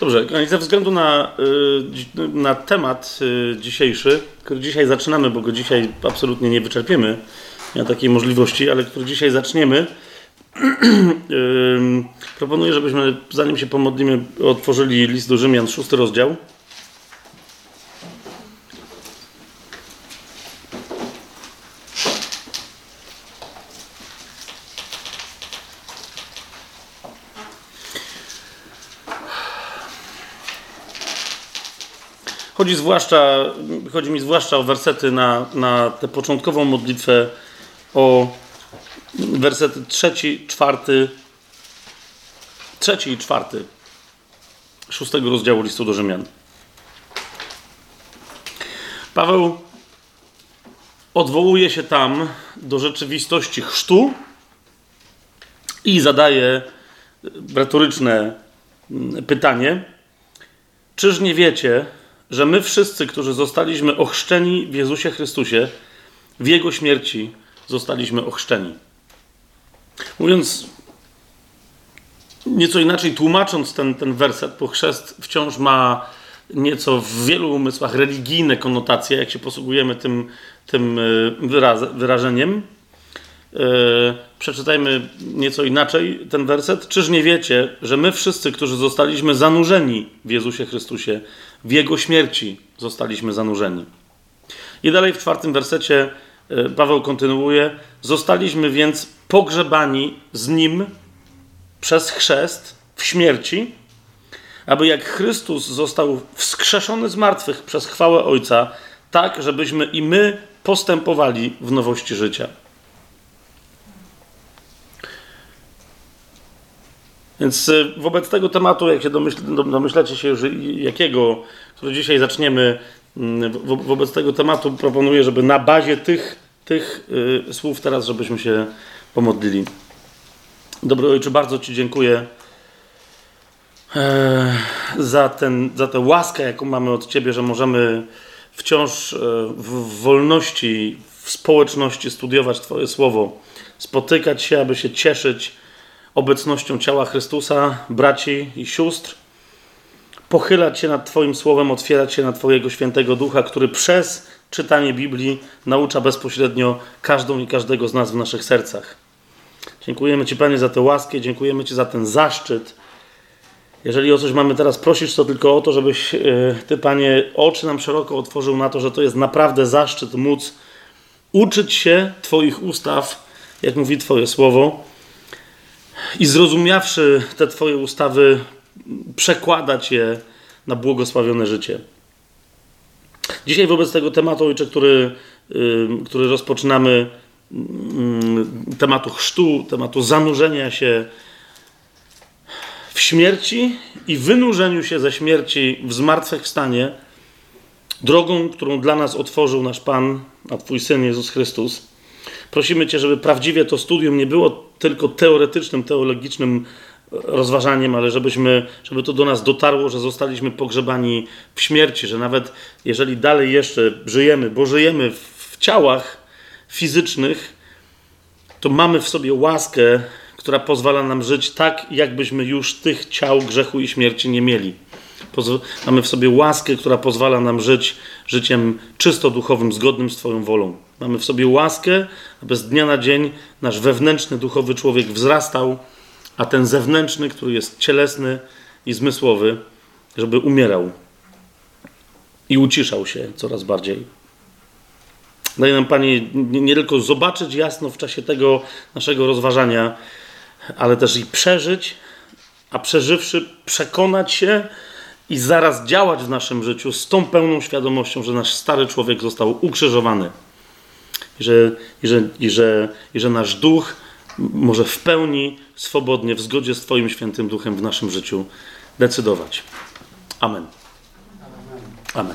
Dobrze, ze względu na temat dzisiejszy, który dzisiaj zaczynamy, bo go dzisiaj absolutnie nie wyczerpiemy, nie ma takiej możliwości, ale który dzisiaj zaczniemy, proponuję, żebyśmy, zanim się pomodlimy, otworzyli list do Rzymian, 6 rozdział. Chodzi mi zwłaszcza o wersety na tę początkową modlitwę, o wersety 3 i 4 6 rozdziału listu do Rzymian. Paweł odwołuje się tam do rzeczywistości chrztu i zadaje retoryczne pytanie: czyż nie wiecie, że my wszyscy, którzy zostaliśmy ochrzczeni w Jezusie Chrystusie, w Jego śmierci zostaliśmy ochrzczeni? Mówiąc nieco inaczej, tłumacząc ten werset, bo chrzest wciąż ma nieco w wielu umysłach religijne konotacje, jak się posługujemy tym wyrażeniem. Przeczytajmy nieco inaczej ten werset. Czyż nie wiecie, że my wszyscy, którzy zostaliśmy zanurzeni w Jezusie Chrystusie, w Jego śmierci zostaliśmy zanurzeni? I dalej w 4 wersecie Paweł kontynuuje: zostaliśmy więc pogrzebani z Nim przez chrzest w śmierci, aby jak Chrystus został wskrzeszony z martwych przez chwałę Ojca, tak żebyśmy i my postępowali w nowości życia. Więc wobec tego tematu, jak się domyślacie się już jakiego, który dzisiaj zaczniemy, wobec tego tematu proponuję, żeby na bazie tych słów teraz, żebyśmy się pomodlili. Dobry Ojcze, bardzo Ci dziękuję za tę łaskę, jaką mamy od Ciebie, że możemy wciąż w wolności, w społeczności studiować Twoje Słowo, spotykać się, aby się cieszyć obecnością ciała Chrystusa, braci i sióstr, pochylać się nad Twoim Słowem, otwierać się na Twojego Świętego Ducha, który przez czytanie Biblii naucza bezpośrednio każdą i każdego z nas w naszych sercach. Dziękujemy Ci, Panie, za tę łaskę, dziękujemy Ci za ten zaszczyt. Jeżeli o coś mamy teraz prosić, to tylko o to, żebyś Ty, Panie, oczy nam szeroko otworzył na to, że to jest naprawdę zaszczyt móc uczyć się Twoich ustaw, jak mówi Twoje Słowo, i zrozumiawszy te Twoje ustawy, przekładać je na błogosławione życie. Dzisiaj wobec tego tematu, Ojcze, który rozpoczynamy, tematu chrztu, tematu zanurzenia się w śmierci i wynurzeniu się ze śmierci w zmartwychwstanie, drogą, którą dla nas otworzył nasz Pan, a Twój Syn Jezus Chrystus. Prosimy Cię, żeby prawdziwie to studium nie było tylko teoretycznym, teologicznym rozważaniem, ale żeby to do nas dotarło, że zostaliśmy pogrzebani w śmierci, że nawet jeżeli dalej jeszcze żyjemy, bo żyjemy w ciałach fizycznych, to mamy w sobie łaskę, która pozwala nam żyć tak, jakbyśmy już tych ciał grzechu i śmierci nie mieli. Mamy w sobie łaskę, która pozwala nam żyć życiem czysto duchowym, zgodnym z Twoją wolą. Mamy w sobie łaskę, aby z dnia na dzień nasz wewnętrzny, duchowy człowiek wzrastał, a ten zewnętrzny, który jest cielesny i zmysłowy, żeby umierał i uciszał się coraz bardziej. Daj nam, Panie, nie tylko zobaczyć jasno w czasie tego naszego rozważania, ale też i przeżyć, a przeżywszy przekonać się i zaraz działać w naszym życiu z tą pełną świadomością, że nasz stary człowiek został ukrzyżowany. I że nasz duch może w pełni, swobodnie, w zgodzie z Twoim Świętym Duchem w naszym życiu decydować. Amen. Amen.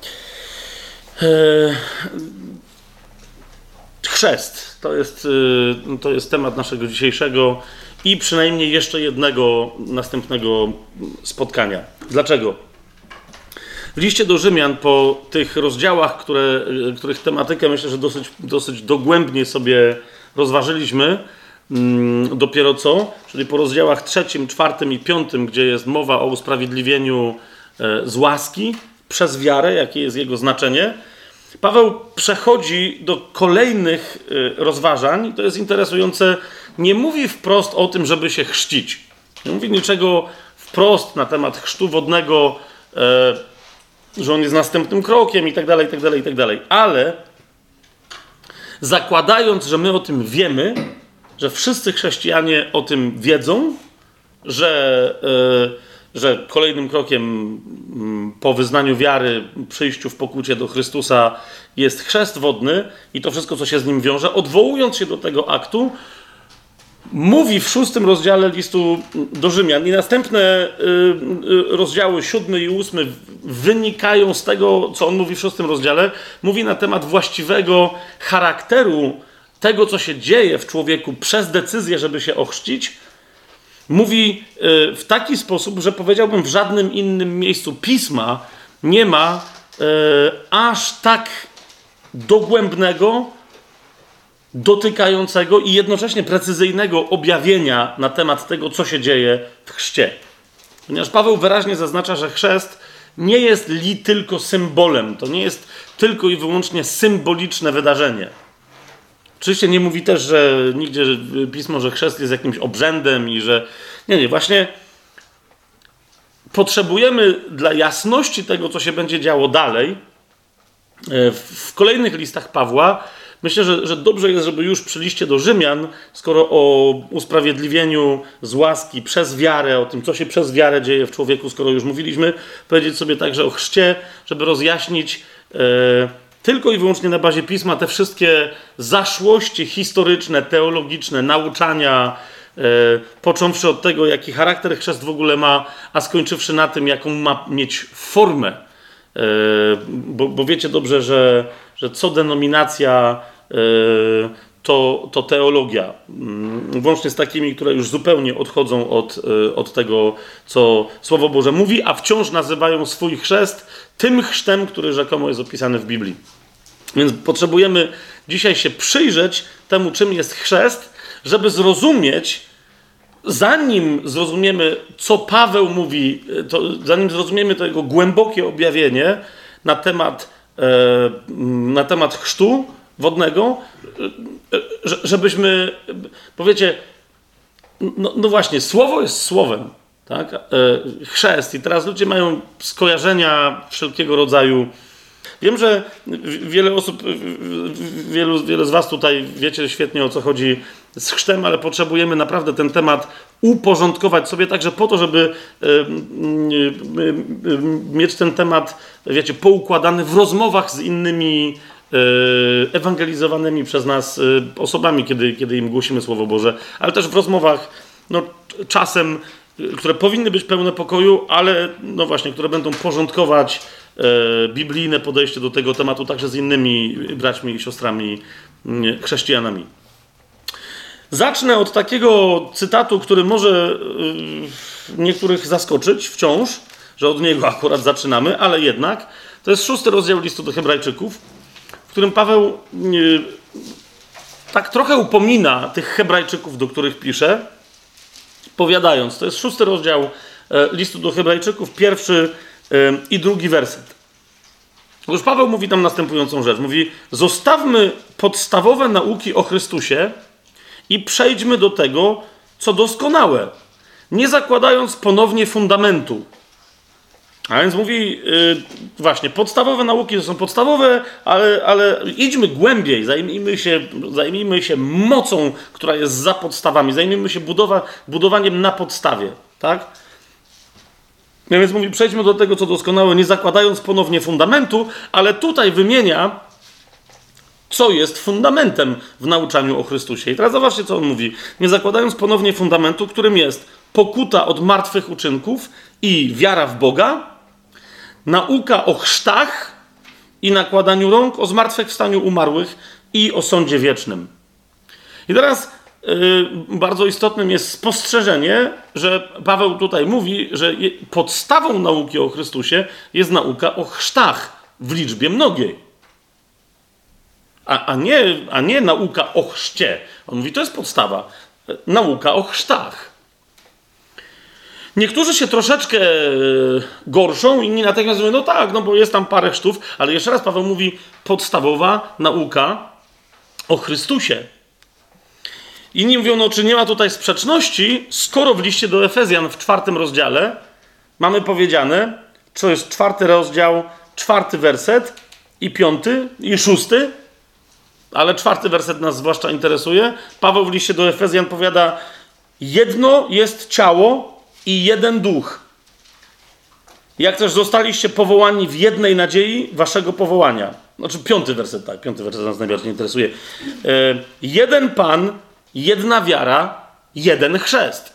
Chrzest to jest temat naszego dzisiejszego i przynajmniej jeszcze jednego następnego spotkania. Dlaczego? W liście do Rzymian, po tych rozdziałach, których tematykę myślę, że dosyć dogłębnie sobie rozważyliśmy, dopiero co, czyli po rozdziałach 3, 4 i 5, gdzie jest mowa o usprawiedliwieniu z łaski przez wiarę, jakie jest jego znaczenie, Paweł przechodzi do kolejnych rozważań. To jest interesujące. Nie mówi wprost o tym, żeby się chrzcić. Nie mówi niczego wprost na temat chrztu wodnego, że on jest następnym krokiem i tak dalej, i tak dalej, i tak dalej. Ale zakładając, że my o tym wiemy, że wszyscy chrześcijanie o tym wiedzą, że kolejnym krokiem po wyznaniu wiary, przyjściu w pokucie do Chrystusa jest chrzest wodny i to wszystko, co się z nim wiąże, odwołując się do tego aktu, mówi w 6 rozdziale listu do Rzymian i następne rozdziały 7 i 8 wynikają z tego, co on mówi w 6 rozdziale. Mówi na temat właściwego charakteru tego, co się dzieje w człowieku przez decyzję, żeby się ochrzcić. Mówi w taki sposób, że powiedziałbym, w żadnym innym miejscu Pisma nie ma aż tak dogłębnego, dotykającego i jednocześnie precyzyjnego objawienia na temat tego, co się dzieje w chrzcie. Ponieważ Paweł wyraźnie zaznacza, że chrzest nie jest tylko symbolem, to nie jest tylko i wyłącznie symboliczne wydarzenie. Oczywiście nie mówi też, że nigdzie Pismo, że chrzest jest jakimś obrzędem i że... Nie, właśnie potrzebujemy dla jasności tego, co się będzie działo dalej, w kolejnych listach Pawła. Myślę, że dobrze jest, żeby już przy liście do Rzymian, skoro o usprawiedliwieniu z łaski przez wiarę, o tym, co się przez wiarę dzieje w człowieku, skoro już mówiliśmy, powiedzieć sobie także o chrzcie, żeby rozjaśnić tylko i wyłącznie na bazie Pisma te wszystkie zaszłości historyczne, teologiczne, nauczania, począwszy od tego, jaki charakter chrzest w ogóle ma, a skończywszy na tym, jaką ma mieć formę. Bo wiecie dobrze, że co denominacja to teologia. Włącznie z takimi, które już zupełnie odchodzą od tego, co Słowo Boże mówi, a wciąż nazywają swój chrzest tym chrztem, który rzekomo jest opisany w Biblii. Więc potrzebujemy dzisiaj się przyjrzeć temu, czym jest chrzest, żeby zrozumieć, zanim zrozumiemy, co Paweł mówi, zanim zrozumiemy to jego głębokie objawienie na temat chrztu wodnego, żebyśmy, powiecie, no właśnie, słowo jest słowem, tak? Chrzest. I teraz ludzie mają skojarzenia wszelkiego rodzaju. Wiem, że wiele osób, wiele z was tutaj wiecie świetnie, o co chodzi z chrztem, ale potrzebujemy naprawdę ten temat uporządkować sobie także po to, żeby mieć ten temat, wiecie, poukładany w rozmowach z innymi ewangelizowanymi przez nas osobami, kiedy im głosimy Słowo Boże, ale też w rozmowach, no, czasem, które powinny być pełne pokoju, ale no właśnie, które będą porządkować biblijne podejście do tego tematu także z innymi braćmi i siostrami chrześcijanami. Zacznę od takiego cytatu, który może niektórych zaskoczyć wciąż, że od niego akurat zaczynamy, ale jednak. To jest 6 rozdział listu do Hebrajczyków, w którym Paweł tak trochę upomina tych Hebrajczyków, do których pisze, powiadając. To jest 6 rozdział listu do Hebrajczyków, 1 i 2 werset. Otóż Paweł mówi tam następującą rzecz. Mówi: zostawmy podstawowe nauki o Chrystusie i przejdźmy do tego, co doskonałe, nie zakładając ponownie fundamentu. A więc mówi, właśnie, podstawowe nauki to są podstawowe, ale idźmy głębiej, zajmijmy się mocą, która jest za podstawami, zajmijmy się budowaniem na podstawie, tak? A więc mówi, przejdźmy do tego, co doskonałe, nie zakładając ponownie fundamentu, ale tutaj wymienia, co jest fundamentem w nauczaniu o Chrystusie. I teraz zobaczcie, co on mówi. Nie zakładając ponownie fundamentu, którym jest pokuta od martwych uczynków i wiara w Boga, nauka o chrztach i nakładaniu rąk, o zmartwychwstaniu umarłych i o sądzie wiecznym. I teraz bardzo istotnym jest spostrzeżenie, że Paweł tutaj mówi, że podstawą nauki o Chrystusie jest nauka o chrztach w liczbie mnogiej. A nie nauka o chrzcie. On mówi, to jest podstawa. nauka o chrztach. Niektórzy się troszeczkę gorszą, inni natychmiast mówią, no tak, no bo jest tam parę chrztów, ale jeszcze raz Paweł mówi, podstawowa nauka o Chrystusie. Inni mówią, no czy nie ma tutaj sprzeczności, skoro w liście do Efezjan w 4 rozdziale mamy powiedziane, co jest 4 rozdział, 4 werset i 5 i 6, ale 4 werset nas zwłaszcza interesuje. Paweł w liście do Efezjan powiada, jedno jest ciało i jeden duch. Jak też zostaliście powołani w jednej nadziei waszego powołania. Znaczy 5 werset, tak, 5 werset nas najbardziej interesuje. Jeden Pan, jedna wiara, jeden chrzest.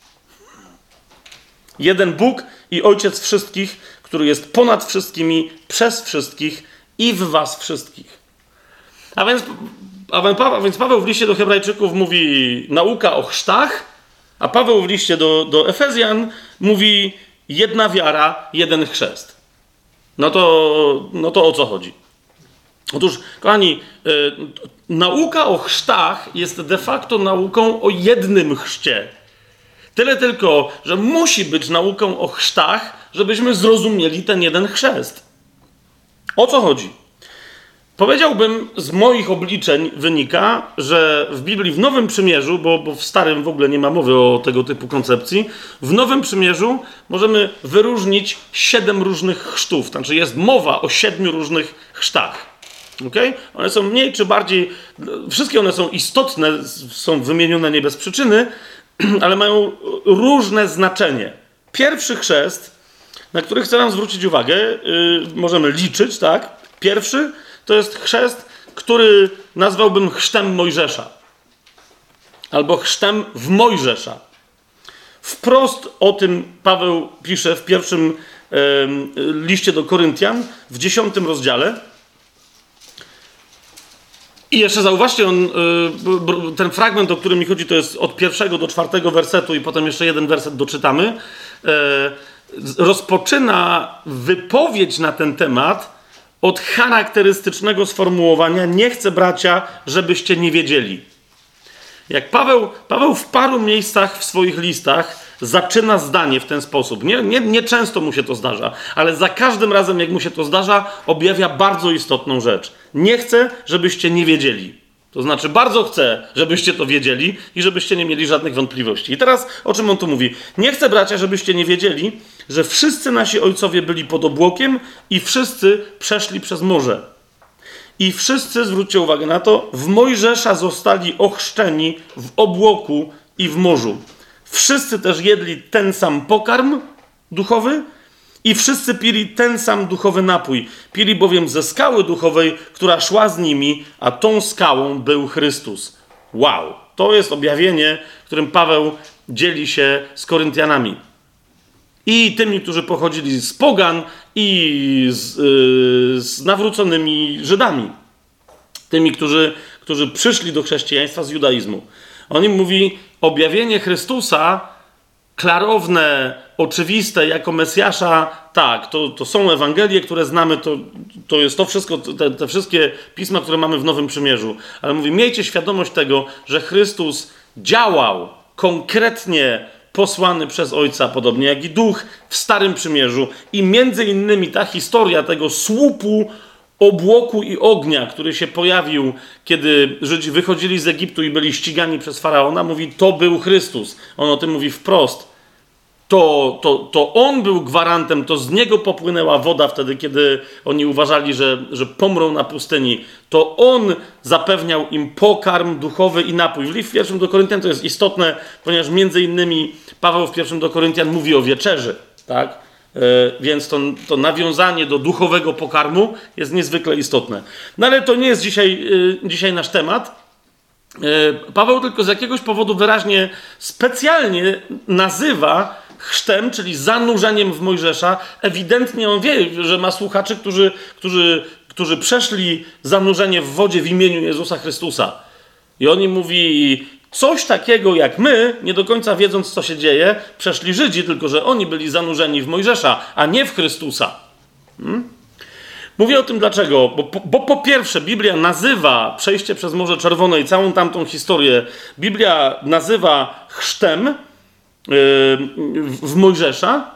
Jeden Bóg i Ojciec wszystkich, który jest ponad wszystkimi, przez wszystkich i w was wszystkich. A więc Paweł w liście do Hebrajczyków mówi nauka o chrztach, a Paweł w liście do Efezjan mówi jedna wiara, jeden chrzest. No to o co chodzi? Otóż, kochani, nauka o chrztach jest de facto nauką o jednym chrzcie. Tyle tylko, że musi być nauką o chrztach, żebyśmy zrozumieli ten jeden chrzest. O co chodzi? Powiedziałbym, z moich obliczeń wynika, że w Biblii w Nowym Przymierzu, bo w Starym w ogóle nie ma mowy o tego typu koncepcji, w Nowym Przymierzu możemy wyróżnić 7 różnych chrztów. Znaczy jest mowa o 7 różnych chrztach. Okay? One są mniej czy bardziej, wszystkie one są istotne, są wymienione nie bez przyczyny, ale mają różne znaczenie. Pierwszy chrzest, na który chcę wam zwrócić uwagę, możemy liczyć, tak? Pierwszy to jest chrzest, który nazwałbym chrztem Mojżesza. Albo chrztem w Mojżesza. Wprost o tym Paweł pisze w pierwszym liście do Koryntian, w 10 rozdziale. I jeszcze zauważcie, ten fragment, o którym mi chodzi, to jest od 1 do 4 wersetu i potem jeszcze jeden werset doczytamy. Rozpoczyna wypowiedź na ten temat od charakterystycznego sformułowania nie chcę, bracia, żebyście nie wiedzieli. Jak Paweł w paru miejscach w swoich listach zaczyna zdanie w ten sposób. Nie często mu się to zdarza, ale za każdym razem, jak mu się to zdarza, objawia bardzo istotną rzecz. Nie chcę, żebyście nie wiedzieli. To znaczy, bardzo chcę, żebyście to wiedzieli i żebyście nie mieli żadnych wątpliwości. I teraz, o czym on tu mówi? Nie chcę, bracia, żebyście nie wiedzieli, że wszyscy nasi ojcowie byli pod obłokiem i wszyscy przeszli przez morze. I wszyscy, zwróćcie uwagę na to, w Mojżesza zostali ochrzczeni w obłoku i w morzu. Wszyscy też jedli ten sam pokarm duchowy i wszyscy pili ten sam duchowy napój. Pili bowiem ze skały duchowej, która szła z nimi, a tą skałą był Chrystus. Wow! To jest objawienie, którym Paweł dzieli się z Koryntianami. I tymi, którzy pochodzili z pogan i z nawróconymi Żydami. Tymi, którzy przyszli do chrześcijaństwa z judaizmu. On im mówi, objawienie Chrystusa, klarowne, oczywiste, jako Mesjasza, tak, to są Ewangelie, które znamy, to jest to wszystko, te wszystkie pisma, które mamy w Nowym Przymierzu. Ale mówi, miejcie świadomość tego, że Chrystus działał konkretnie posłany przez Ojca, podobnie jak i Duch w Starym Przymierzu. I między innymi ta historia tego słupu obłoku i ognia, który się pojawił, kiedy Żydzi wychodzili z Egiptu i byli ścigani przez Faraona, mówi, to był Chrystus. On o tym mówi wprost. To On był gwarantem, to z Niego popłynęła woda wtedy, kiedy oni uważali, że pomrą na pustyni. To On zapewniał im pokarm duchowy i napój. W pierwszym do Koryntian to jest istotne, ponieważ między innymi Paweł w pierwszym do Koryntian mówi o wieczerzy, tak? Więc to nawiązanie do duchowego pokarmu jest niezwykle istotne. No ale to nie jest dzisiaj nasz temat. Paweł tylko z jakiegoś powodu wyraźnie, specjalnie nazywa chrztem, czyli zanurzeniem w Mojżesza. Ewidentnie on wie, że ma słuchaczy, którzy przeszli zanurzenie w wodzie w imieniu Jezusa Chrystusa. I on im mówi, coś takiego jak my, nie do końca wiedząc, co się dzieje, przeszli Żydzi, tylko że oni byli zanurzeni w Mojżesza, a nie w Chrystusa. Mówię o tym dlaczego? Bo po pierwsze Biblia nazywa przejście przez Morze Czerwone i całą tamtą historię, Biblia nazywa chrztem w Mojżesza.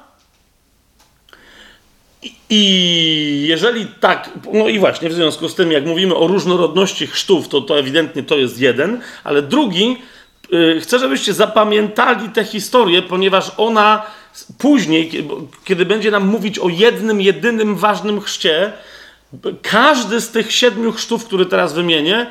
I jeżeli tak, no i właśnie w związku z tym, jak mówimy o różnorodności chrztów, to ewidentnie to jest jeden, ale drugi, chcę, żebyście zapamiętali tę historię, ponieważ ona później, kiedy będzie nam mówić o jednym, jedynym ważnym chrzcie, każdy z tych 7 chrztów, który teraz wymienię,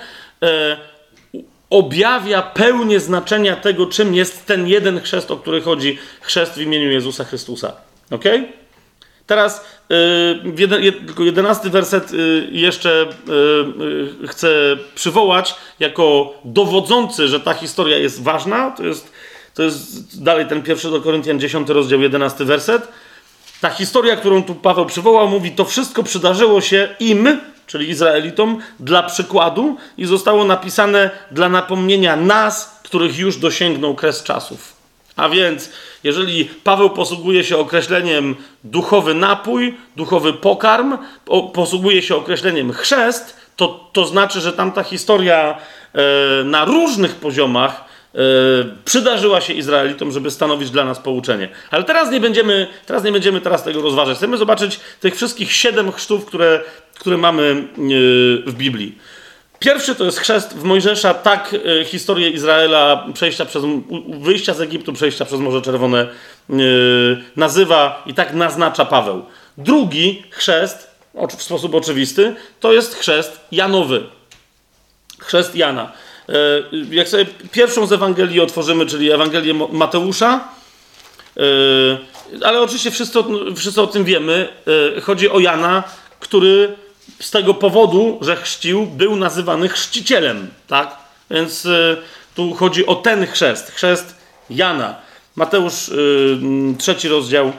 objawia pełnię znaczenia tego, czym jest ten jeden chrzest, o który chodzi, chrzest w imieniu Jezusa Chrystusa. Okej? Teraz tylko 11 werset jeszcze chcę przywołać jako dowodzący, że ta historia jest ważna. To jest dalej ten 1 do Koryntian 10 rozdział 11 werset. Ta historia, którą tu Paweł przywołał, mówi: to wszystko przydarzyło się im, czyli Izraelitom, dla przykładu i zostało napisane dla napomnienia nas, których już dosięgnął kres czasów. A więc, jeżeli Paweł posługuje się określeniem duchowy napój, duchowy pokarm, posługuje się określeniem chrzest, to znaczy, że tamta historia na różnych poziomach przydarzyła się Izraelitom, żeby stanowić dla nas pouczenie. Ale teraz nie będziemy tego rozważać. Chcemy zobaczyć tych wszystkich 7 chrztów, które mamy w Biblii. Pierwszy to jest chrzest w Mojżesza, tak historię Izraela, wyjścia z Egiptu, przejścia przez Morze Czerwone nazywa i tak naznacza Paweł. Drugi chrzest, w sposób oczywisty, to jest chrzest Janowy. Chrzest Jana. Jak sobie pierwszą z Ewangelii otworzymy, czyli Ewangelię Mateusza, ale oczywiście wszyscy o tym wiemy, chodzi o Jana, który z tego powodu, że chrzcił, był nazywany chrzcicielem, tak? Więc tu chodzi o ten chrzest Jana. Mateusz 3 rozdział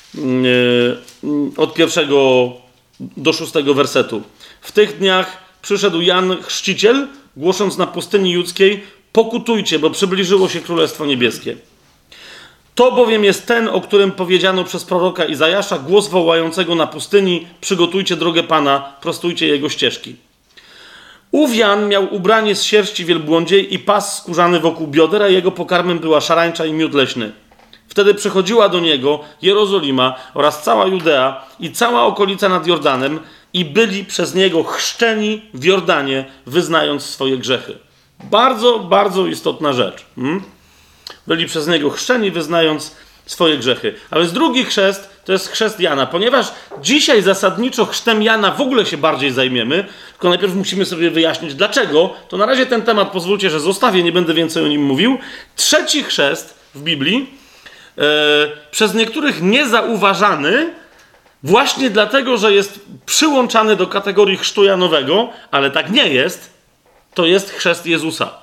od 1 do 6 wersetu. W tych dniach przyszedł Jan Chrzciciel, głosząc na pustyni judzkiej: pokutujcie, bo przybliżyło się Królestwo Niebieskie. To bowiem jest ten, o którym powiedziano przez proroka Izajasza, głos wołającego na pustyni: przygotujcie drogę Pana, prostujcie jego ścieżki. Ów Jan miał ubranie z sierści wielbłądziej i pas skórzany wokół bioder, a jego pokarmem była szarańcza i miód leśny. Wtedy przychodziła do niego Jerozolima oraz cała Judea i cała okolica nad Jordanem i byli przez niego chrzczeni w Jordanie, wyznając swoje grzechy. Bardzo, bardzo istotna rzecz. Byli przez niego chrzczeni, wyznając swoje grzechy. Ale drugi chrzest to jest chrzest Jana. Ponieważ dzisiaj zasadniczo chrztem Jana w ogóle się bardziej zajmiemy, tylko najpierw musimy sobie wyjaśnić dlaczego, to na razie ten temat pozwólcie, że zostawię, nie będę więcej o nim mówił. Trzeci chrzest w Biblii, przez niektórych niezauważany, właśnie dlatego, że jest przyłączany do kategorii chrztu Janowego, ale tak nie jest, to jest chrzest Jezusa.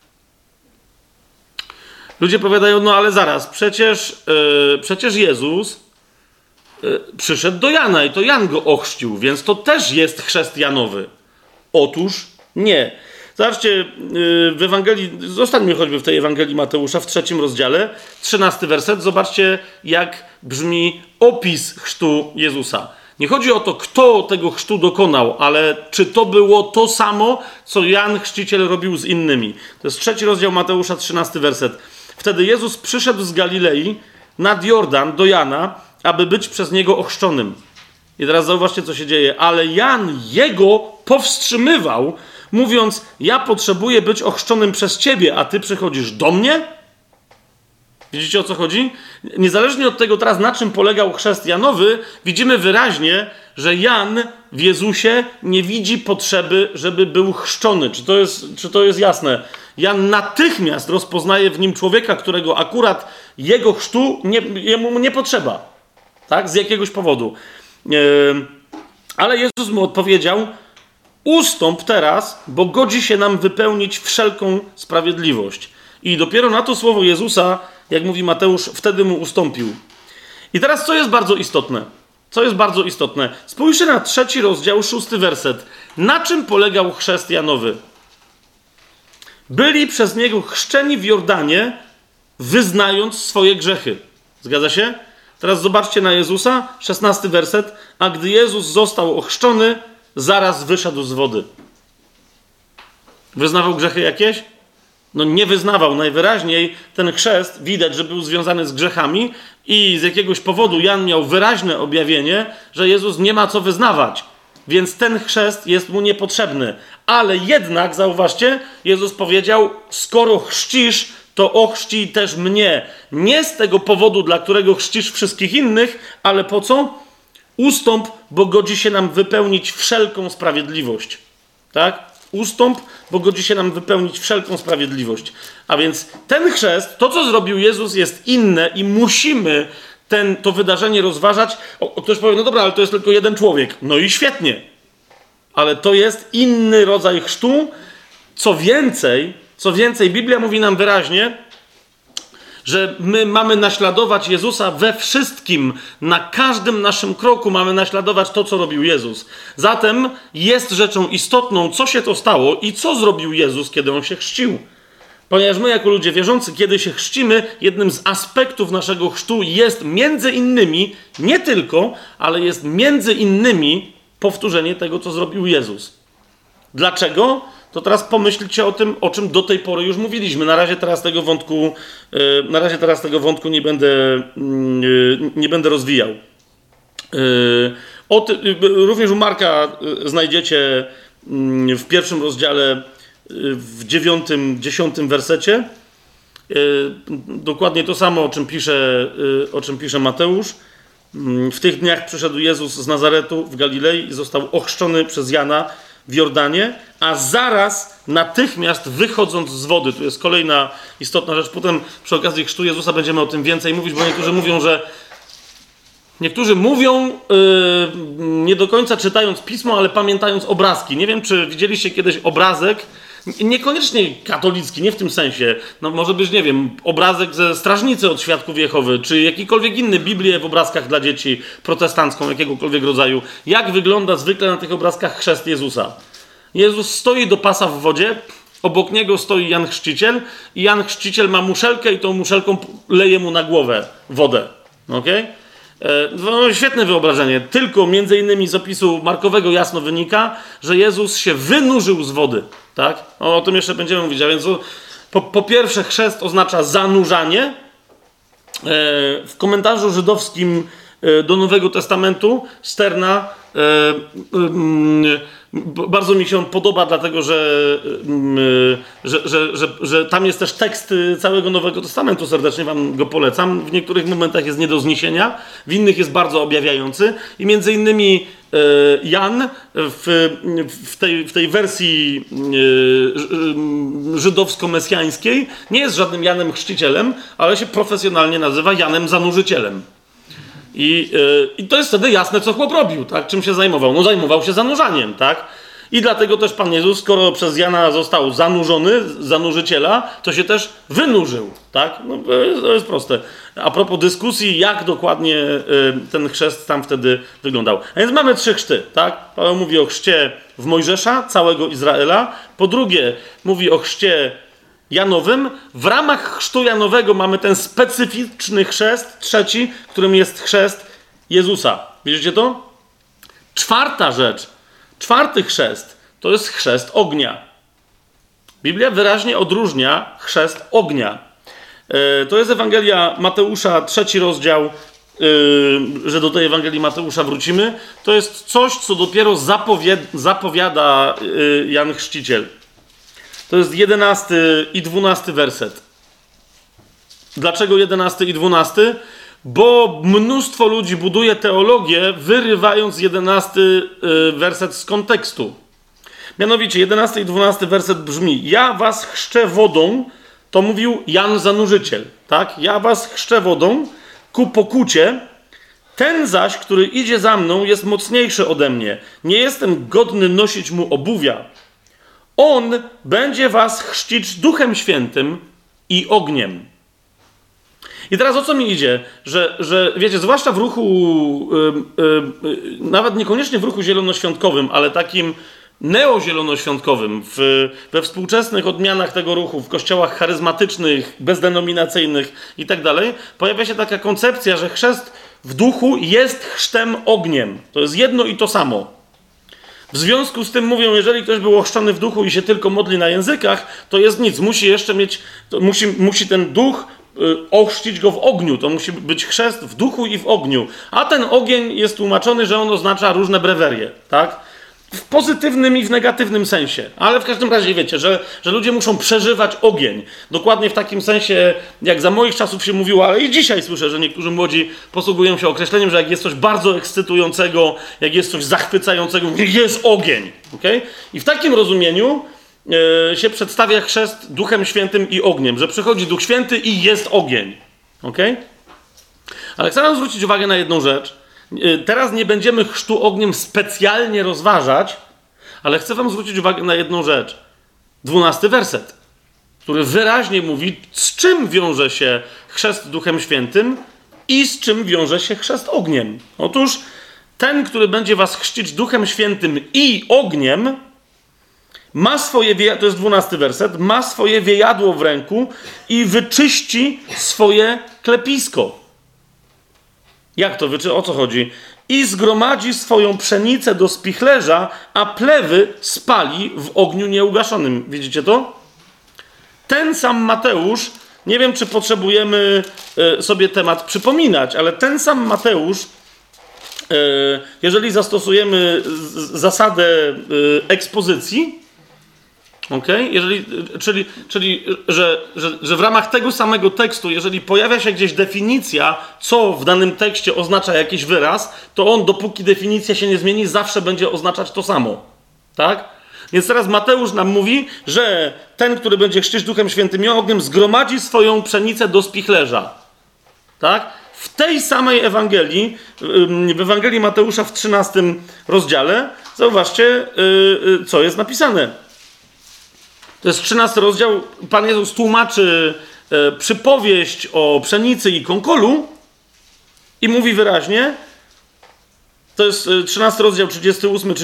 Ludzie powiadają: no ale zaraz, przecież Jezus przyszedł do Jana i to Jan go ochrzcił, więc to też jest chrzest Janowy. Otóż nie. Zobaczcie, w Ewangelii, zostańmy choćby w tej Ewangelii Mateusza, w 3 rozdziale, 13 werset, zobaczcie, jak brzmi opis chrztu Jezusa. Nie chodzi o to, kto tego chrztu dokonał, ale czy to było to samo, co Jan Chrzciciel robił z innymi. To jest 3 rozdział Mateusza, 13 werset. Wtedy Jezus przyszedł z Galilei nad Jordan do Jana, aby być przez niego ochrzczonym. I teraz zauważcie, co się dzieje. Ale Jan jego powstrzymywał, mówiąc: ja potrzebuję być ochrzczonym przez ciebie, a ty przychodzisz do mnie? Widzicie, o co chodzi? Niezależnie od tego teraz, na czym polegał chrzest Janowy, widzimy wyraźnie, że Jan w Jezusie nie widzi potrzeby, żeby był chrzczony. Czy to jest jasne? Jan natychmiast rozpoznaje w nim człowieka, którego akurat jego chrztu jemu nie potrzeba. Tak? Z jakiegoś powodu. Ale Jezus mu odpowiedział: ustąp teraz, bo godzi się nam wypełnić wszelką sprawiedliwość. I dopiero na to słowo Jezusa, jak mówi Mateusz, wtedy mu ustąpił. I teraz co jest bardzo istotne? Co jest bardzo istotne? Spójrzcie na 3 rozdział, 6 werset. Na czym polegał chrzest Janowy? Byli przez niego chrzczeni w Jordanie, wyznając swoje grzechy. Zgadza się? Teraz zobaczcie na Jezusa, 16 werset. A gdy Jezus został ochrzczony, zaraz wyszedł z wody. Wyznawał grzechy jakieś? No nie wyznawał. Najwyraźniej ten chrzest widać, że był związany z grzechami i z jakiegoś powodu Jan miał wyraźne objawienie, że Jezus nie ma co wyznawać. Więc ten chrzest jest mu niepotrzebny. Ale jednak, zauważcie, Jezus powiedział, skoro chrzcisz, to ochrzcij też mnie. Nie z tego powodu, dla którego chrzcisz wszystkich innych, ale po co? Ustąp, bo godzi się nam wypełnić wszelką sprawiedliwość. Tak? Ustąp, bo godzi się nam wypełnić wszelką sprawiedliwość. A więc ten chrzest, to co zrobił Jezus, jest inne i musimy to wydarzenie rozważać. Ktoś powie, no dobra, ale to jest tylko jeden człowiek. No i świetnie. Ale to jest inny rodzaj chrztu. Co więcej, Biblia mówi nam wyraźnie, że my mamy naśladować Jezusa we wszystkim, na każdym naszym kroku mamy naśladować to, co robił Jezus. Zatem jest rzeczą istotną, co się to stało i co zrobił Jezus, kiedy On się chrzcił. Ponieważ my, jako ludzie wierzący, kiedy się chrzcimy, jednym z aspektów naszego chrztu jest między innymi, nie tylko, ale jest między innymi powtórzenie tego, co zrobił Jezus. Dlaczego? To teraz pomyślcie o tym, o czym do tej pory już mówiliśmy. Na razie teraz tego wątku nie będę rozwijał. Również u Marka znajdziecie w 1 rozdziale, w 9-10 wersecie dokładnie to samo, o czym pisze Mateusz. W tych dniach przyszedł Jezus z Nazaretu w Galilei i został ochrzczony przez Jana w Jordanie, a zaraz, natychmiast wychodząc z wody, tu jest kolejna istotna rzecz, potem przy okazji chrztu Jezusa będziemy o tym więcej mówić, bo niektórzy mówią, nie do końca czytając pismo, ale pamiętając obrazki. Nie wiem, czy widzieliście kiedyś obrazek, niekoniecznie katolicki, nie w tym sensie. No może być, nie wiem, obrazek ze Strażnicy od Świadków Jehowy, czy jakikolwiek inny, Biblię w obrazkach dla dzieci, protestancką, jakiegokolwiek rodzaju. Jak wygląda zwykle na tych obrazkach chrzest Jezusa? Jezus stoi do pasa w wodzie, obok niego stoi Jan Chrzciciel i Jan Chrzciciel ma muszelkę i tą muszelką leje mu na głowę wodę. Okej? No, świetne wyobrażenie. Tylko między innymi z opisu Markowego jasno wynika, że Jezus się wynurzył z wody. Tak? O tym jeszcze będziemy mówić. A więc po pierwsze chrzest oznacza zanurzanie. W komentarzu żydowskim do Nowego Testamentu Sterna bardzo mi się on podoba, dlatego że tam jest też tekst całego Nowego Testamentu, serdecznie wam go polecam. W niektórych momentach jest nie do zniesienia, w innych jest bardzo objawiający i między innymi Jan w tej wersji żydowsko-mesjańskiej nie jest żadnym Janem Chrzcicielem, ale się profesjonalnie nazywa Janem Zanurzycielem. I to jest wtedy jasne, co chłop robił, tak? Czym się zajmował? No zajmował się zanurzaniem, tak? I dlatego też Pan Jezus, skoro przez Jana został zanurzony, zanurzyciela, to się też wynurzył, tak? No, to jest proste. A propos dyskusji, jak dokładnie ten chrzest tam wtedy wyglądał. A więc mamy 3 chrzty, tak? Paweł mówi o chrzcie w Mojżesza, całego Izraela. Po drugie, mówi o chrzcie Janowym. W ramach chrztu Janowego mamy ten specyficzny chrzest, trzeci, którym jest chrzest Jezusa. Widzicie to? Czwarta rzecz, czwarty chrzest, to jest chrzest ognia. Biblia wyraźnie odróżnia chrzest ognia. To jest Ewangelia Mateusza, 3 rozdział, że do tej Ewangelii Mateusza wrócimy. To jest coś, co dopiero zapowiada Jan Chrzciciel. To jest 11 i 12 werset. Dlaczego 11 i 12? Bo mnóstwo ludzi buduje teologię, wyrywając 11 werset z kontekstu. Mianowicie 11 i 12 werset brzmi: ja was chrzczę wodą, to mówił Jan Zanurzyciel, tak? Ja was chrzczę wodą ku pokucie, ten zaś, który idzie za mną, jest mocniejszy ode mnie. Nie jestem godny nosić mu obuwia. On będzie was chrzcić Duchem Świętym i ogniem. I teraz o co mi idzie? Że wiecie, zwłaszcza w ruchu, nawet niekoniecznie w ruchu zielonoświątkowym, ale takim neozielonoświątkowym, we współczesnych odmianach tego ruchu, w kościołach charyzmatycznych, bezdenominacyjnych i tak dalej, pojawia się taka koncepcja, że chrzest w duchu jest chrztem ogniem. To jest jedno i to samo. W związku z tym mówią, jeżeli ktoś był ochrzczony w duchu i się tylko modli na językach, to jest nic. Musi jeszcze mieć, musi ten duch ochrzcić go w ogniu. To musi być chrzest w duchu i w ogniu. A ten ogień jest tłumaczony, że on oznacza różne brewerie, tak? W pozytywnym i w negatywnym sensie. Ale w każdym razie wiecie, że ludzie muszą przeżywać ogień. Dokładnie w takim sensie, jak za moich czasów się mówiło, ale i dzisiaj słyszę, że niektórzy młodzi posługują się określeniem, że jak jest coś bardzo ekscytującego, jak jest coś zachwycającego, jest ogień. Okay? I w takim rozumieniu się przedstawia chrzest Duchem Świętym i ogniem, że przychodzi Duch Święty i jest ogień. Okay? Ale chcę nam zwrócić uwagę na jedną rzecz. Teraz nie będziemy chrztu ogniem specjalnie rozważać, ale chcę wam zwrócić uwagę na jedną rzecz. 12 werset, który wyraźnie mówi, z czym wiąże się chrzest Duchem Świętym i z czym wiąże się chrzest ogniem. Otóż ten, który będzie was chrzcić Duchem Świętym i ogniem, ma swoje, to jest 12 werset, ma swoje wiejadło w ręku i wyczyści swoje klepisko. Jak to? O co chodzi? I zgromadzi swoją pszenicę do spichlerza, a plewy spali w ogniu nieugaszonym. Widzicie to? Ten sam Mateusz, nie wiem, czy potrzebujemy sobie temat przypominać, ale ten sam Mateusz, jeżeli zastosujemy zasadę ekspozycji, okay? Czyli że w ramach tego samego tekstu, jeżeli pojawia się gdzieś definicja, co w danym tekście oznacza jakiś wyraz, to on, dopóki definicja się nie zmieni, zawsze będzie oznaczać to samo. Tak? Więc teraz Mateusz nam mówi, że ten, który będzie chrzcić Duchem Świętym i ogniem, zgromadzi swoją pszenicę do spichlerza. Tak? W tej samej Ewangelii, w Ewangelii Mateusza w 13 rozdziale, zauważcie, co jest napisane. To jest 13 rozdział. Pan Jezus tłumaczy przypowieść o pszenicy i konkolu i mówi wyraźnie, to jest 13 rozdział, 38,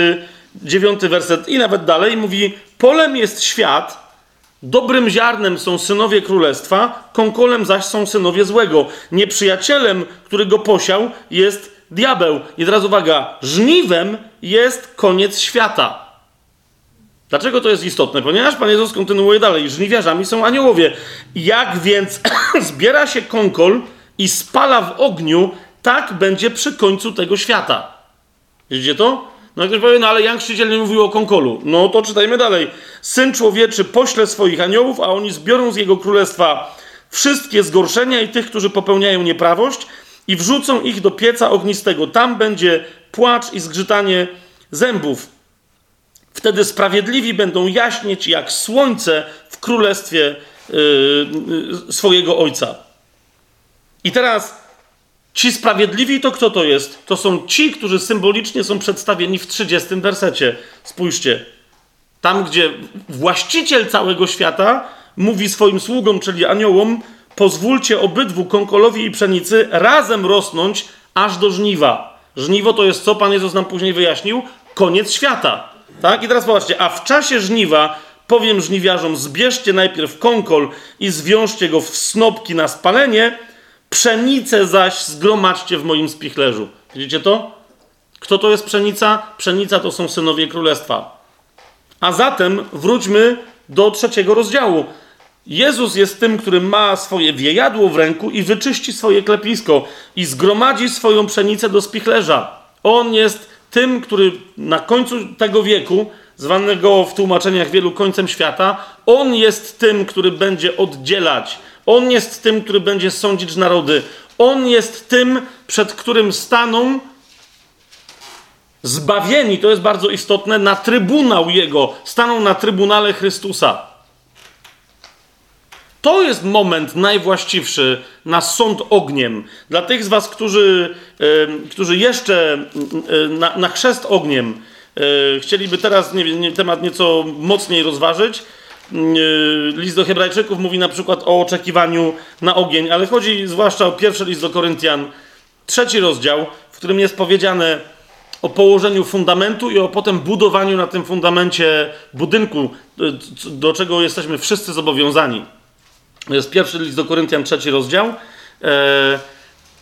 39 werset i nawet dalej, mówi: polem jest świat, dobrym ziarnem są synowie królestwa, konkolem zaś są synowie złego. Nieprzyjacielem, który go posiał, jest diabeł. I teraz uwaga, żniwem jest koniec świata. Dlaczego to jest istotne? Ponieważ Pan Jezus kontynuuje dalej. Żniwiarzami są aniołowie. Jak więc zbiera się konkol i spala w ogniu, tak będzie przy końcu tego świata. Widzicie to? No ktoś powie, no ale Jan Chrzciciel nie mówił o konkolu. No to czytajmy dalej. Syn Człowieczy pośle swoich aniołów, a oni zbiorą z jego królestwa wszystkie zgorszenia i tych, którzy popełniają nieprawość i wrzucą ich do pieca ognistego. Tam będzie płacz i zgrzytanie zębów. Wtedy sprawiedliwi będą jaśnieć jak słońce w królestwie swojego Ojca. I teraz ci sprawiedliwi to kto to jest? To są ci, którzy symbolicznie są przedstawieni w 30 wersecie. Spójrzcie. Tam, gdzie właściciel całego świata mówi swoim sługom, czyli aniołom: pozwólcie obydwu, konkolowi i pszenicy, razem rosnąć aż do żniwa. Żniwo to jest co? Pan Jezus nam później wyjaśnił. Koniec świata. Tak? I teraz popatrzcie, a w czasie żniwa powiem żniwiarzom: zbierzcie najpierw konkol i zwiążcie go w snopki na spalenie, pszenicę zaś zgromadźcie w moim spichlerzu. Widzicie to? Kto to jest pszenica? Pszenica to są synowie królestwa. A zatem wróćmy do 3 rozdziału. Jezus jest tym, który ma swoje wiejadło w ręku i wyczyści swoje klepisko i zgromadzi swoją pszenicę do spichlerza. On jest tym, który na końcu tego wieku, zwanego w tłumaczeniach wielu końcem świata, on jest tym, który będzie oddzielać. On jest tym, który będzie sądzić narody. On jest tym, przed którym staną zbawieni, to jest bardzo istotne, na trybunał Jego. Staną na trybunale Chrystusa. To jest moment najwłaściwszy na sąd ogniem. Dla tych z was, którzy jeszcze na chrzest ogniem chcieliby teraz temat nieco mocniej rozważyć, list do Hebrajczyków mówi na przykład o oczekiwaniu na ogień, ale chodzi zwłaszcza o pierwszy list do Koryntian, 3 rozdział, w którym jest powiedziane o położeniu fundamentu i o potem budowaniu na tym fundamencie budynku, do czego jesteśmy wszyscy zobowiązani. To jest pierwszy list do Koryntian, 3 rozdział.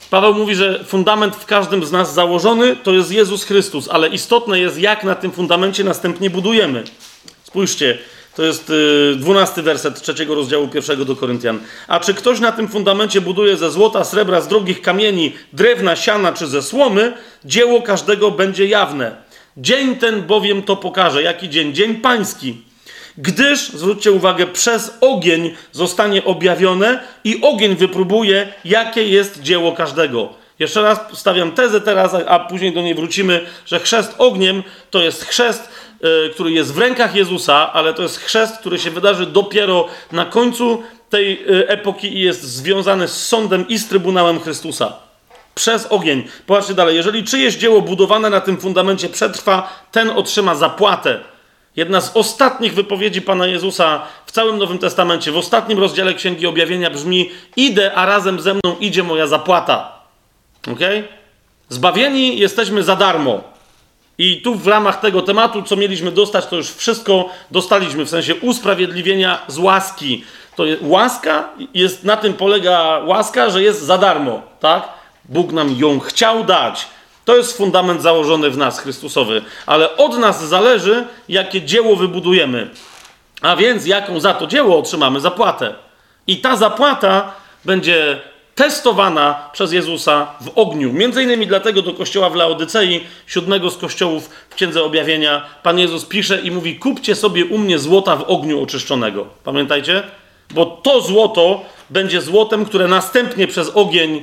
Paweł mówi, że fundament w każdym z nas założony to jest Jezus Chrystus, ale istotne jest, jak na tym fundamencie następnie budujemy. Spójrzcie, to jest 12 werset 3 rozdziału 1 do Koryntian. A czy ktoś na tym fundamencie buduje ze złota, srebra, z drogich kamieni, drewna, siana czy ze słomy, dzieło każdego będzie jawne. Dzień ten bowiem to pokaże. Jaki dzień? Dzień pański. Gdyż, zwróćcie uwagę, przez ogień zostanie objawione i ogień wypróbuje, jakie jest dzieło każdego. Jeszcze raz stawiam tezę teraz, a później do niej wrócimy, że chrzest ogniem to jest chrzest, który jest w rękach Jezusa, ale to jest chrzest, który się wydarzy dopiero na końcu tej epoki i jest związany z sądem i z Trybunałem Chrystusa. Przez ogień. Popatrzcie dalej. Jeżeli czyjeś dzieło budowane na tym fundamencie przetrwa, ten otrzyma zapłatę. Jedna z ostatnich wypowiedzi Pana Jezusa w całym Nowym Testamencie, w ostatnim rozdziale Księgi Objawienia brzmi: idę, a razem ze mną idzie moja zapłata. Okay? Zbawieni jesteśmy za darmo. I tu w ramach tego tematu, co mieliśmy dostać, to już wszystko dostaliśmy, w sensie usprawiedliwienia z łaski. To jest, łaska jest, na tym polega łaska, że jest za darmo, tak? Bóg nam ją chciał dać. To jest fundament założony w nas, Chrystusowy. Ale od nas zależy, jakie dzieło wybudujemy. A więc jaką za to dzieło otrzymamy zapłatę. I ta zapłata będzie testowana przez Jezusa w ogniu. Między innymi dlatego do kościoła w Laodycei, 7 z kościołów w Księdze Objawienia, Pan Jezus pisze i mówi: kupcie sobie u mnie złota w ogniu oczyszczonego. Pamiętajcie? Bo to złoto będzie złotem, które następnie przez ogień,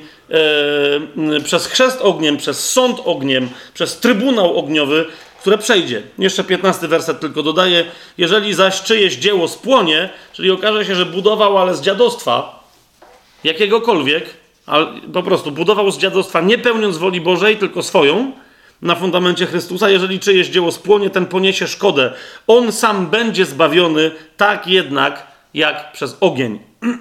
przez chrzest ogniem, przez sąd ogniem, przez trybunał ogniowy, które przejdzie. Jeszcze 15 werset tylko dodaję. Jeżeli zaś czyjeś dzieło spłonie, czyli okaże się, że budował, ale z dziadostwa, jakiegokolwiek, ale po prostu budował z dziadostwa, nie pełniąc woli Bożej, tylko swoją, na fundamencie Chrystusa, jeżeli czyjeś dzieło spłonie, ten poniesie szkodę. On sam będzie zbawiony, tak jednak jak przez ogień.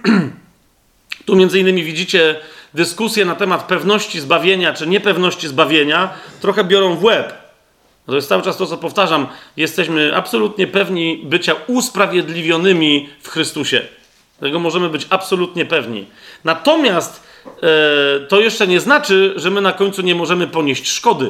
Tu między innymi widzicie dyskusję na temat pewności zbawienia, czy niepewności zbawienia, trochę biorą w łeb. To jest cały czas to, co powtarzam. Jesteśmy absolutnie pewni bycia usprawiedliwionymi w Chrystusie. Tego możemy być absolutnie pewni. Natomiast to jeszcze nie znaczy, że my na końcu nie możemy ponieść szkody.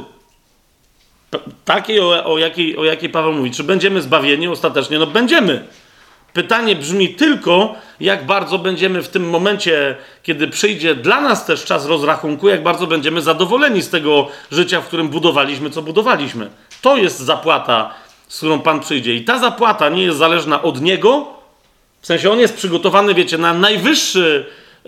Takiej, o jakiej Paweł mówi. Czy będziemy zbawieni ostatecznie? No będziemy. Pytanie brzmi tylko, jak bardzo będziemy w tym momencie, kiedy przyjdzie dla nas też czas rozrachunku, jak bardzo będziemy zadowoleni z tego życia, w którym budowaliśmy, co budowaliśmy. To jest zapłata, z którą Pan przyjdzie. I ta zapłata nie jest zależna od Niego, w sensie on jest przygotowany, wiecie, na najwyższy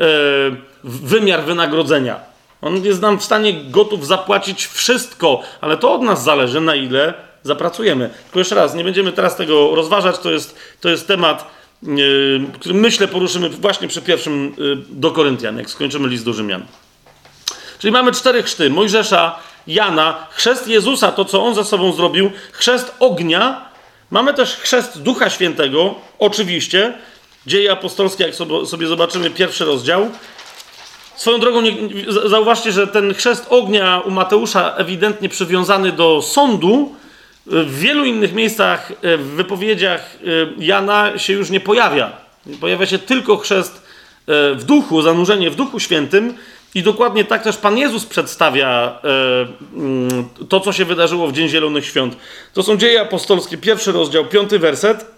wymiar wynagrodzenia. On jest nam w stanie gotów zapłacić wszystko, ale to od nas zależy, na ile zapracujemy. Tylko jeszcze raz, nie będziemy teraz tego rozważać, to jest temat, który myślę poruszymy właśnie przy pierwszym do Koryntian, jak skończymy list do Rzymian. Czyli mamy 4 chrzty: Mojżesza, Jana, chrzest Jezusa, to co on ze sobą zrobił, chrzest ognia. Mamy też chrzest Ducha Świętego, oczywiście. Dzieje apostolskie, jak sobie zobaczymy, 1 rozdział. Swoją drogą, zauważcie, że ten chrzest ognia u Mateusza ewidentnie przywiązany do sądu, w wielu innych miejscach, w wypowiedziach Jana się już nie pojawia. Pojawia się tylko chrzest w duchu, zanurzenie w Duchu Świętym i dokładnie tak też Pan Jezus przedstawia to, co się wydarzyło w Dzień Zielonych Świąt. To są Dzieje apostolskie, 1 rozdział, 5 werset.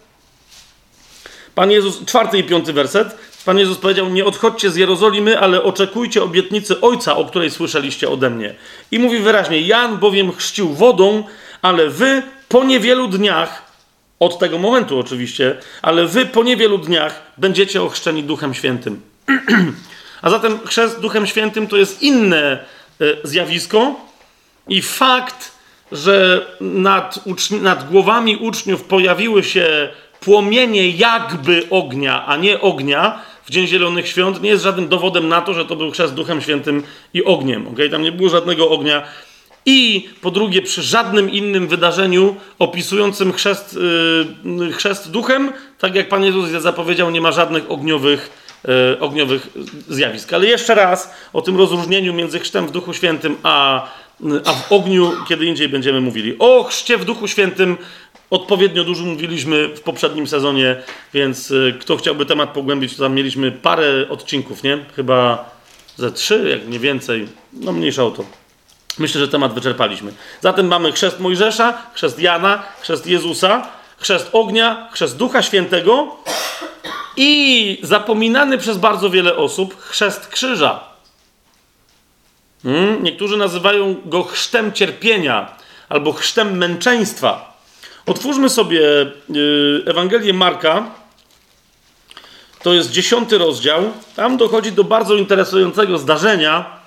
Pan Jezus, 4 i 5 werset. Pan Jezus powiedział: nie odchodźcie z Jerozolimy, ale oczekujcie obietnicy Ojca, o której słyszeliście ode mnie. I mówi wyraźnie: Jan bowiem chrzcił wodą, ale wy po niewielu dniach, od tego momentu oczywiście, ale wy po niewielu dniach będziecie ochrzczeni Duchem Świętym. A zatem chrzest Duchem Świętym to jest inne zjawisko i fakt, że nad głowami uczniów pojawiły się płomienie jakby ognia, a nie ognia w Dzień Zielonych Świąt, nie jest żadnym dowodem na to, że to był chrzest Duchem Świętym i ogniem. Okay? Tam nie było żadnego ognia. I po drugie, przy żadnym innym wydarzeniu opisującym chrzest duchem, tak jak Pan Jezus zapowiedział, nie ma żadnych ogniowych zjawisk. Ale jeszcze raz o tym rozróżnieniu między chrztem w Duchu Świętym a w ogniu kiedy indziej będziemy mówili. O chrzcie w Duchu Świętym odpowiednio dużo mówiliśmy w poprzednim sezonie, więc kto chciałby temat pogłębić, to tam mieliśmy parę odcinków, nie? Chyba ze 3, jak nie więcej. No mniejsza o to. Myślę, że temat wyczerpaliśmy. Zatem mamy chrzest Mojżesza, chrzest Jana, chrzest Jezusa, chrzest ognia, chrzest Ducha Świętego i zapominany przez bardzo wiele osób chrzest krzyża. Niektórzy nazywają go chrztem cierpienia albo chrztem męczeństwa. Otwórzmy sobie Ewangelię Marka. To jest 10 rozdział. Tam dochodzi do bardzo interesującego zdarzenia.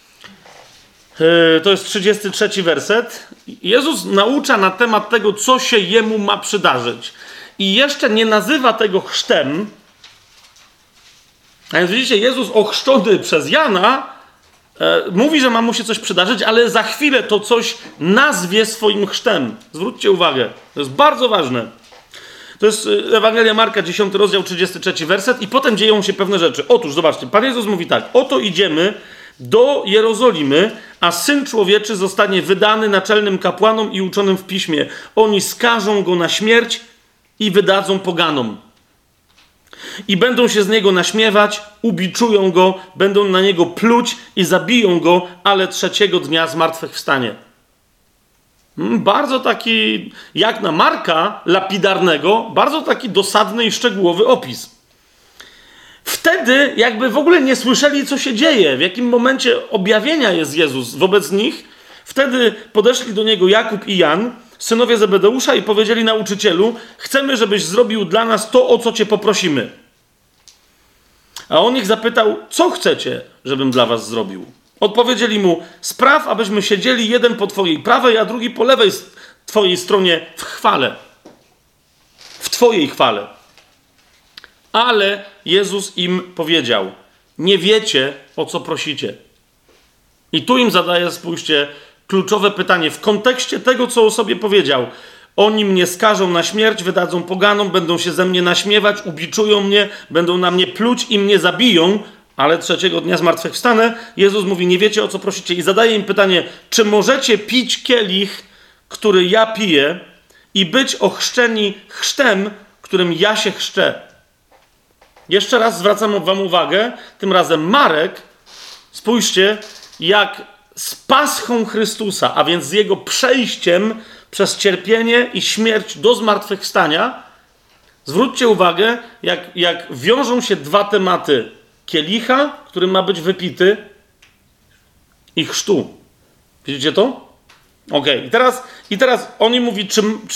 To jest 33 werset. Jezus naucza na temat tego, co się jemu ma przydarzyć. I jeszcze nie nazywa tego chrztem. A więc widzicie, Jezus ochrzczony przez Jana mówi, że ma mu się coś przydarzyć, ale za chwilę to coś nazwie swoim chrztem. Zwróćcie uwagę. To jest bardzo ważne. To jest Ewangelia Marka, 10 rozdział, 33 werset i potem dzieją się pewne rzeczy. Otóż, zobaczcie, Pan Jezus mówi tak. Oto idziemy do Jerozolimy, a Syn Człowieczy zostanie wydany naczelnym kapłanom i uczonym w piśmie. Oni skażą go na śmierć i wydadzą poganom. I będą się z niego naśmiewać, ubiczują go, będą na niego pluć i zabiją go, ale 3 dnia zmartwychwstanie. Bardzo taki, jak na Marka lapidarnego, bardzo taki dosadny i szczegółowy opis. Wtedy jakby w ogóle nie słyszeli, co się dzieje, w jakim momencie objawienia jest Jezus wobec nich. Wtedy podeszli do niego Jakub i Jan, synowie Zebedeusza, i powiedzieli nauczycielu: chcemy, żebyś zrobił dla nas to, o co cię poprosimy. A on ich zapytał: co chcecie, żebym dla was zrobił? Odpowiedzieli mu: spraw, abyśmy siedzieli jeden po twojej prawej, a drugi po lewej twojej stronie w chwale. W twojej chwale. Ale Jezus im powiedział: nie wiecie, o co prosicie. I tu im zadaje, spójrzcie, kluczowe pytanie w kontekście tego, co o sobie powiedział. Oni mnie skażą na śmierć, wydadzą poganom, będą się ze mnie naśmiewać, ubiczują mnie, będą na mnie pluć i mnie zabiją, ale 3 dnia zmartwychwstanę. Jezus mówi: nie wiecie, o co prosicie. I zadaje im pytanie: czy możecie pić kielich, który ja piję, i być ochrzczeni chrztem, którym ja się chrzczę? Jeszcze raz zwracam wam uwagę, tym razem Marek, spójrzcie, jak z paschą Chrystusa, a więc z jego przejściem przez cierpienie i śmierć do zmartwychwstania, zwróćcie uwagę, jak wiążą się dwa tematy: kielicha, który ma być wypity, i chrztu. Widzicie to? Okej. I teraz on im mówi,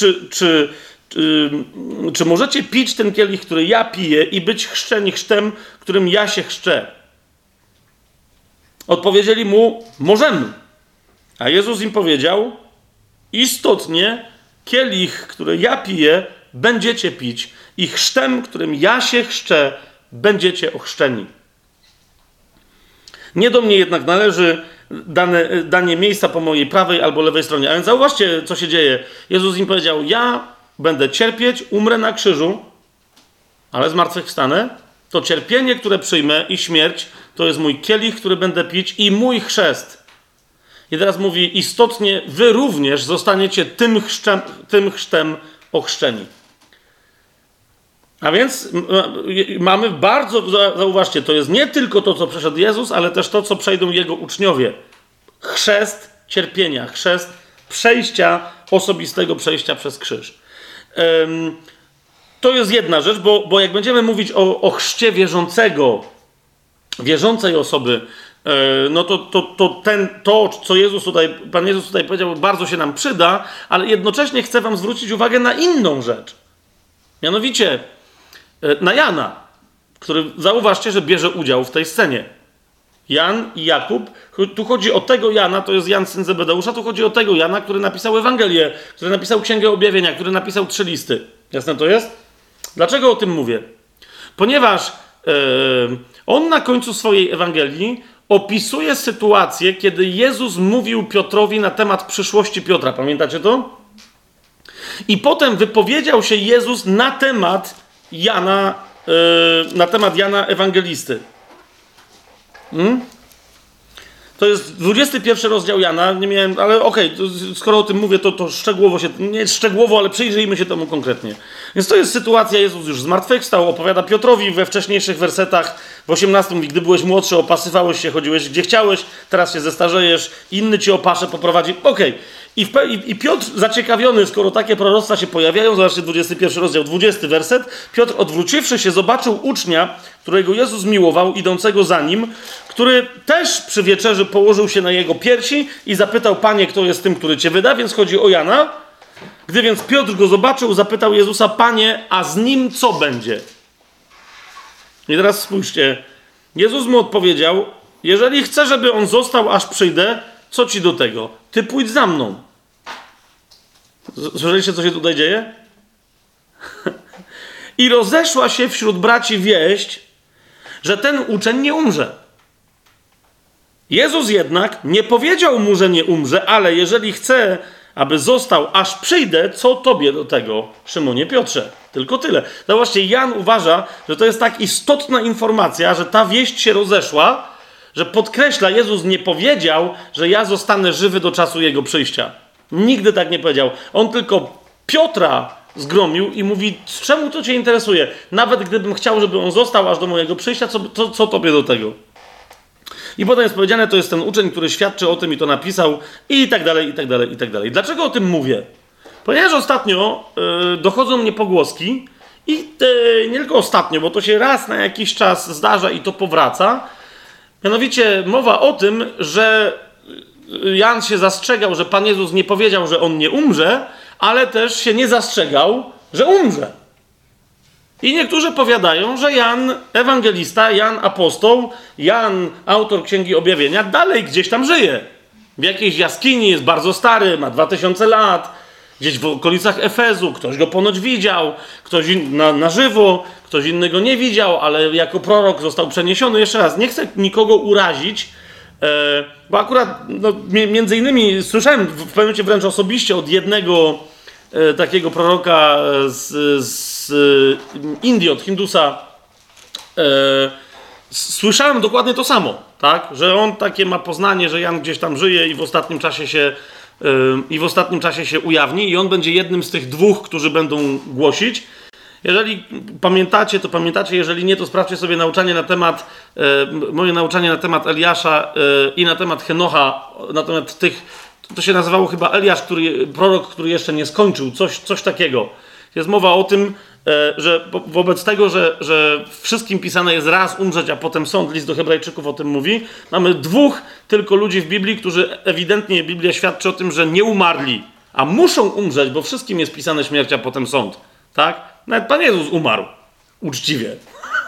czy możecie pić ten kielich, który ja piję, i być chrzczeni chrztem, którym ja się chrzczę? Odpowiedzieli mu: możemy. A Jezus im powiedział: istotnie kielich, który ja piję, będziecie pić, i chrztem, którym ja się chrzczę, będziecie ochrzczeni. Nie do mnie jednak należy danie miejsca po mojej prawej albo lewej stronie. A więc zauważcie, co się dzieje. Jezus im powiedział: ja będę cierpieć, umrę na krzyżu, ale zmartwychwstanę. To cierpienie, które przyjmę, i śmierć, to jest mój kielich, który będę pić, i mój chrzest. I teraz mówi: istotnie wy również zostaniecie tym chrztem ochrzczeni. A więc mamy bardzo, zauważcie, to jest nie tylko to, co przeszedł Jezus, ale też to, co przejdą jego uczniowie. Chrzest cierpienia, chrzest przejścia, osobistego przejścia przez krzyż. To jest jedna rzecz, bo jak będziemy mówić o chrzcie wierzącej osoby, no to, co Pan Jezus tutaj powiedział, bardzo się nam przyda, ale jednocześnie chcę wam zwrócić uwagę na inną rzecz. Mianowicie na Jana, który, zauważcie, że bierze udział w tej scenie. Jan i Jakub. Tu chodzi o tego Jana, to jest Jan, syn Zebedeusza, tu chodzi o tego Jana, który napisał Ewangelię, który napisał Księgę Objawienia, który napisał 3 listy. Jasne to jest? Dlaczego o tym mówię? Ponieważ on na końcu swojej Ewangelii opisuje sytuację, kiedy Jezus mówił Piotrowi na temat przyszłości Piotra. Pamiętacie to? I potem wypowiedział się Jezus na temat Jana Ewangelisty. To jest 21 rozdział Jana, nie miałem, ale okej, skoro o tym mówię, to szczegółowo się, nie szczegółowo, ale przyjrzyjmy się temu konkretnie. Więc to jest sytuacja, Jezus już zmartwychwstał, opowiada Piotrowi we wcześniejszych wersetach, w 18 mówi, gdy byłeś młodszy, opasywałeś się, chodziłeś gdzie chciałeś, teraz się zestarzejesz, inny ci opasze poprowadzi, okej. I Piotr zaciekawiony, skoro takie proroctwa się pojawiają, zobaczcie 21 rozdział, 20 werset, Piotr odwróciwszy się zobaczył ucznia, którego Jezus miłował, idącego za nim, który też przy wieczerzy położył się na jego piersi i zapytał, Panie, kto jest tym, który cię wyda, więc chodzi o Jana. Gdy więc Piotr go zobaczył, zapytał Jezusa, Panie, a z nim co będzie? I teraz spójrzcie, Jezus mu odpowiedział, jeżeli chcę, żeby on został, aż przyjdę, co ci do tego? Ty pójdź za mną. Słyszeliście, co się tutaj dzieje? I rozeszła się wśród braci wieść, że ten uczeń nie umrze. Jezus jednak nie powiedział mu, że nie umrze, ale jeżeli chce, aby został, aż przyjdę, co tobie do tego, Szymonie Piotrze? Tylko tyle. No właśnie, Jan uważa, że to jest tak istotna informacja, że ta wieść się rozeszła, że podkreśla, Jezus nie powiedział, że ja zostanę żywy do czasu Jego przyjścia. Nigdy tak nie powiedział. On tylko Piotra zgromił i mówi, czemu to cię interesuje? Nawet gdybym chciał, żeby on został aż do mojego przyjścia, co tobie do tego? I potem jest powiedziane, to jest ten uczeń, który świadczy o tym i to napisał i tak dalej, i tak dalej, i tak dalej. Dlaczego o tym mówię? Ponieważ ostatnio dochodzą mnie pogłoski i nie tylko ostatnio, bo to się raz na jakiś czas zdarza i to powraca. Mianowicie mowa o tym, że Jan się zastrzegał, że Pan Jezus nie powiedział, że on nie umrze, ale też się nie zastrzegał, że umrze. I niektórzy powiadają, że Jan ewangelista, Jan apostoł, Jan autor Księgi Objawienia dalej gdzieś tam żyje. W jakiejś jaskini, jest bardzo stary, ma 2000 lat, gdzieś w okolicach Efezu, ktoś go ponoć widział, ktoś na żywo, ktoś inny go nie widział, ale jako prorok został przeniesiony. Jeszcze raz, nie chcę nikogo urazić, bo akurat między innymi słyszałem w pewnym momencie wręcz osobiście od jednego takiego proroka z Indii, od Hindusa, słyszałem dokładnie to samo, tak? Że on takie ma poznanie, że Jan gdzieś tam żyje i w ostatnim czasie się ujawni i on będzie jednym z tych dwóch, którzy będą głosić. Jeżeli pamiętacie, to pamiętacie, jeżeli nie, to sprawdźcie sobie moje nauczanie na temat Eliasza i na temat Henocha, na temat tych, to się nazywało chyba Eliasz, prorok, który jeszcze nie skończył, coś takiego. Jest mowa o tym, że wobec tego, że wszystkim pisane jest raz umrzeć, a potem sąd, list do Hebrajczyków o tym mówi, mamy dwóch tylko ludzi w Biblii, którzy ewidentnie, Biblia świadczy o tym, że nie umarli, a muszą umrzeć, bo wszystkim jest pisane śmierć, a potem sąd. Tak? Nawet Pan Jezus umarł. Uczciwie.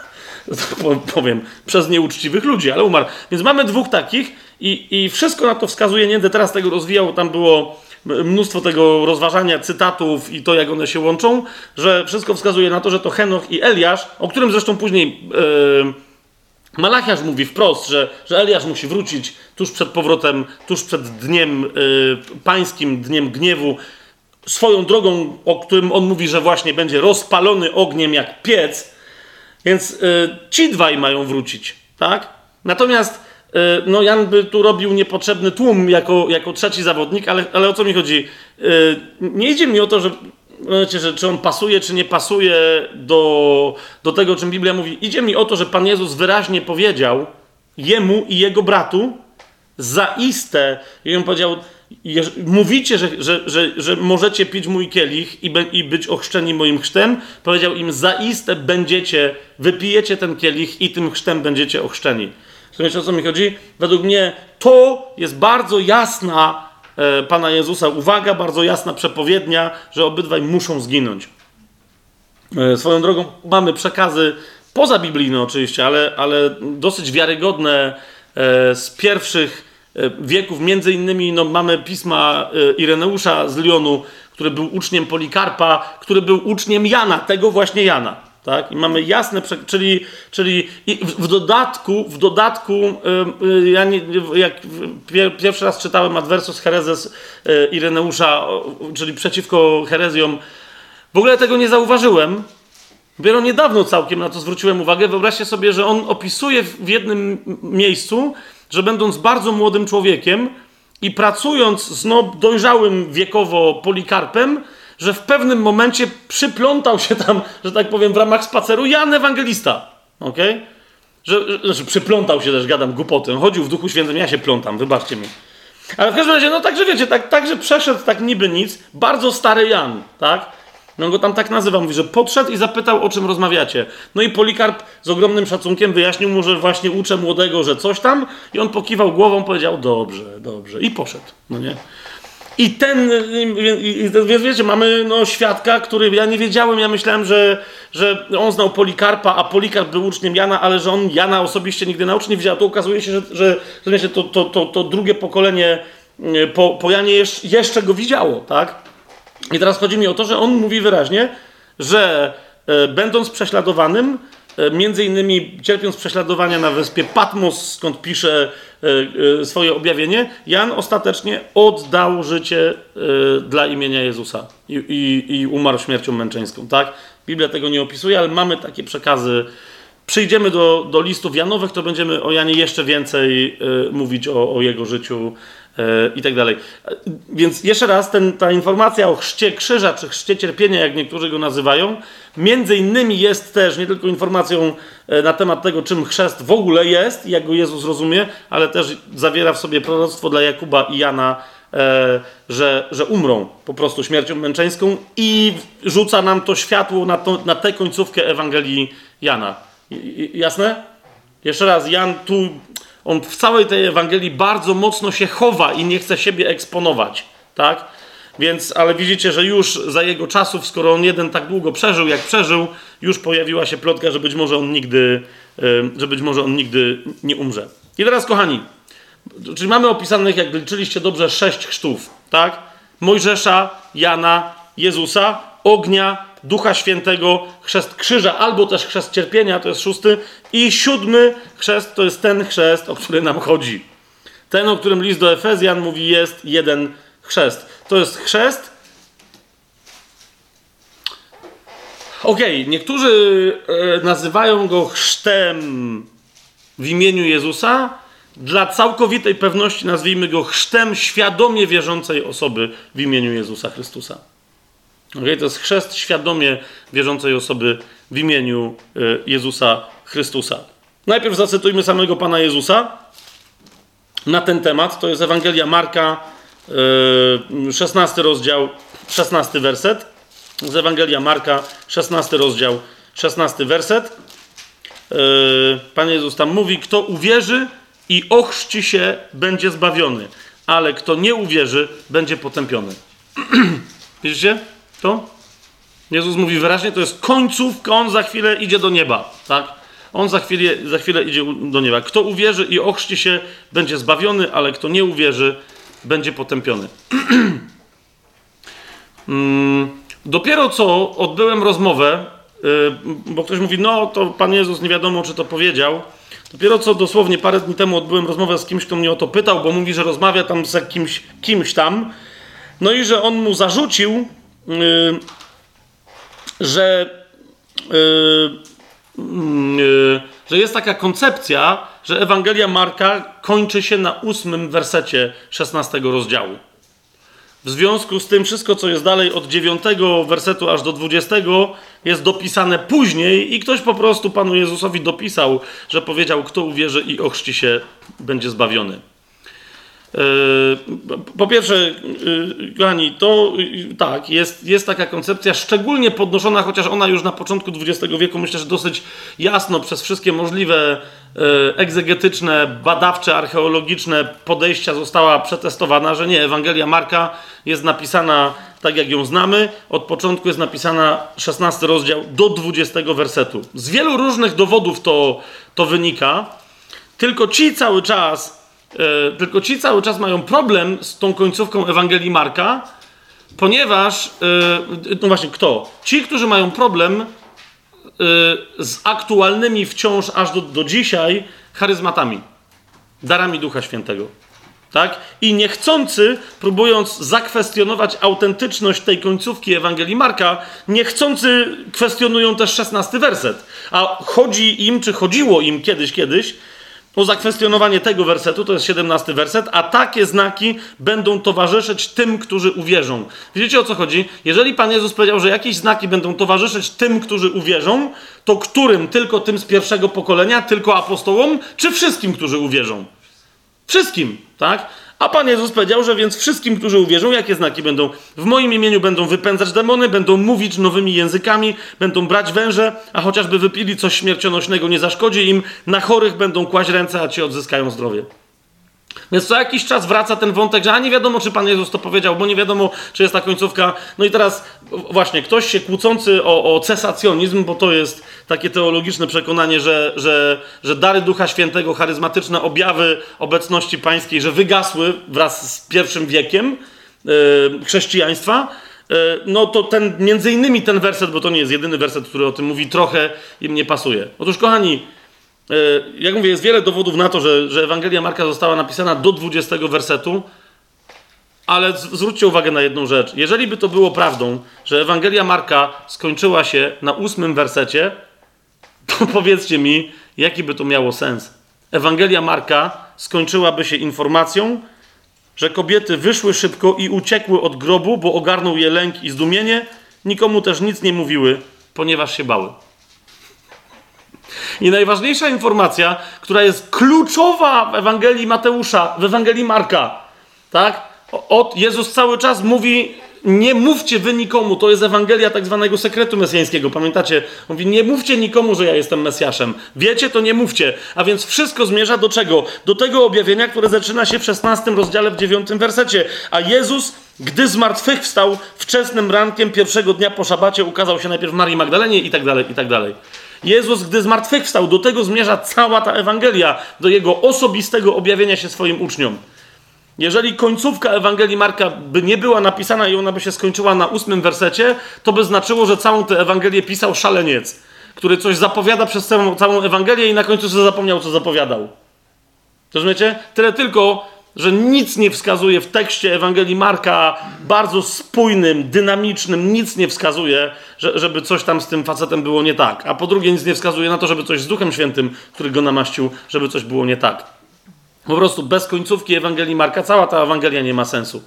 Powiem, przez nieuczciwych ludzi, ale umarł. Więc mamy dwóch takich i wszystko na to wskazuje, nie będę teraz tego rozwijał, tam było mnóstwo tego rozważania, cytatów i to, jak one się łączą, że wszystko wskazuje na to, że to Henoch i Eliasz, o którym zresztą później Malachiasz mówi wprost, że Eliasz musi wrócić tuż przed powrotem, tuż przed dniem pańskim, dniem gniewu, swoją drogą, o którym on mówi, że właśnie będzie rozpalony ogniem jak piec, więc ci dwaj mają wrócić, tak? Natomiast Jan by tu robił niepotrzebny tłum jako trzeci zawodnik, ale o co mi chodzi? Nie idzie mi o to, że czy on pasuje, czy nie pasuje do tego, o czym Biblia mówi. Idzie mi o to, że Pan Jezus wyraźnie powiedział jemu i jego bratu zaiste, i on powiedział, mówicie, że możecie pić mój kielich i być ochrzczeni moim chrztem, powiedział im, zaiste wypijecie ten kielich i tym chrztem będziecie ochrzczeni. Wiecie, o co mi chodzi? Według mnie to jest bardzo jasna Pana Jezusa uwaga, bardzo jasna przepowiednia, że obydwaj muszą zginąć. Swoją drogą mamy przekazy pozabiblijne oczywiście, ale dosyć wiarygodne z pierwszych wieków. Między innymi mamy pisma Ireneusza z Lyonu, który był uczniem Polikarpa, który był uczniem Jana, tego właśnie Jana. Tak? I mamy jasne, czyli w dodatku ja jak pierwszy raz czytałem Adversus Hereses Ireneusza, czyli przeciwko herezjom, w ogóle tego nie zauważyłem. Dopiero niedawno całkiem na to zwróciłem uwagę. Wyobraźcie sobie, że on opisuje w jednym miejscu, że będąc bardzo młodym człowiekiem i pracując z dojrzałym wiekowo Polikarpem, że w pewnym momencie przyplątał się tam, że tak powiem, w ramach spaceru Jan Ewangelista. Okej? Znaczy przyplątał się też, gadam głupoty. Chodził w Duchu Świętym, ja się plątam, wybaczcie mi. Ale w każdym razie, no także wiecie, także przeszedł tak niby nic, bardzo stary Jan, tak? No go tam tak nazywa, mówi, że podszedł i zapytał, o czym rozmawiacie. No i Polikarp z ogromnym szacunkiem wyjaśnił mu, że właśnie uczę młodego, że coś tam, i on pokiwał głową, powiedział, dobrze, i poszedł, no nie? I więc wiecie, mamy świadka, który ja nie wiedziałem, ja myślałem, że on znał Polikarpa, a Polikarp był uczniem Jana, ale że on Jana osobiście nigdy na oczy nie widział. To okazuje się, że wiecie, to drugie pokolenie po Janie jeszcze go widziało, tak? I teraz chodzi mi o to, że on mówi wyraźnie, że będąc prześladowanym, między innymi cierpiąc prześladowania na wyspie Patmos, skąd pisze swoje objawienie, Jan ostatecznie oddał życie dla imienia Jezusa i umarł śmiercią męczeńską, tak? Biblia tego nie opisuje, ale mamy takie przekazy. Przyjdziemy do listów Janowych, to będziemy o Janie jeszcze więcej mówić o jego życiu i tak dalej. Więc jeszcze raz, ta informacja o chrzcie krzyża, czy chrzcie cierpienia, jak niektórzy go nazywają, między innymi jest też nie tylko informacją na temat tego, czym chrzest w ogóle jest i jak go Jezus rozumie, ale też zawiera w sobie proroctwo dla Jakuba i Jana, że umrą po prostu śmiercią męczeńską, i rzuca nam to światło na tę końcówkę Ewangelii Jana. Jasne? Jeszcze raz, Jan tu, on w całej tej Ewangelii bardzo mocno się chowa i nie chce siebie eksponować, tak? Więc, ale widzicie, że już za jego czasów, skoro on jeden tak długo przeżył, jak przeżył, już pojawiła się plotka, że być może on nigdy nie umrze. I teraz, kochani, czyli mamy opisanych, jak liczyliście dobrze, 6 chrztów, tak? Mojżesza, Jana, Jezusa, ognia, Ducha Świętego, chrzest krzyża, albo też chrzest cierpienia, to jest 6. I 7. chrzest to jest ten chrzest, o który nam chodzi. Ten, o którym list do Efezjan mówi, jest jeden chrzest. To jest chrzest. Niektórzy nazywają go chrztem w imieniu Jezusa. Dla całkowitej pewności nazwijmy go chrztem świadomie wierzącej osoby w imieniu Jezusa Chrystusa. To jest chrzest świadomie wierzącej osoby w imieniu Jezusa Chrystusa. Najpierw zacytujmy samego Pana Jezusa na ten temat. To jest Ewangelia Marka, 16 rozdział, 16 werset. Z Ewangelia Marka, 16 rozdział, 16 werset. Pan Jezus tam mówi, kto uwierzy i ochrzci się, będzie zbawiony, ale kto nie uwierzy, będzie potępiony. Widzicie to? Jezus mówi wyraźnie, to jest końcówka, on za chwilę idzie do nieba, tak? On za chwilę idzie do nieba. Kto uwierzy i ochrzci się, będzie zbawiony, ale kto nie uwierzy, będzie potępiony. Dopiero co odbyłem rozmowę, bo ktoś mówi, to Pan Jezus nie wiadomo, czy to powiedział. Dopiero co dosłownie parę dni temu odbyłem rozmowę z kimś, kto mnie o to pytał, bo mówi, że rozmawia tam z kimś tam. No i że on mu zarzucił, że jest taka koncepcja, że Ewangelia Marka kończy się na 8 wersecie 16 rozdziału. W związku z tym wszystko, co jest dalej od 9 wersetu aż do 20 jest dopisane później i ktoś po prostu Panu Jezusowi dopisał, że powiedział, kto uwierzy i ochrzci się, będzie zbawiony. Po pierwsze, kochani, to tak, jest taka koncepcja szczególnie podnoszona, chociaż ona już na początku XX wieku, myślę, że dosyć jasno przez wszystkie możliwe egzegetyczne, badawcze, archeologiczne podejścia została przetestowana, że nie, Ewangelia Marka jest napisana tak, jak ją znamy. Od początku jest napisana 16 rozdział do 20 wersetu. Z wielu różnych dowodów to wynika, tylko ci cały czas mają problem z tą końcówką Ewangelii Marka, ponieważ, no właśnie, kto? Ci, którzy mają problem z aktualnymi wciąż aż do dzisiaj charyzmatami, darami Ducha Świętego. Tak? I niechcący, próbując zakwestionować autentyczność tej końcówki Ewangelii Marka, niechcący kwestionują też 16 werset. A chodzi im, czy chodziło im kiedyś o zakwestionowanie tego wersetu, to jest 17 werset, a takie znaki będą towarzyszyć tym, którzy uwierzą. Wiecie, o co chodzi? Jeżeli Pan Jezus powiedział, że jakieś znaki będą towarzyszyć tym, którzy uwierzą, to którym? Tylko tym z pierwszego pokolenia? Tylko apostołom? Czy wszystkim, którzy uwierzą? Wszystkim, tak? A Pan Jezus powiedział, że więc wszystkim, którzy uwierzą, jakie znaki będą? W moim imieniu będą wypędzać demony, będą mówić nowymi językami, będą brać węże, a chociażby wypili coś śmiercionośnego, nie zaszkodzi im, na chorych będą kłaść ręce, a ci odzyskają zdrowie. Więc co jakiś czas wraca ten wątek, że nie wiadomo, czy Pan Jezus to powiedział, bo nie wiadomo, czy jest ta końcówka. No i teraz właśnie ktoś się kłócący o cesacjonizm, bo to jest takie teologiczne przekonanie, że dary Ducha Świętego, charyzmatyczne objawy obecności pańskiej, że wygasły wraz z pierwszym wiekiem chrześcijaństwa, no to między innymi ten werset, bo to nie jest jedyny werset, który o tym mówi, trochę im nie pasuje. Otóż, kochani, jak mówię, jest wiele dowodów na to, że Ewangelia Marka została napisana do 20 wersetu, ale zwróćcie uwagę na jedną rzecz. Jeżeli by to było prawdą, że Ewangelia Marka skończyła się na 8 wersecie, to powiedzcie mi, jaki by to miało sens. Ewangelia Marka skończyłaby się informacją, że kobiety wyszły szybko i uciekły od grobu, bo ogarnął je lęk i zdumienie, nikomu też nic nie mówiły, ponieważ się bały. I najważniejsza informacja, która jest kluczowa w Ewangelii Mateusza, w Ewangelii Marka, tak? Jezus cały czas mówi, nie mówcie wy nikomu, to jest Ewangelia tak zwanego sekretu mesjańskiego, pamiętacie? Mówi, nie mówcie nikomu, że ja jestem Mesjaszem. Wiecie, to nie mówcie. A więc wszystko zmierza do czego? Do tego objawienia, które zaczyna się w 16 rozdziale, w 9 wersecie. A Jezus, gdy zmartwychwstał wczesnym rankiem pierwszego dnia po szabacie, ukazał się najpierw Marii Magdalenie i tak dalej, i tak dalej. Jezus, gdy zmartwychwstał, do tego zmierza cała ta Ewangelia, do jego osobistego objawienia się swoim uczniom. Jeżeli końcówka Ewangelii Marka by nie była napisana i ona by się skończyła na 8 wersecie, to by znaczyło, że całą tę Ewangelię pisał szaleniec, który coś zapowiada przez całą Ewangelię i na końcu sobie zapomniał, co zapowiadał. Rozumiecie? Tyle tylko, że nic nie wskazuje w tekście Ewangelii Marka, bardzo spójnym, dynamicznym, nic nie wskazuje, żeby coś tam z tym facetem było nie tak. A po drugie, nic nie wskazuje na to, żeby coś z Duchem Świętym, który go namaścił, żeby coś było nie tak. Po prostu bez końcówki Ewangelii Marka cała ta Ewangelia nie ma sensu.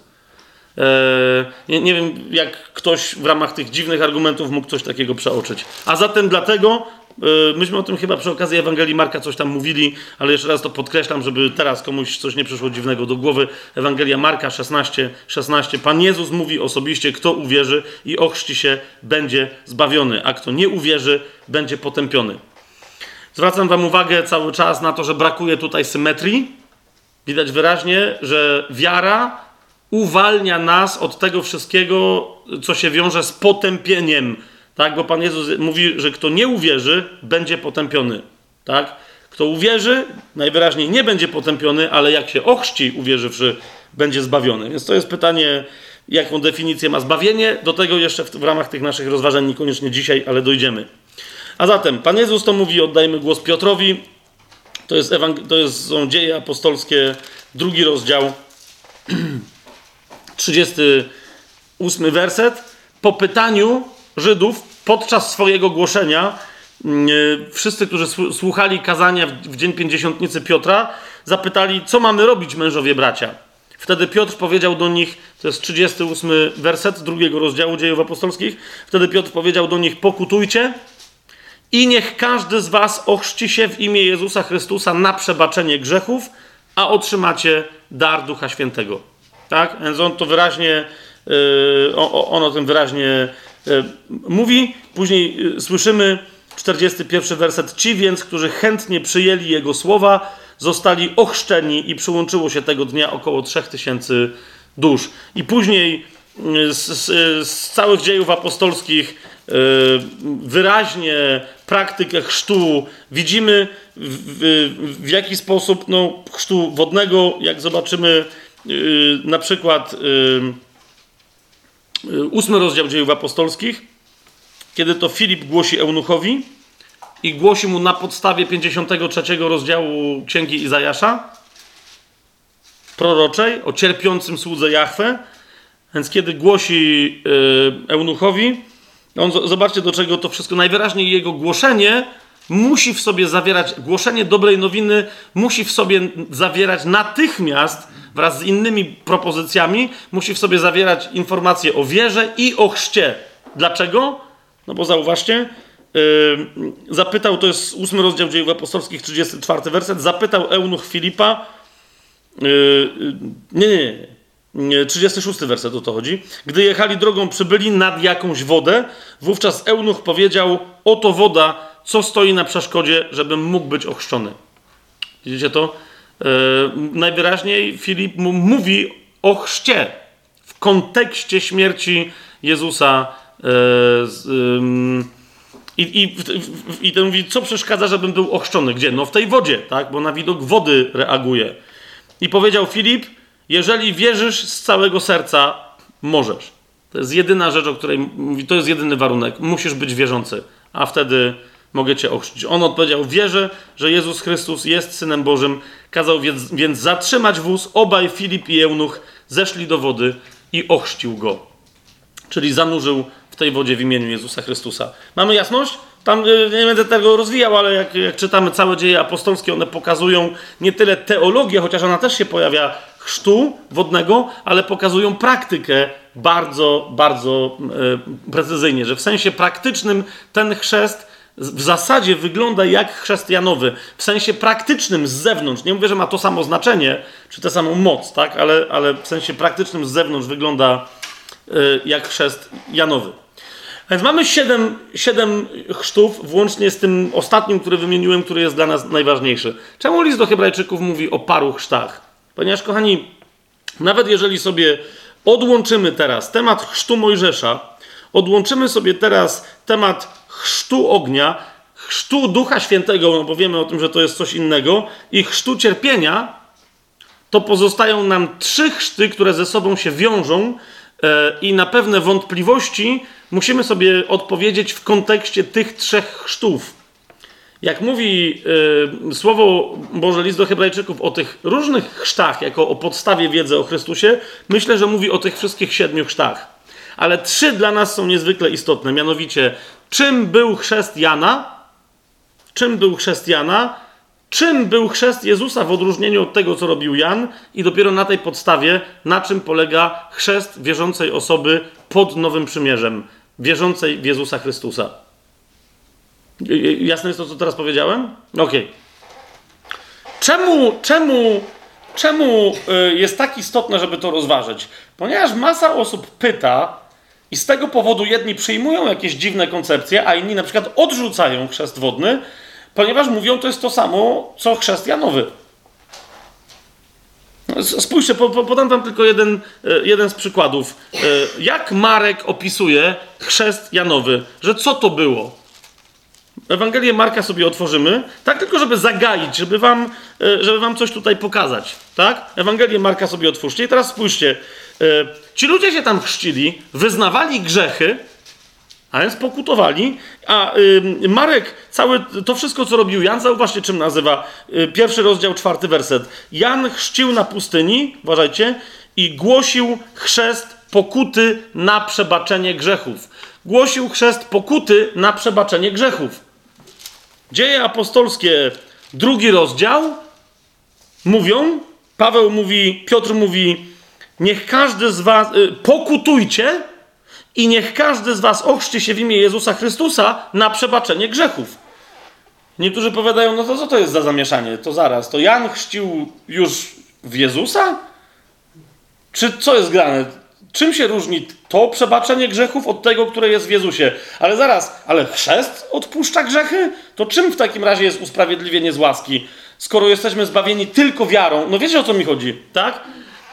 Nie wiem, jak ktoś w ramach tych dziwnych argumentów mógł coś takiego przeoczyć. A zatem dlatego, myśmy o tym chyba przy okazji Ewangelii Marka coś tam mówili, ale jeszcze raz to podkreślam, żeby teraz komuś coś nie przyszło dziwnego do głowy. Ewangelia Marka 16. Pan Jezus mówi osobiście, kto uwierzy i ochrzci się, będzie zbawiony, a kto nie uwierzy, będzie potępiony. Zwracam wam uwagę cały czas na to, że brakuje tutaj symetrii. Widać wyraźnie, że wiara uwalnia nas od tego wszystkiego, co się wiąże z potępieniem. Tak? Bo Pan Jezus mówi, że kto nie uwierzy, będzie potępiony. Tak? Kto uwierzy, najwyraźniej nie będzie potępiony, ale jak się ochrzci, uwierzywszy, będzie zbawiony. Więc to jest pytanie, jaką definicję ma zbawienie. Do tego jeszcze w ramach tych naszych rozważań niekoniecznie dzisiaj, ale dojdziemy. A zatem Pan Jezus to mówi, oddajmy głos Piotrowi. Są Dzieje Apostolskie, 2 rozdział, 38 werset. Po pytaniu Żydów podczas swojego głoszenia wszyscy, którzy słuchali kazania w dzień Pięćdziesiątnicy Piotra, zapytali, co mamy robić, mężowie bracia. Wtedy Piotr powiedział do nich, to jest 38 werset 2 rozdziału Dziejów Apostolskich, wtedy Piotr powiedział do nich, pokutujcie i niech każdy z was ochrzci się w imię Jezusa Chrystusa na przebaczenie grzechów, a otrzymacie dar Ducha Świętego. Tak? Więc on to wyraźnie, on o tym wyraźnie mówi. Później słyszymy 41 werset. Ci więc, którzy chętnie przyjęli Jego słowa, zostali ochrzczeni i przyłączyło się tego dnia około 3000 dusz. I później z całych dziejów apostolskich wyraźnie praktykę chrztu widzimy, w jaki sposób chrztu wodnego, jak zobaczymy na przykład 8 rozdział dziejów apostolskich, kiedy to Filip głosi eunuchowi i głosi mu na podstawie 53 rozdziału Księgi Izajasza proroczej o cierpiącym słudze Jahwe. Więc kiedy głosi eunuchowi, zobaczcie, do czego to wszystko, najwyraźniej jego głoszenie musi w sobie zawierać, głoszenie dobrej nowiny musi w sobie zawierać natychmiast, wraz z innymi propozycjami, musi w sobie zawierać informacje o wierze i o chrzcie. Dlaczego? No bo zauważcie, zapytał, to jest 8 rozdział Dziejów Apostolskich, 34 werset, zapytał eunuch Filipa, 36 werset o to chodzi. Gdy jechali drogą, przybyli nad jakąś wodę, wówczas eunuch powiedział, oto woda, co stoi na przeszkodzie, żebym mógł być ochrzczony. Widzicie to? Najwyraźniej Filip mu mówi o chrzcie w kontekście śmierci Jezusa. I ten mówi, co przeszkadza, żebym był ochrzczony? Gdzie? No w tej wodzie, tak? Bo na widok wody reaguje. I powiedział Filip, jeżeli wierzysz z całego serca, możesz. To jest jedyna rzecz, o której mówi, to jest jedyny warunek. Musisz być wierzący, a wtedy mogę cię ochrzcić. On odpowiedział, wierzę, że Jezus Chrystus jest Synem Bożym. Kazał więc zatrzymać wóz. Obaj, Filip i eunuch, zeszli do wody i ochrzcił go. Czyli zanurzył w tej wodzie w imieniu Jezusa Chrystusa. Mamy jasność? Tam nie będę tego rozwijał, ale jak czytamy całe dzieje apostolskie, one pokazują nie tyle teologię, chociaż ona też się pojawia, chrztu wodnego, ale pokazują praktykę bardzo, bardzo precyzyjnie, że w sensie praktycznym ten chrzest w zasadzie wygląda jak chrzest Janowy. W sensie praktycznym z zewnątrz. Nie mówię, że ma to samo znaczenie, czy tę samą moc, tak? Ale w sensie praktycznym z zewnątrz wygląda jak chrzest Janowy. Więc mamy 7 chrztów, włącznie z tym ostatnim, który wymieniłem, który jest dla nas najważniejszy. Czemu list do Hebrajczyków mówi o paru chrztach? Ponieważ, kochani, nawet jeżeli sobie odłączymy teraz temat chrztu Mojżesza, odłączymy sobie teraz temat chrztu ognia, chrztu Ducha Świętego, no bo wiemy o tym, że to jest coś innego, i chrztu cierpienia, to pozostają nam 3 chrzty, które ze sobą się wiążą i na pewne wątpliwości musimy sobie odpowiedzieć w kontekście tych 3 chrztów. Jak mówi Słowo Boże, list do Hebrajczyków o tych różnych chrztach, jako o podstawie wiedzy o Chrystusie, myślę, że mówi o tych wszystkich 7 chrztach. Ale 3 dla nas są niezwykle istotne, mianowicie czym był chrzest Jana, czym był chrzest Jana, czym był chrzest Jezusa w odróżnieniu od tego, co robił Jan, i dopiero na tej podstawie, na czym polega chrzest wierzącej osoby pod Nowym Przymierzem, wierzącej w Jezusa Chrystusa. Jasne jest to, co teraz powiedziałem? Okej. Czemu jest tak istotne, żeby to rozważyć? Ponieważ masa osób pyta i z tego powodu jedni przyjmują jakieś dziwne koncepcje, a inni na przykład odrzucają chrzest wodny, ponieważ mówią, to jest to samo, co chrzest Janowy. Spójrzcie, podam wam tylko jeden z przykładów. Jak Marek opisuje chrzest Janowy? Że co to było? Ewangelię Marka sobie otworzymy, tak tylko żeby zagaić, żeby wam coś tutaj pokazać. Tak? Ewangelię Marka sobie otwórzcie i teraz spójrzcie. Ci ludzie się tam chrzcili, wyznawali grzechy, a więc pokutowali, a Marek, całe to wszystko, co robił Jan, zauważcie, czym nazywa. 1 rozdział, 4 werset. Jan chrzcił na pustyni, uważajcie, i głosił chrzest pokuty na przebaczenie grzechów. Głosił chrzest pokuty na przebaczenie grzechów. Dzieje apostolskie, 2 rozdział, mówią, Paweł mówi, Piotr mówi, niech każdy z was, pokutujcie i niech każdy z was ochrzci się w imię Jezusa Chrystusa na przebaczenie grzechów. Niektórzy powiadają, no to co to jest za zamieszanie? To zaraz, to Jan chrzcił już w Jezusa? Czy co jest grane? Czym się różni to przebaczenie grzechów od tego, które jest w Jezusie? Ale zaraz, ale chrzest odpuszcza grzechy? To czym w takim razie jest usprawiedliwienie z łaski? Skoro jesteśmy zbawieni tylko wiarą, no wiecie, o co mi chodzi, tak?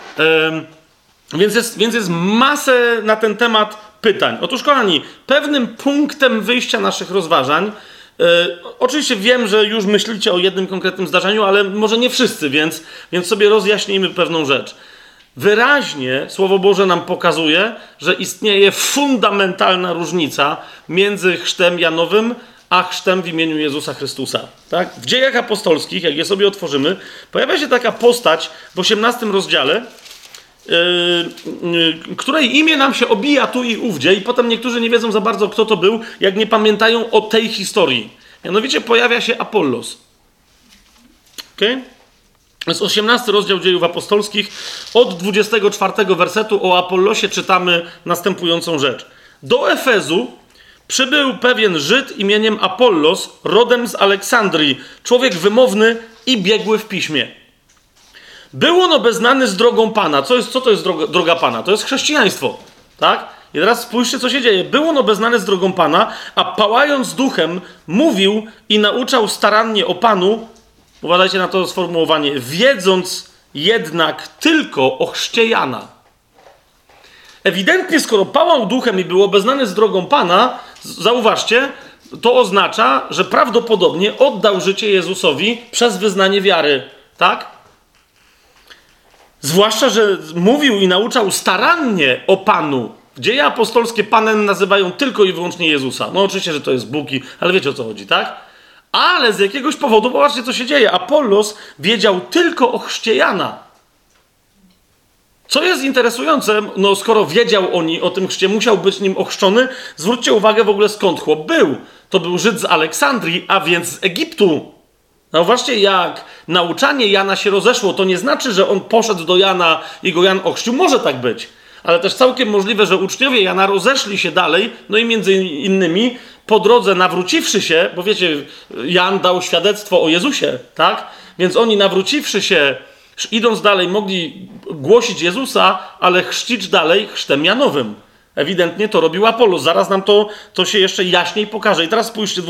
Więc jest masę na ten temat pytań. Otóż, kochani, pewnym punktem wyjścia naszych rozważań, oczywiście wiem, że już myślicie o jednym konkretnym zdarzeniu, ale może nie wszyscy, więc sobie rozjaśnijmy pewną rzecz. Wyraźnie Słowo Boże nam pokazuje, że istnieje fundamentalna różnica między chrztem Janowym a chrztem w imieniu Jezusa Chrystusa. Tak? W Dziejach Apostolskich, jak je sobie otworzymy, pojawia się taka postać w 18 rozdziale, której imię nam się obija tu i ówdzie i potem niektórzy nie wiedzą za bardzo, kto to był, jak nie pamiętają o tej historii. Mianowicie pojawia się Apollos. Okay? To jest 18 rozdział Dziejów Apostolskich. Od 24 wersetu o Apollosie czytamy następującą rzecz. Do Efezu przybył pewien Żyd imieniem Apollos, rodem z Aleksandrii, człowiek wymowny i biegły w piśmie. Był on obeznany z drogą Pana. Co to jest droga Pana? To jest chrześcijaństwo. Tak? I teraz spójrzcie, co się dzieje. Był on obeznany z drogą Pana, a pałając duchem mówił i nauczał starannie o Panu, uważajcie na to sformułowanie, wiedząc jednak tylko o chrzcie Jana. Ewidentnie, skoro pałał duchem i był obeznany z drogą Pana, zauważcie, to oznacza, że prawdopodobnie oddał życie Jezusowi przez wyznanie wiary. Tak? Zwłaszcza, że mówił i nauczał starannie o Panu. Dzieje apostolskie Panem nazywają tylko i wyłącznie Jezusa. No oczywiście, że to jest Bóg, ale wiecie, o co chodzi, tak? Ale z jakiegoś powodu, popatrzcie, co się dzieje. Apollos wiedział tylko o chrzcie Jana. Co jest interesujące, no skoro wiedział o tym chrzcie, musiał być nim ochrzczony, zwróćcie uwagę w ogóle, skąd chłop był. To był Żyd z Aleksandrii, a więc z Egiptu. Zauważcie, jak nauczanie Jana się rozeszło, to nie znaczy, że on poszedł do Jana i go Jan ochrzcił. Może tak być. Ale też całkiem możliwe, że uczniowie Jana rozeszli się dalej, no i między innymi po drodze nawróciwszy się, bo wiecie, Jan dał świadectwo o Jezusie, tak? Więc oni nawróciwszy się, idąc dalej, mogli głosić Jezusa, ale chrzcić dalej chrztem Janowym. Ewidentnie to robił Apollos. Zaraz nam to się jeszcze jaśniej pokaże. I teraz spójrzcie,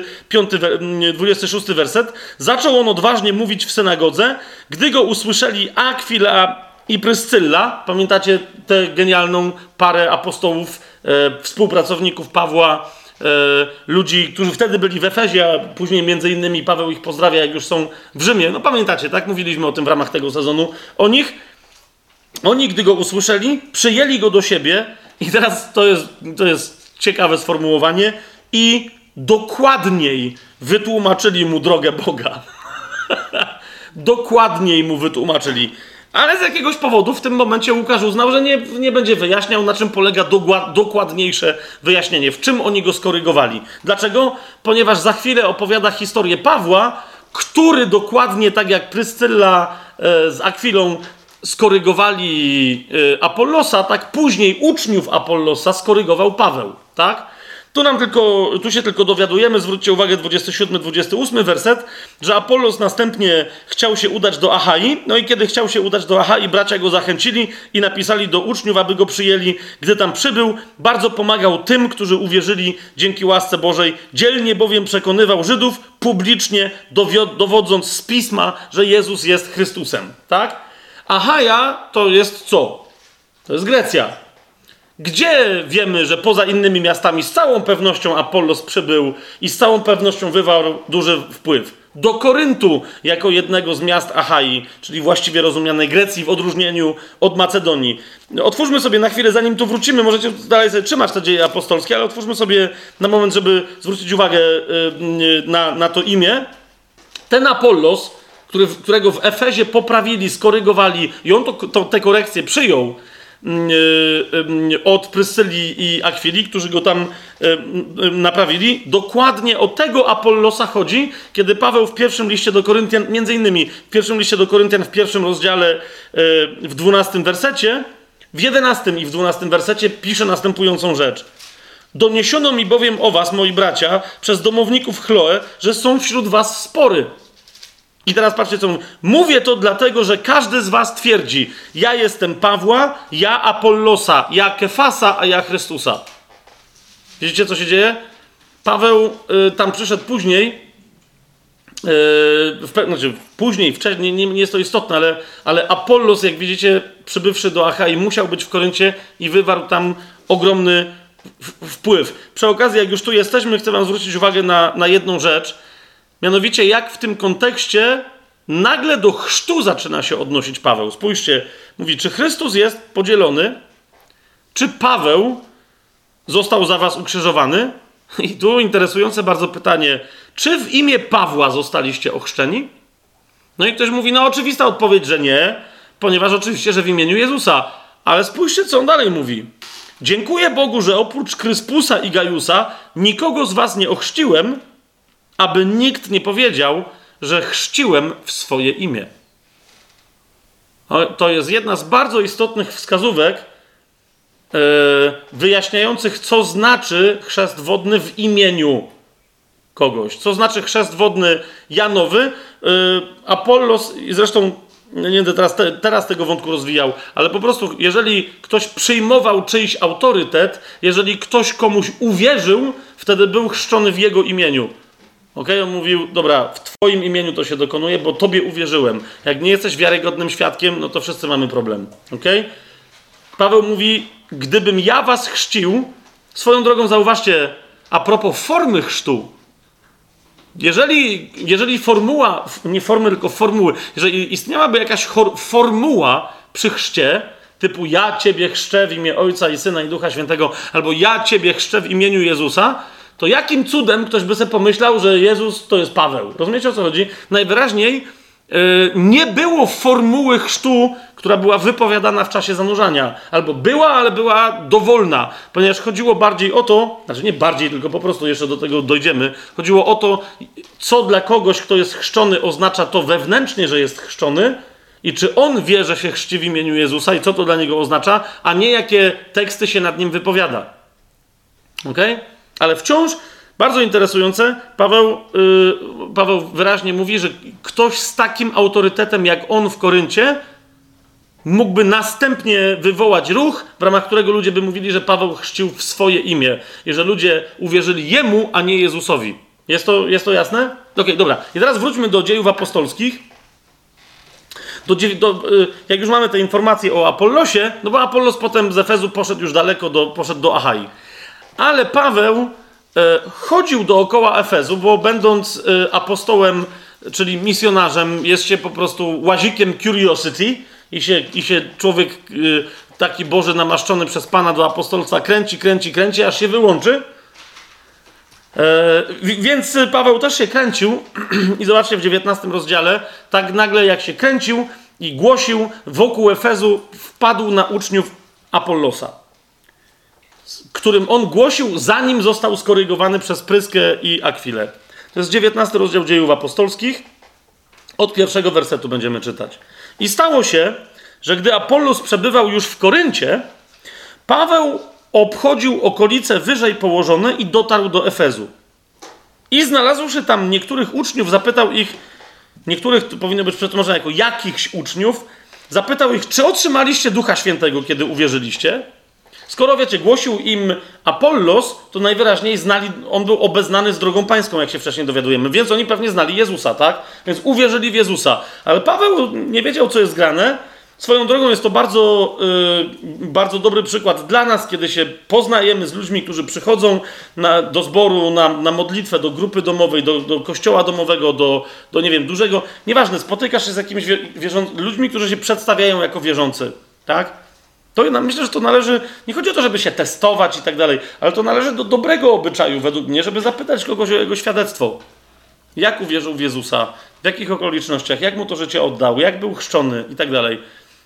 26 werset. Zaczął on odważnie mówić w synagodze, gdy go usłyszeli Akwila i Pryscylla. Pamiętacie tę genialną parę apostołów, współpracowników Pawła, ludzi, którzy wtedy byli w Efezie, a później między innymi Paweł ich pozdrawia, jak już są w Rzymie. No pamiętacie, tak? Mówiliśmy o tym w ramach tego sezonu. Oni, gdy go usłyszeli, przyjęli go do siebie. I teraz to jest ciekawe sformułowanie. I dokładniej wytłumaczyli mu drogę Boga. Dokładniej mu wytłumaczyli. Ale z jakiegoś powodu w tym momencie Łukasz uznał, że nie będzie wyjaśniał, na czym polega dokładniejsze wyjaśnienie. W czym oni go skorygowali. Dlaczego? Ponieważ za chwilę opowiada historię Pawła, który dokładnie tak jak Pryscylla z Akwilą skorygowali Apollosa, tak później uczniów Apollosa skorygował Paweł. Tak? Tu się tylko dowiadujemy, zwróćcie uwagę, 27-28 werset, że Apollos następnie chciał się udać do Achai, no i kiedy chciał się udać do Achai, bracia go zachęcili i napisali do uczniów, aby go przyjęli. Gdy tam przybył, bardzo pomagał tym, którzy uwierzyli dzięki łasce Bożej, dzielnie bowiem przekonywał Żydów, publicznie dowodząc z Pisma, że Jezus jest Chrystusem. Tak? Achaja to jest co? To jest Grecja. Gdzie wiemy, że poza innymi miastami z całą pewnością Apollos przybył i z całą pewnością wywarł duży wpływ? Do Koryntu, jako jednego z miast Achai, czyli właściwie rozumianej Grecji, w odróżnieniu od Macedonii. Otwórzmy sobie na chwilę, zanim tu wrócimy, możecie dalej sobie trzymać te dzieje apostolskie, ale otwórzmy sobie na moment, żeby zwrócić uwagę na to imię. Ten Apollos, którego w Efezie poprawili, skorygowali i on te korekcje przyjął od Pryscylli i Akwili, którzy go tam naprawili. Dokładnie o tego Apollosa chodzi, kiedy Paweł w pierwszym liście do Koryntian, między innymi w pierwszym liście do Koryntian, w pierwszym rozdziale, w 12 wersecie, w 11 i w 12 wersecie pisze następującą rzecz. Doniesiono mi bowiem o was, moi bracia, przez domowników Chloe, że są wśród was spory. I teraz patrzcie, co mówię. Mówię to dlatego, że każdy z was twierdzi, ja jestem Pawła, ja Apollosa, ja Kefasa, a ja Chrystusa. Widzicie, co się dzieje? Paweł tam przyszedł później, wcześniej, nie jest to istotne, ale Apollos, jak widzicie, przybywszy do Achai, musiał być w Koryncie i wywarł tam ogromny wpływ. Przy okazji, jak już tu jesteśmy, chcę wam zwrócić uwagę na jedną rzecz. Mianowicie, jak w tym kontekście nagle do chrztu zaczyna się odnosić Paweł. Spójrzcie, mówi, czy Chrystus jest podzielony, czy Paweł został za was ukrzyżowany? I tu interesujące bardzo pytanie, czy w imię Pawła zostaliście ochrzczeni? No i ktoś mówi, no oczywista odpowiedź, że nie, ponieważ oczywiście, że w imieniu Jezusa. Ale spójrzcie, co on dalej mówi. Dziękuję Bogu, że oprócz Kryspusa i Gajusa nikogo z was nie ochrzciłem, aby nikt nie powiedział, że chrzciłem w swoje imię. To jest jedna z bardzo istotnych wskazówek wyjaśniających, co znaczy chrzest wodny w imieniu kogoś. Co znaczy chrzest wodny Janowy. Apollos, i zresztą nie będę teraz tego wątku rozwijał, ale po prostu jeżeli ktoś przyjmował czyjś autorytet, jeżeli ktoś komuś uwierzył, wtedy był chrzczony w jego imieniu. Okay? On mówił, dobra, w twoim imieniu to się dokonuje, bo tobie uwierzyłem. Jak nie jesteś wiarygodnym świadkiem, no to wszyscy mamy problem. Okay? Paweł mówi, gdybym ja was chrzcił, swoją drogą zauważcie, a propos formy chrztu, jeżeli formuła, nie formy, tylko formuły, jeżeli istniałaby jakaś formuła przy chrzcie, typu ja ciebie chrzczę w imię Ojca i Syna i Ducha Świętego, albo ja ciebie chrzczę w imieniu Jezusa, to jakim cudem ktoś by sobie pomyślał, że Jezus to jest Paweł? Rozumiecie, o co chodzi? Najwyraźniej nie było formuły chrztu, która była wypowiadana w czasie zanurzania. Albo była, ale była dowolna, ponieważ chodziło bardziej o to, znaczy nie bardziej, tylko po prostu jeszcze do tego dojdziemy, chodziło o to, co dla kogoś, kto jest chrzczony, oznacza to wewnętrznie, że jest chrzczony i czy on wie, że się chrzci w imieniu Jezusa i co to dla niego oznacza, a nie jakie teksty się nad nim wypowiada. Okej? Ale wciąż bardzo interesujące, Paweł wyraźnie mówi, że ktoś z takim autorytetem jak on w Koryncie mógłby następnie wywołać ruch, w ramach którego ludzie by mówili, że Paweł chrzcił w swoje imię i że ludzie uwierzyli jemu, a nie Jezusowi. Jest to jasne? Okej, dobra. I teraz wróćmy do dziejów apostolskich. Jak już mamy te informacje o Apollosie, no bo Apollos potem z Efezu poszedł już daleko, poszedł do Achai. Ale Paweł chodził dookoła Efezu, bo będąc apostołem, czyli misjonarzem, jest się po prostu łazikiem curiosity i się człowiek taki Boży namaszczony przez Pana do apostolstwa kręci, aż się wyłączy. Więc Paweł też się kręcił i zobaczcie w 19 rozdziale, tak nagle jak się kręcił i głosił wokół Efezu, wpadł na uczniów Apollosa, którym on głosił, zanim został skorygowany przez Pryskę i Akwilę. To jest 19 rozdział Dziejów Apostolskich. Od pierwszego wersetu będziemy czytać. I stało się, że gdy Apollos przebywał już w Koryncie, Paweł obchodził okolice wyżej położone i dotarł do Efezu. I znalazłszy tam niektórych uczniów, zapytał ich, niektórych to powinno być przetłumaczone jako jakichś uczniów, zapytał ich, czy otrzymaliście Ducha Świętego, kiedy uwierzyliście? Skoro, wiecie, głosił im Apollos, to najwyraźniej znali, on był obeznany z drogą pańską, jak się wcześniej dowiadujemy, więc oni pewnie znali Jezusa, tak? Więc uwierzyli w Jezusa. Ale Paweł nie wiedział, co jest grane. Swoją drogą jest to bardzo, bardzo dobry przykład dla nas, kiedy się poznajemy z ludźmi, którzy przychodzą do zboru, na modlitwę, do grupy domowej, do kościoła domowego, do nie wiem, dużego. Nieważne, spotykasz się z jakimiś ludźmi, którzy się przedstawiają jako wierzący, tak? Myślę, że to należy, nie chodzi o to, żeby się testować i tak dalej, ale to należy do dobrego obyczaju według mnie, żeby zapytać kogoś o jego świadectwo. Jak uwierzył w Jezusa, w jakich okolicznościach, jak mu to życie oddał, jak był chrzczony i tak dalej.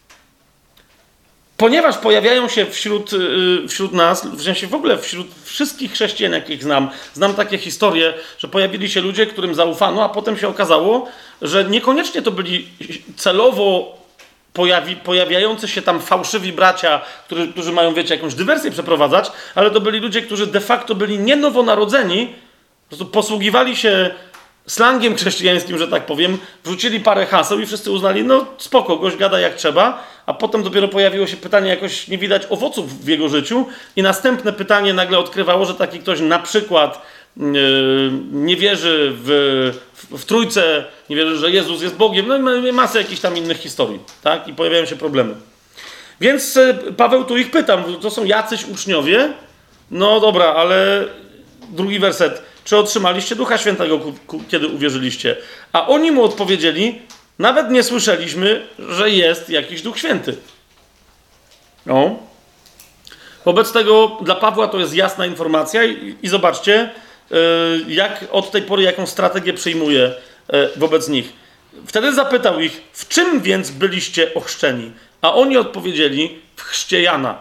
Ponieważ pojawiają się wśród nas, w sensie w ogóle wśród wszystkich chrześcijan, jakich znam takie historie, że pojawili się ludzie, którym zaufano, a potem się okazało, że niekoniecznie to byli celowo pojawiający się tam fałszywi bracia, którzy mają, wiecie, jakąś dywersję przeprowadzać, ale to byli ludzie, którzy de facto byli nie nowonarodzeni, po prostu posługiwali się slangiem chrześcijańskim, że tak powiem, wrzucili parę haseł i wszyscy uznali, no spoko, gość gada jak trzeba, a potem dopiero pojawiło się pytanie, jakoś nie widać owoców w jego życiu i następne pytanie nagle odkrywało, że taki ktoś na przykład nie wierzy w Trójcę, nie wierzy, że Jezus jest Bogiem, no i masę jakichś tam innych historii, tak? I pojawiają się problemy. Więc Paweł tu ich pytam, to są jacyś uczniowie? No dobra, ale drugi werset. Czy otrzymaliście Ducha Świętego, kiedy uwierzyliście? A oni mu odpowiedzieli, nawet nie słyszeliśmy, że jest jakiś Duch Święty. No. Wobec tego dla Pawła to jest jasna informacja i zobaczcie, jak od tej pory jaką strategię przyjmuje wobec nich. Wtedy zapytał ich, w czym więc byliście ochrzczeni? A oni odpowiedzieli, w chrzcie Jana.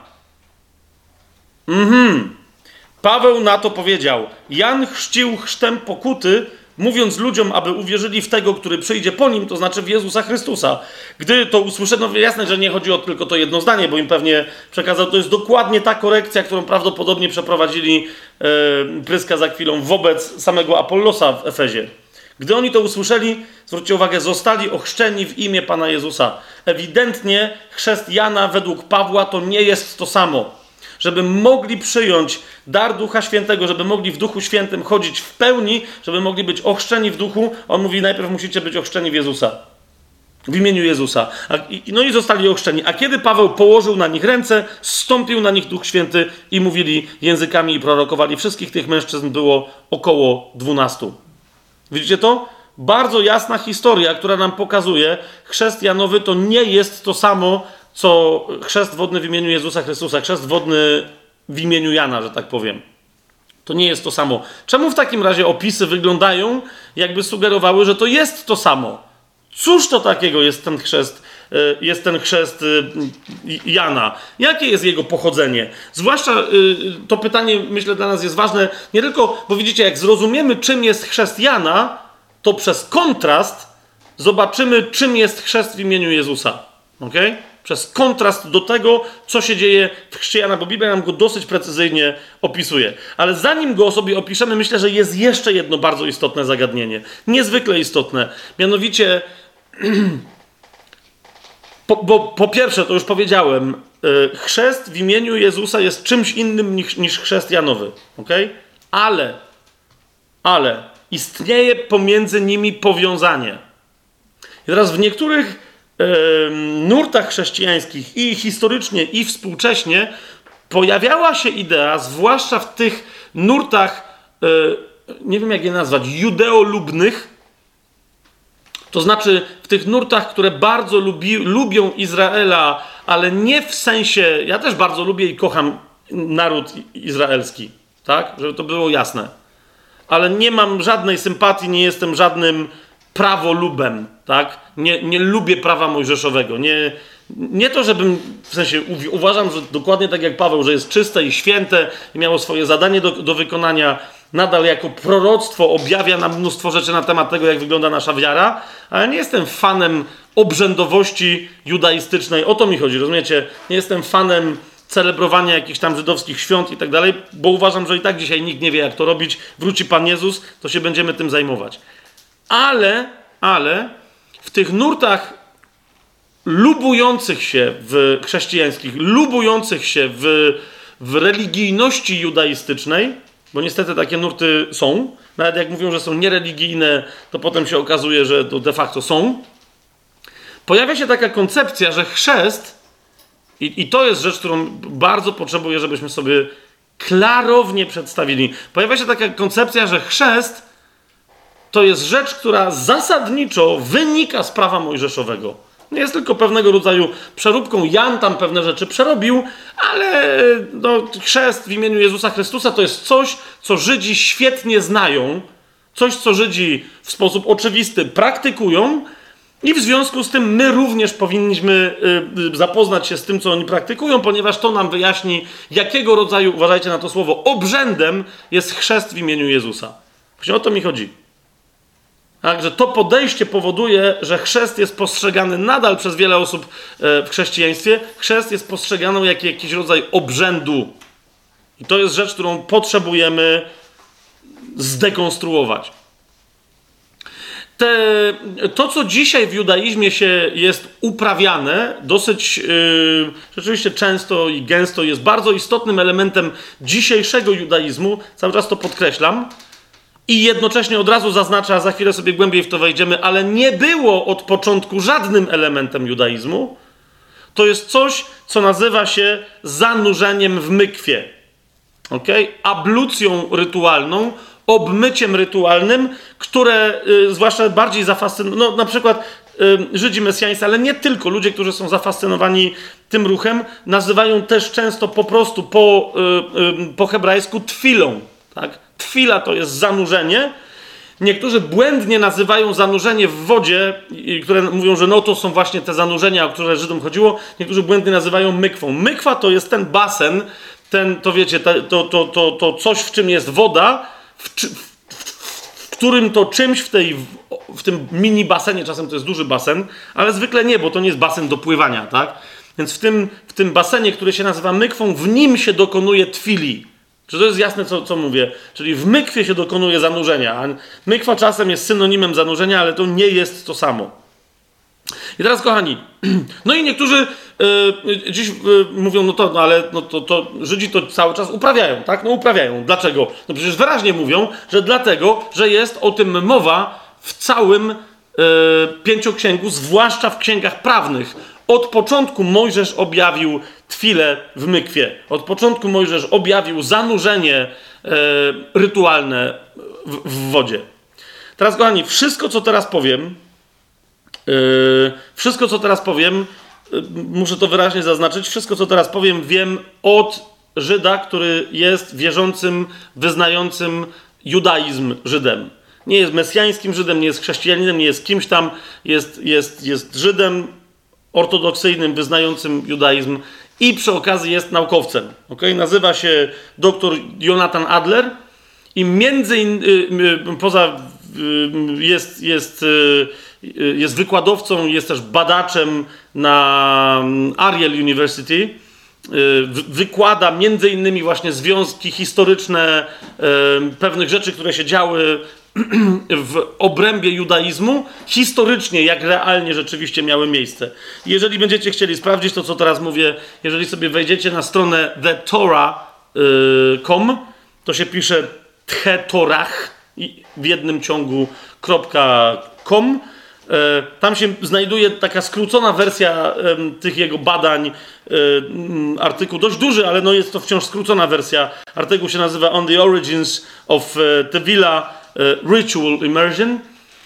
Paweł na to powiedział, Jan chrzcił chrztem pokuty, mówiąc ludziom, aby uwierzyli w tego, który przyjdzie po nim, to znaczy w Jezusa Chrystusa. Gdy to usłyszano, jasne, że nie chodzi o tylko to jedno zdanie, bo im pewnie przekazał, to jest dokładnie ta korekcja, którą prawdopodobnie przeprowadzili Pryska za chwilą wobec samego Apollosa w Efezie. Gdy oni to usłyszeli, zwróćcie uwagę, zostali ochrzczeni w imię Pana Jezusa. Ewidentnie chrzest Jana według Pawła to nie jest to samo. Żeby mogli przyjąć dar Ducha Świętego, żeby mogli w Duchu Świętym chodzić w pełni, żeby mogli być ochrzczeni w Duchu, on mówi, najpierw musicie być ochrzczeni w Jezusa. W imieniu Jezusa. No i zostali ochrzczeni. A kiedy Paweł położył na nich ręce, zstąpił na nich Duch Święty i mówili językami i prorokowali. Wszystkich tych mężczyzn było około 12. Widzicie to? Bardzo jasna historia, która nam pokazuje, chrzest Janowy to nie jest to samo, co chrzest wodny w imieniu Jezusa Chrystusa, chrzest wodny w imieniu Jana, że tak powiem. To nie jest to samo. Czemu w takim razie opisy wyglądają, jakby sugerowały, że to jest to samo? Cóż to takiego jest ten chrzest Jana? Jakie jest jego pochodzenie? Zwłaszcza to pytanie, myślę, dla nas jest ważne, nie tylko, bo widzicie, jak zrozumiemy, czym jest chrzest Jana, to przez kontrast zobaczymy, czym jest chrzest w imieniu Jezusa. Okay? Przez kontrast do tego, co się dzieje w chrzcie Jana, bo Biblia nam go dosyć precyzyjnie opisuje. Ale zanim go sobie opiszemy, myślę, że jest jeszcze jedno bardzo istotne zagadnienie. Niezwykle istotne. Mianowicie, po pierwsze, to już powiedziałem, chrzest w imieniu Jezusa jest czymś innym niż chrzest Janowy. Okay? Ale istnieje pomiędzy nimi powiązanie. I teraz w niektórych nurtach chrześcijańskich i historycznie, i współcześnie pojawiała się idea, zwłaszcza w tych nurtach, nie wiem jak je nazwać, judeolubnych, to znaczy w tych nurtach, które bardzo lubią Izraela, ale nie w sensie, ja też bardzo lubię i kocham naród izraelski, tak, żeby to było jasne, ale nie mam żadnej sympatii, nie jestem żadnym prawolubem, tak? Nie lubię prawa mojżeszowego. Nie to, żebym, w sensie uważam, że dokładnie tak jak Paweł, że jest czyste i święte i miało swoje zadanie do wykonania, nadal jako proroctwo objawia nam mnóstwo rzeczy na temat tego, jak wygląda nasza wiara, ale nie jestem fanem obrzędowości judaistycznej. O to mi chodzi, rozumiecie? Nie jestem fanem celebrowania jakichś tam żydowskich świąt i tak dalej, bo uważam, że i tak dzisiaj nikt nie wie, jak to robić. Wróci Pan Jezus, to się będziemy tym zajmować. Ale w tych nurtach lubujących się w chrześcijańskich, lubujących się w religijności judaistycznej, bo niestety takie nurty są, nawet jak mówią, że są niereligijne, to potem się okazuje, że to de facto są, pojawia się taka koncepcja, że chrzest, i to jest rzecz, którą bardzo potrzebuję, żebyśmy sobie klarownie przedstawili, pojawia się taka koncepcja, że chrzest to jest rzecz, która zasadniczo wynika z prawa mojżeszowego. Nie jest tylko pewnego rodzaju przeróbką. Jan tam pewne rzeczy przerobił, ale chrzest w imieniu Jezusa Chrystusa to jest coś, co Żydzi świetnie znają, coś, co Żydzi w sposób oczywisty praktykują i w związku z tym my również powinniśmy zapoznać się z tym, co oni praktykują, ponieważ to nam wyjaśni, jakiego rodzaju, uważajcie na to słowo, obrzędem jest chrzest w imieniu Jezusa. Właśnie o to mi chodzi. Także to podejście powoduje, że chrzest jest postrzegany nadal przez wiele osób w chrześcijaństwie. Chrzest jest postrzegany jako jakiś rodzaj obrzędu. I to jest rzecz, którą potrzebujemy zdekonstruować. To, co dzisiaj w judaizmie się jest uprawiane, dosyć rzeczywiście często i gęsto jest bardzo istotnym elementem dzisiejszego judaizmu, cały czas to podkreślam, i jednocześnie od razu zaznaczę, a za chwilę sobie głębiej w to wejdziemy, ale nie było od początku żadnym elementem judaizmu. To jest coś, co nazywa się zanurzeniem w mykwie. Okay? Ablucją rytualną, obmyciem rytualnym, które zwłaszcza bardziej zafascynowały, no na przykład Żydzi mesjańscy, ale nie tylko, ludzie, którzy są zafascynowani tym ruchem, nazywają też często po prostu po hebrajsku tfilą. Tak? Tfila to jest zanurzenie. Niektórzy błędnie nazywają zanurzenie w wodzie, które mówią, że no to są właśnie te zanurzenia, o które Żydom chodziło. Niektórzy błędnie nazywają mykwą. Mykwa to jest ten basen, to wiecie, to coś, w czym jest woda, w którym to czymś w tym mini basenie, czasem to jest duży basen, ale zwykle nie, bo to nie jest basen do pływania, tak? Więc w tym basenie, który się nazywa mykwą, w nim się dokonuje twili. Czy to jest jasne, co mówię? Czyli w mykwie się dokonuje zanurzenia. A mykwa czasem jest synonimem zanurzenia, ale to nie jest to samo. I teraz, kochani, no i niektórzy dziś mówią, to Żydzi to cały czas uprawiają, tak? No uprawiają. Dlaczego? No przecież wyraźnie mówią, że dlatego, że jest o tym mowa w całym Pięcioksięgu, zwłaszcza w księgach prawnych. Od początku Mojżesz objawił twilę w mykwie. Od początku Mojżesz objawił zanurzenie rytualne w wodzie. Teraz, kochani, wszystko, co teraz powiem, muszę to wyraźnie zaznaczyć, wszystko, co teraz powiem, wiem od Żyda, który jest wierzącym, wyznającym judaizm Żydem. Nie jest mesjańskim Żydem, nie jest chrześcijaninem, nie jest kimś tam, jest Żydem ortodoksyjnym, wyznającym judaizm i przy okazji jest naukowcem. Okay? Nazywa się dr Jonathan Adler i między innymi, jest wykładowcą, jest też badaczem na Ariel University. Wykłada między innymi właśnie związki historyczne pewnych rzeczy, które się działy w obrębie judaizmu, historycznie, jak realnie rzeczywiście miały miejsce. Jeżeli będziecie chcieli sprawdzić to, co teraz mówię, jeżeli sobie wejdziecie na stronę thetorah.com, to się pisze thetorach w jednym ciągu .com. Tam się znajduje taka skrócona wersja tych jego badań, artykuł dość duży, ale no jest to wciąż skrócona wersja. Artykuł się nazywa On the Origins of Tevila Ritual Immersion,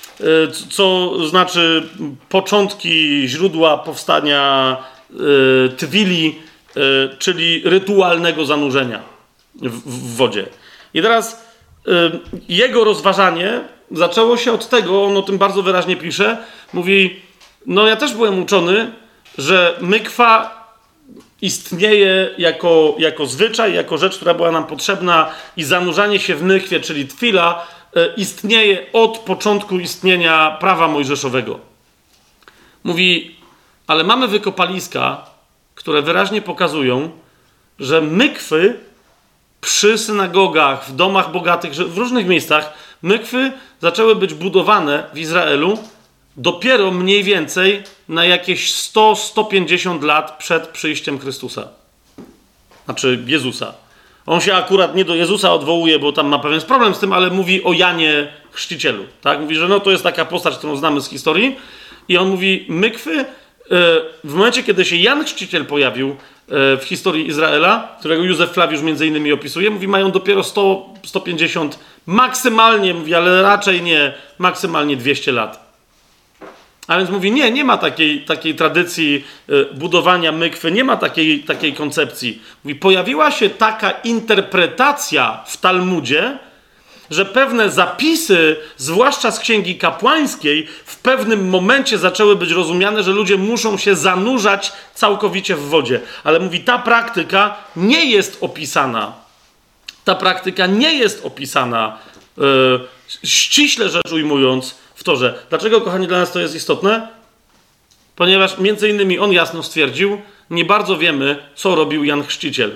co znaczy początki, źródła powstania Twili, czyli rytualnego zanurzenia w wodzie. I teraz jego rozważanie zaczęło się od tego, on o tym bardzo wyraźnie pisze, mówi, no ja też byłem uczony, że mykwa istnieje jako zwyczaj, jako rzecz, która była nam potrzebna i zanurzanie się w mykwie, czyli twila, istnieje od początku istnienia prawa mojżeszowego. Mówi, ale mamy wykopaliska, które wyraźnie pokazują, że mykwy przy synagogach, w domach bogatych, w różnych miejscach, mykwy zaczęły być budowane w Izraelu dopiero mniej więcej na jakieś 100-150 lat przed przyjściem Chrystusa. Znaczy Jezusa. On się akurat nie do Jezusa odwołuje, bo tam ma pewien problem z tym, ale mówi o Janie Chrzcicielu. Tak? Mówi, że no to jest taka postać, którą znamy z historii. I on mówi, mykwy w momencie, kiedy się Jan Chrzciciel pojawił w historii Izraela, którego Józef Flawiusz między innymi opisuje, mówi, mają dopiero 100-150, maksymalnie, mówi, ale raczej nie, maksymalnie 200 lat. A więc mówi, nie ma takiej tradycji budowania mykwy, nie ma takiej koncepcji. Mówi, pojawiła się taka interpretacja w Talmudzie, że pewne zapisy, zwłaszcza z Księgi Kapłańskiej, w pewnym momencie zaczęły być rozumiane, że ludzie muszą się zanurzać całkowicie w wodzie. Ale mówi, ta praktyka nie jest opisana. Ta praktyka nie jest opisana, ściśle rzecz ujmując, w Torze. Dlaczego, kochani, dla nas to jest istotne? Ponieważ między innymi on jasno stwierdził, nie bardzo wiemy, co robił Jan Chrzciciel.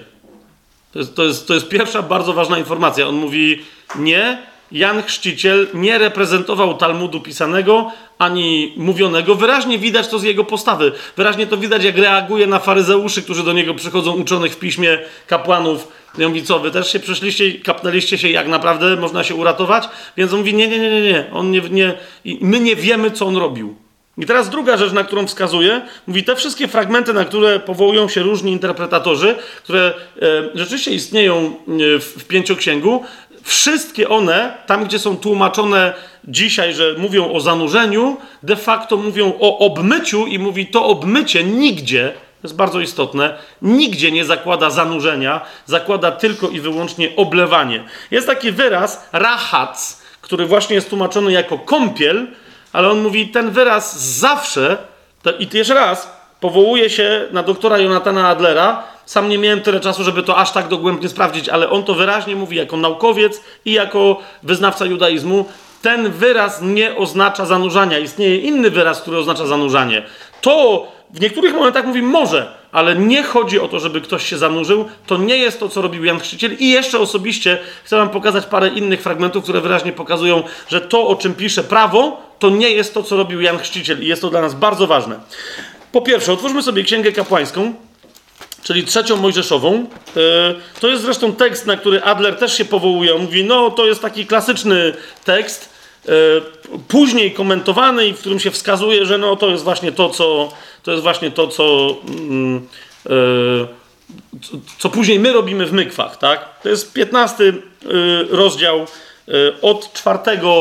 To jest pierwsza bardzo ważna informacja. On mówi, nie, Jan Chrzciciel nie reprezentował Talmudu pisanego, ani mówionego. Wyraźnie widać to z jego postawy. Wyraźnie to widać, jak reaguje na faryzeuszy, którzy do niego przychodzą, uczonych w piśmie, kapłanów. I on mówi, co, wy też się przyszliście i kapnęliście się, jak naprawdę można się uratować? Więc on mówi, nie. My nie wiemy, co on robił. I teraz druga rzecz, na którą wskazuje, mówi, te wszystkie fragmenty, na które powołują się różni interpretatorzy, które rzeczywiście istnieją w Pięcioksięgu, wszystkie one, tam gdzie są tłumaczone dzisiaj, że mówią o zanurzeniu, de facto mówią o obmyciu i mówi, to obmycie nigdzie, to jest bardzo istotne, nigdzie nie zakłada zanurzenia, zakłada tylko i wyłącznie oblewanie. Jest taki wyraz, rahac, który właśnie jest tłumaczony jako kąpiel, ale on mówi, ten wyraz zawsze, i jeszcze raz, powołuje się na doktora Jonathana Adlera. Sam nie miałem tyle czasu, żeby to aż tak dogłębnie sprawdzić, ale on to wyraźnie mówi jako naukowiec i jako wyznawca judaizmu. ten wyraz nie oznacza zanurzania. Istnieje inny wyraz, który oznacza zanurzanie. To w niektórych momentach mówi może, ale nie chodzi o to, żeby ktoś się zanurzył. To nie jest to, co robił Jan Chrzciciel. I jeszcze osobiście chcę wam pokazać parę innych fragmentów, które wyraźnie pokazują, że to, o czym pisze prawo, to nie jest to, co robił Jan Chrzciciel. I jest to dla nas bardzo ważne. Po pierwsze, otwórzmy sobie Księgę Kapłańską, czyli 3 Mojżeszową. To jest zresztą tekst, na który Adler też się powołuje. On mówi, no to jest taki klasyczny tekst, później komentowany i w którym się wskazuje, że no to jest właśnie to, co później my robimy w mykwach, tak? To jest 15 rozdział od 4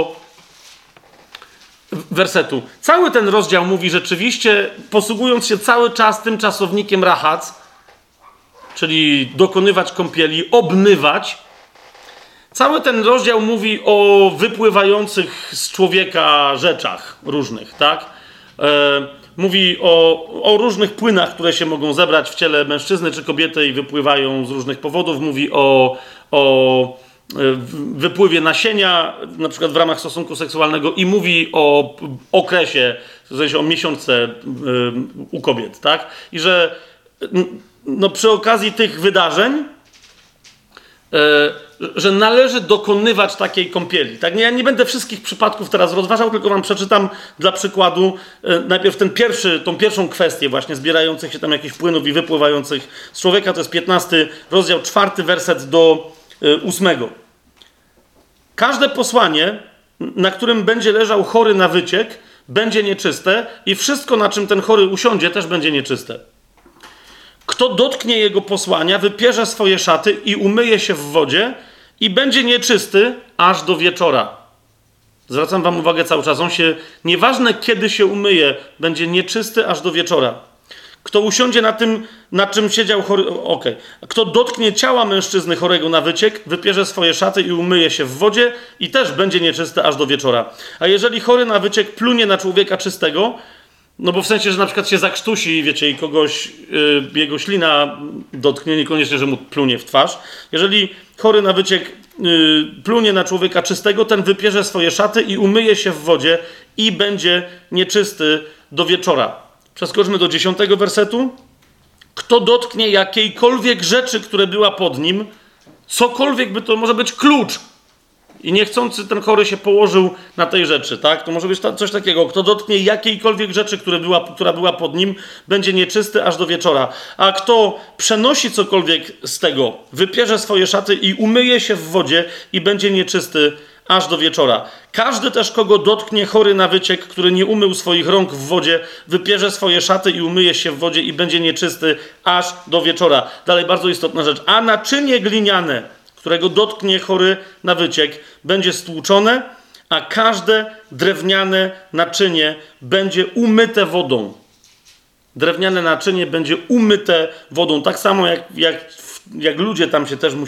wersetu. Cały ten rozdział mówi rzeczywiście, posługując się cały czas tym czasownikiem rahac, czyli dokonywać kąpieli, obmywać. Cały ten rozdział mówi o wypływających z człowieka rzeczach różnych, tak? Mówi o różnych płynach, które się mogą zebrać w ciele mężczyzny czy kobiety i wypływają z różnych powodów. Mówi o wypływie nasienia, na przykład w ramach stosunku seksualnego, i mówi o okresie, w sensie o miesiące u kobiet, tak? I że no, przy okazji tych wydarzeń że należy dokonywać takiej kąpieli. Tak? Ja nie będę wszystkich przypadków teraz rozważał, tylko wam przeczytam dla przykładu najpierw tą pierwszą kwestię właśnie zbierających się tam jakichś płynów i wypływających z człowieka. To jest 15 rozdział, 4 werset do 8. Każde posłanie, na którym będzie leżał chory na wyciek, będzie nieczyste i wszystko, na czym ten chory usiądzie, też będzie nieczyste. Kto dotknie jego posłania, wypierze swoje szaty i umyje się w wodzie i będzie nieczysty aż do wieczora. Zwracam wam uwagę cały czas. On się, nieważne kiedy się umyje, będzie nieczysty aż do wieczora. Kto usiądzie na tym, na czym siedział chory... Okej. Kto dotknie ciała mężczyzny chorego na wyciek, wypierze swoje szaty i umyje się w wodzie i też będzie nieczysty aż do wieczora. A jeżeli chory na wyciek plunie na człowieka czystego, no bo w sensie, że na przykład się zakrztusi, wiecie, i kogoś jego ślina dotknie, niekoniecznie, że mu plunie w twarz. Jeżeli chory na wyciek plunie na człowieka czystego, ten wypierze swoje szaty i umyje się w wodzie i będzie nieczysty do wieczora. Przeskoczmy do 10 wersetu. Kto dotknie jakiejkolwiek rzeczy, która była pod nim, cokolwiek by to może być klucz, i niechcący ten chory się położył na tej rzeczy, tak? To może być coś takiego. Kto dotknie jakiejkolwiek rzeczy, która była pod nim, będzie nieczysty aż do wieczora. A kto przenosi cokolwiek z tego, wypierze swoje szaty i umyje się w wodzie i będzie nieczysty aż do wieczora. Każdy też, kogo dotknie chory na wyciek, który nie umył swoich rąk w wodzie, wypierze swoje szaty i umyje się w wodzie i będzie nieczysty aż do wieczora. Dalej bardzo istotna rzecz. A naczynie gliniane, którego dotknie chory na wyciek, będzie stłuczone, a każde drewniane naczynie będzie umyte wodą. Drewniane naczynie będzie umyte wodą. Tak samo jak ludzie tam się też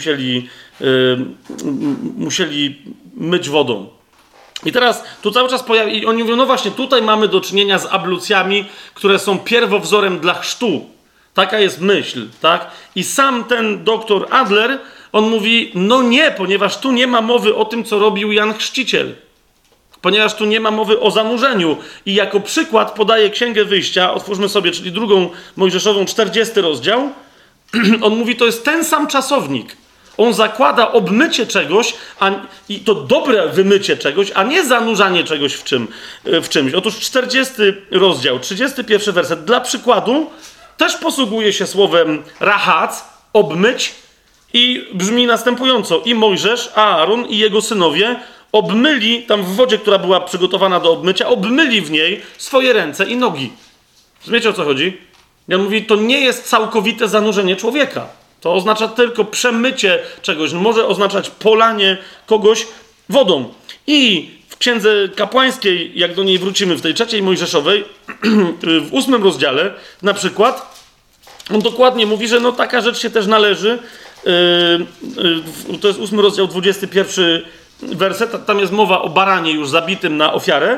musieli myć wodą. I teraz tu cały czas i oni mówią, no właśnie, tutaj mamy do czynienia z ablucjami, które są pierwowzorem dla chrztu. Taka jest myśl, tak? I sam ten doktor Adler, on mówi, no nie, ponieważ tu nie ma mowy o tym, co robił Jan Chrzciciel. Ponieważ tu nie ma mowy o zanurzeniu. I jako przykład podaje Księgę Wyjścia, otwórzmy sobie, czyli 2 Mojżeszową, 40 rozdział. On mówi, to jest ten sam czasownik. On zakłada obmycie czegoś, i to dobre wymycie czegoś, a nie zanurzanie czegoś w czymś. Otóż 40 rozdział, 31 werset. Dla przykładu też posługuje się słowem rahac, obmyć, i brzmi następująco. I Mojżesz, Aaron i jego synowie obmyli, tam w wodzie, która była przygotowana do obmycia, obmyli w niej swoje ręce i nogi. Rozumiecie, o co chodzi? Ja mówię, to nie jest całkowite zanurzenie człowieka. To oznacza tylko przemycie czegoś. Może oznaczać polanie kogoś wodą. I w Księdze Kapłańskiej, jak do niej wrócimy, w tej 3 Mojżeszowej, w 8 rozdziale na przykład, on dokładnie mówi, że no taka rzecz się też należy. To jest 8 rozdział, 21 werset. Tam jest mowa o baranie już zabitym na ofiarę.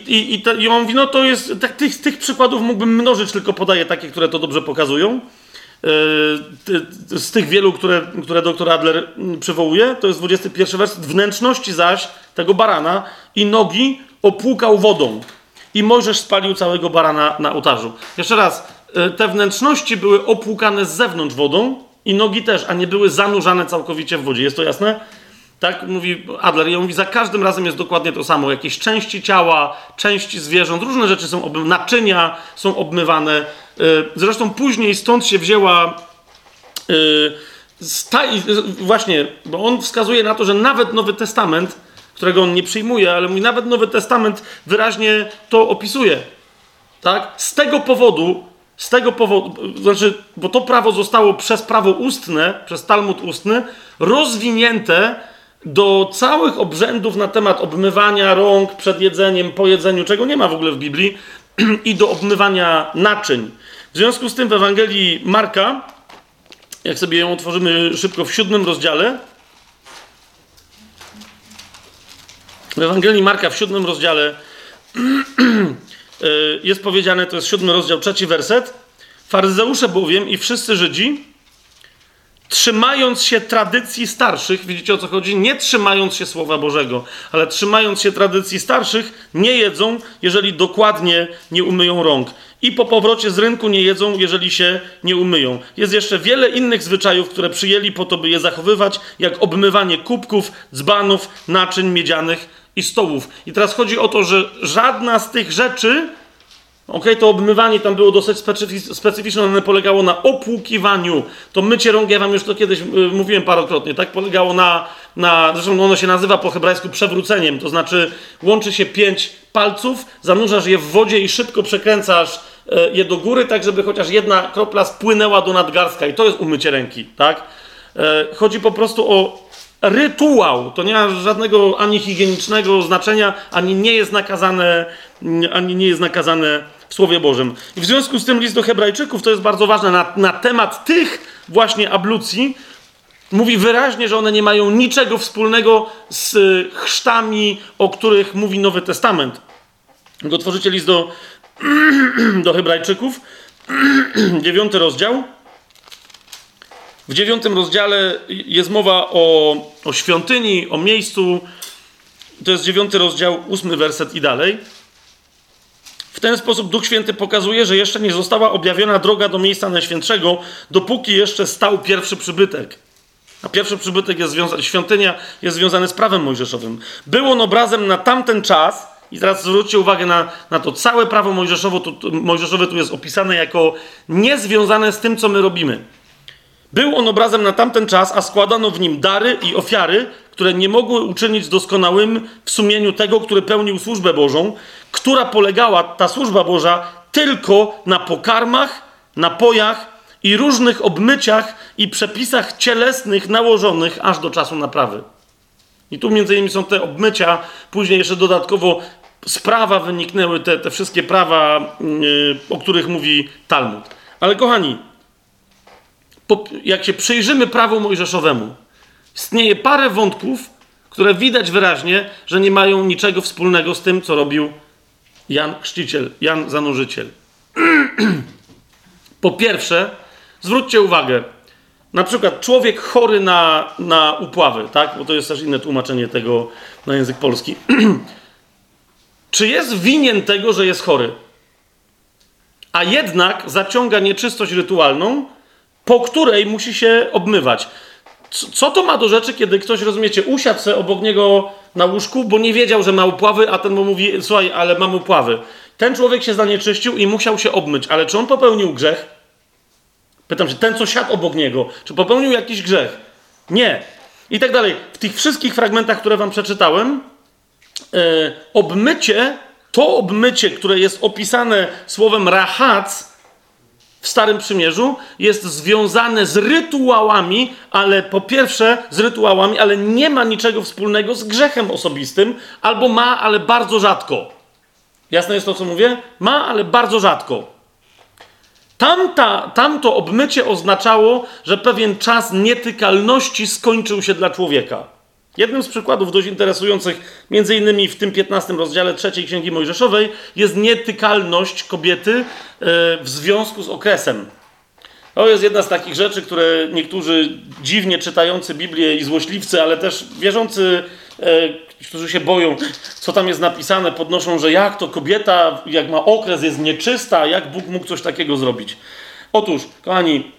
I on mówi, no to jest... Tych przykładów mógłbym mnożyć, tylko podaję takie, które to dobrze pokazują. z tych wielu, które dr Adler przywołuje, to jest 21 werset. Wnętrzności zaś tego barana i nogi opłukał wodą. I Mojżesz spalił całego barana na ołtarzu. Jeszcze raz, te wnętrzności były opłukane z zewnątrz wodą i nogi też, a nie były zanurzane całkowicie w wodzie. Jest to jasne? Tak mówi Adler. I on mówi, za każdym razem jest dokładnie to samo. Jakieś części ciała, części zwierząt, różne rzeczy są naczynia są obmywane. Zresztą później stąd się wzięła właśnie, bo on wskazuje na to, że nawet Nowy Testament, którego on nie przyjmuje, ale mówi, nawet Nowy Testament wyraźnie to opisuje. Tak? Z tego powodu, znaczy, bo to prawo zostało przez prawo ustne, przez Talmud ustny, rozwinięte do całych obrzędów na temat obmywania rąk przed jedzeniem, po jedzeniu, czego nie ma w ogóle w Biblii, i do obmywania naczyń. W związku z tym w Ewangelii Marka, jak sobie ją otworzymy szybko w 7 rozdziale, w Ewangelii Marka w 7 rozdziale jest powiedziane, to jest 7 rozdział, 3 werset. Faryzeusze bowiem i wszyscy Żydzi, trzymając się tradycji starszych, widzicie o co chodzi? Nie trzymając się Słowa Bożego, ale trzymając się tradycji starszych, nie jedzą, jeżeli dokładnie nie umyją rąk. I po powrocie z rynku nie jedzą, jeżeli się nie umyją. Jest jeszcze wiele innych zwyczajów, które przyjęli po to, by je zachowywać, jak obmywanie kubków, dzbanów, naczyń miedzianych i stołów. I teraz chodzi o to, że żadna z tych rzeczy, to obmywanie tam było dosyć specyficzne, one polegało na opłukiwaniu. To mycie rąk, ja wam już to kiedyś mówiłem parokrotnie, tak? Polegało zresztą ono się nazywa po hebrajsku przewróceniem, to znaczy łączy się 5 palców, zanurzasz je w wodzie i szybko przekręcasz je do góry, tak żeby chociaż jedna kropla spłynęła do nadgarstka i to jest umycie ręki, tak? Chodzi po prostu o rytuał, to nie ma żadnego ani higienicznego znaczenia, ani nie jest nakazane w Słowie Bożym. I w związku z tym list do Hebrajczyków, to jest bardzo ważne, na temat tych właśnie ablucji mówi wyraźnie, że one nie mają niczego wspólnego z chrztami, o których mówi Nowy Testament. Jak otworzycie list do Hebrajczyków, 9 rozdział. W 9 rozdziale jest mowa o świątyni, o miejscu. To jest 9 rozdział, 8 werset i dalej. W ten sposób Duch Święty pokazuje, że jeszcze nie została objawiona droga do miejsca Najświętszego, dopóki jeszcze stał pierwszy przybytek. A pierwszy przybytek świątynia jest związany z prawem mojżeszowym. Był on obrazem na tamten czas, i teraz zwróćcie uwagę na to, całe prawo mojżeszowe tu jest opisane jako niezwiązane z tym, co my robimy. Był on obrazem na tamten czas, a składano w nim dary i ofiary, które nie mogły uczynić doskonałym w sumieniu tego, który pełnił służbę Bożą, która polegała, ta służba Boża, tylko na pokarmach, napojach i różnych obmyciach i przepisach cielesnych nałożonych aż do czasu naprawy. I tu między innymi są te obmycia, później jeszcze dodatkowo z prawa wyniknęły te wszystkie prawa, o których mówi Talmud. Ale kochani, jak się przyjrzymy prawu mojżeszowemu, istnieje parę wątków, które widać wyraźnie, że nie mają niczego wspólnego z tym, co robił Jan Chrzciciel, Jan Zanurzyciel. Po pierwsze, zwróćcie uwagę, na przykład człowiek chory na upławy, tak? Bo to jest też inne tłumaczenie tego na język polski. Czy jest winien tego, że jest chory? A jednak zaciąga nieczystość rytualną, po której musi się obmywać. Co to ma do rzeczy, kiedy ktoś, rozumiecie, usiadł sobie obok niego na łóżku, bo nie wiedział, że ma upławy, a ten mu mówi, słuchaj, ale mam upławy. Ten człowiek się zanieczyścił i musiał się obmyć, ale czy on popełnił grzech? Pytam się, ten, co siadł obok niego, czy popełnił jakiś grzech? Nie. I tak dalej. W tych wszystkich fragmentach, które wam przeczytałem, to obmycie, które jest opisane słowem rahac w Starym Przymierzu, jest związane z rytuałami, ale po pierwsze z rytuałami, ale nie ma niczego wspólnego z grzechem osobistym, albo ma, ale bardzo rzadko. Jasne jest to, co mówię? Ma, ale bardzo rzadko. Tamto obmycie oznaczało, że pewien czas nietykalności skończył się dla człowieka. Jednym z przykładów dość interesujących, między innymi w tym 15 rozdziale 3 Księgi Mojżeszowej, jest nietykalność kobiety w związku z okresem. To jest jedna z takich rzeczy, które niektórzy dziwnie czytający Biblię i złośliwcy, ale też wierzący, którzy się boją, co tam jest napisane, podnoszą, że jak to kobieta, jak ma okres, jest nieczysta, jak Bóg mógł coś takiego zrobić. Otóż, kochani,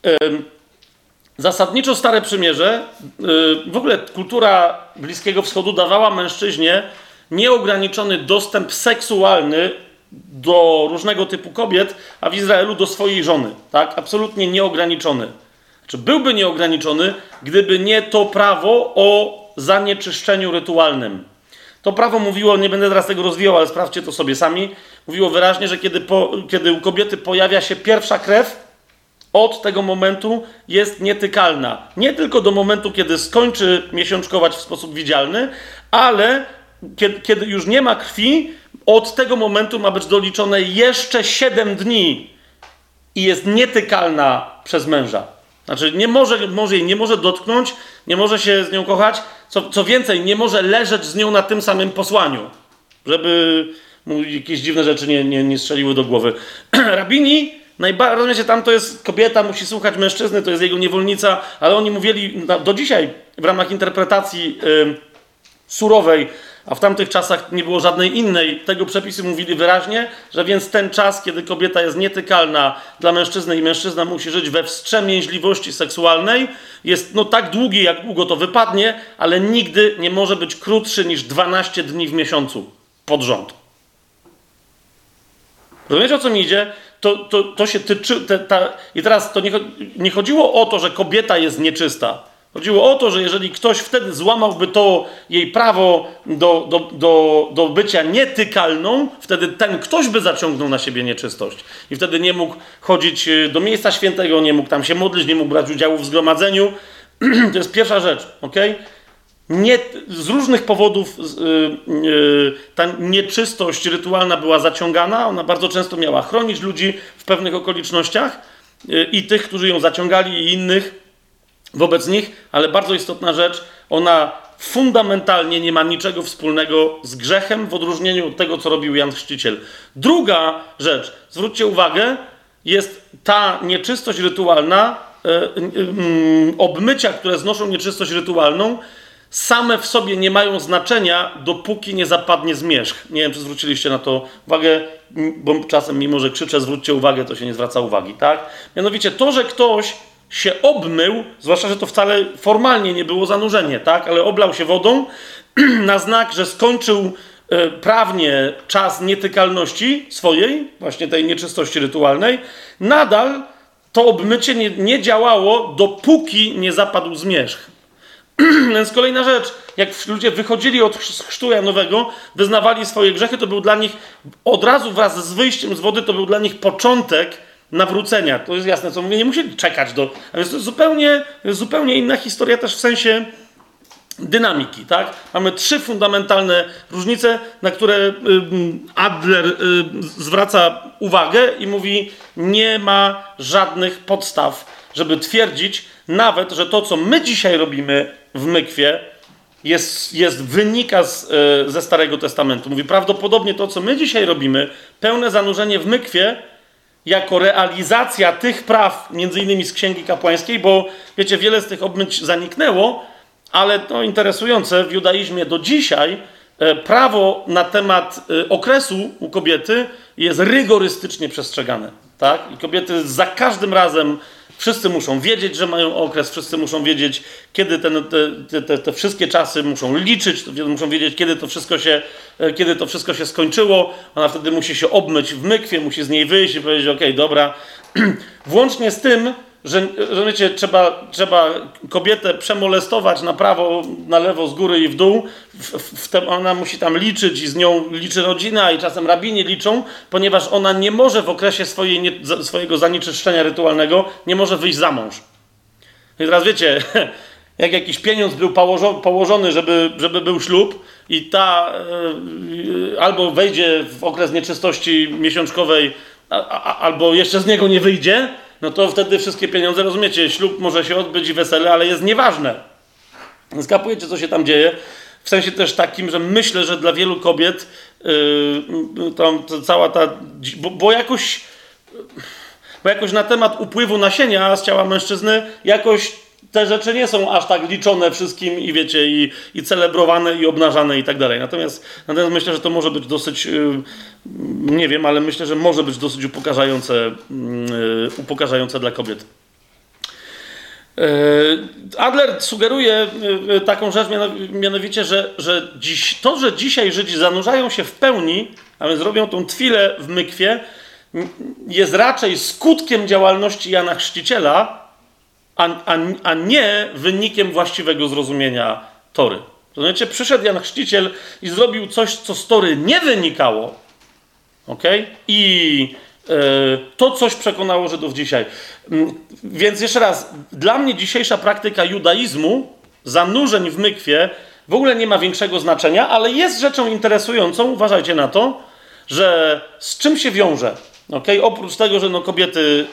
zasadniczo Stare Przymierze, w ogóle kultura Bliskiego Wschodu dawała mężczyźnie nieograniczony dostęp seksualny do różnego typu kobiet, a w Izraelu do swojej żony. Tak? Absolutnie nieograniczony. Znaczy, byłby nieograniczony, gdyby nie to prawo o zanieczyszczeniu rytualnym. To prawo mówiło, nie będę teraz tego rozwijał, ale sprawdźcie to sobie sami, mówiło wyraźnie, że kiedy u kobiety pojawia się pierwsza krew, od tego momentu jest nietykalna. Nie tylko do momentu, kiedy skończy miesiączkować w sposób widzialny, ale kiedy już nie ma krwi, od tego momentu ma być doliczone jeszcze 7 dni i jest nietykalna przez męża. Znaczy mąż jej nie może dotknąć, nie może się z nią kochać, co więcej, nie może leżeć z nią na tym samym posłaniu, żeby mu jakieś dziwne rzeczy nie strzeliły do głowy. Rabini, rozumiecie, tam to jest kobieta, musi słuchać mężczyzny, to jest jego niewolnica, ale oni mówili do dzisiaj w ramach interpretacji surowej, a w tamtych czasach nie było żadnej innej, tego przepisy mówili wyraźnie, że więc ten czas, kiedy kobieta jest nietykalna dla mężczyzny i mężczyzna musi żyć we wstrzemięźliwości seksualnej, jest tak długi, jak długo to wypadnie, ale nigdy nie może być krótszy niż 12 dni w miesiącu pod rząd. Rozumiecie, o co mi idzie? To się tyczy... I teraz to nie chodziło o to, że kobieta jest nieczysta. Chodziło o to, że jeżeli ktoś wtedy złamałby to jej prawo do bycia nietykalną, wtedy ten ktoś by zaciągnął na siebie nieczystość. I wtedy nie mógł chodzić do miejsca świętego, nie mógł tam się modlić, nie mógł brać udziału w zgromadzeniu. To jest pierwsza rzecz, okej? Z różnych powodów ta nieczystość rytualna była zaciągana. Ona bardzo często miała chronić ludzi w pewnych okolicznościach i tych, którzy ją zaciągali, i innych wobec nich, ale bardzo istotna rzecz, ona fundamentalnie nie ma niczego wspólnego z grzechem, w odróżnieniu od tego, co robił Jan Chrzciciel. Druga rzecz, zwróćcie uwagę, jest ta nieczystość rytualna, obmycia, które znoszą nieczystość rytualną, same w sobie nie mają znaczenia, dopóki nie zapadnie zmierzch. Nie wiem, czy zwróciliście na to uwagę, bo czasem, mimo że krzyczę, zwróćcie uwagę, to się nie zwraca uwagi, tak? Mianowicie to, że ktoś się obmył, zwłaszcza, że to wcale formalnie nie było zanurzenie, tak? Ale oblał się wodą na znak, że skończył prawnie czas nietykalności swojej, właśnie tej nieczystości rytualnej, nadal to obmycie nie działało, dopóki nie zapadł zmierzch. Więc kolejna rzecz, jak ludzie wychodzili od chrztu Janowego, wyznawali swoje grzechy, to był dla nich od razu wraz z wyjściem z wody, to był dla nich początek nawrócenia. To jest jasne, co mówię, nie musieli czekać do... A więc to jest zupełnie inna historia też w sensie dynamiki, tak? Mamy 3 fundamentalne różnice, na które Adler zwraca uwagę i mówi, nie ma żadnych podstaw, żeby twierdzić nawet, że to, co my dzisiaj robimy w mykwie, wynika ze Starego Testamentu. Mówi, prawdopodobnie to, co my dzisiaj robimy, pełne zanurzenie w mykwie, jako realizacja tych praw, między innymi z Księgi Kapłańskiej, bo wiecie, wiele z tych obmyć zaniknęło, ale to interesujące, w judaizmie do dzisiaj prawo na temat okresu u kobiety jest rygorystycznie przestrzegane. Tak? I kobiety za każdym razem, wszyscy muszą wiedzieć, że mają okres, wszyscy muszą wiedzieć, kiedy te wszystkie czasy muszą liczyć, muszą wiedzieć, kiedy to wszystko się skończyło. Ona wtedy musi się obmyć w mykwie, musi z niej wyjść i powiedzieć, okej, dobra. Włącznie z tym, że wiecie, trzeba kobietę przemolestować na prawo, na lewo, z góry i w dół. Ona musi tam liczyć i z nią liczy rodzina i czasem rabini liczą, ponieważ ona nie może w okresie swojego zanieczyszczenia rytualnego, nie może wyjść za mąż. I teraz wiecie, jak jakiś pieniądz był położony, żeby był ślub i ta albo wejdzie w okres nieczystości miesiączkowej, albo jeszcze z niego nie wyjdzie, no to wtedy wszystkie pieniądze, rozumiecie, ślub może się odbyć i wesele, ale jest nieważne. Skapujecie, co się tam dzieje? W sensie też takim, że myślę, że dla wielu kobiet cała ta... Bo jakoś... Bo jakoś na temat upływu nasienia z ciała mężczyzny jakoś te rzeczy nie są aż tak liczone wszystkim i wiecie, i celebrowane, i obnażane i tak dalej. Natomiast myślę, że to może być dosyć, nie wiem, ale myślę, że może być dosyć upokarzające dla kobiet. Adler sugeruje taką rzecz, mianowicie, że dzisiaj Żydzi zanurzają się w pełni, a więc robią tą twilę w mykwie, jest raczej skutkiem działalności Jana Chrzciciela, a nie wynikiem właściwego zrozumienia Tory. Rozumiecie? Przyszedł Jan Chrzciciel i zrobił coś, co z Tory nie wynikało. Okay? I to coś przekonało Żydów dzisiaj. Więc jeszcze raz, dla mnie dzisiejsza praktyka judaizmu, zanurzeń w mykwie, w ogóle nie ma większego znaczenia, ale jest rzeczą interesującą, uważajcie na to, że z czym się wiąże. Okay? Oprócz tego, że no kobiety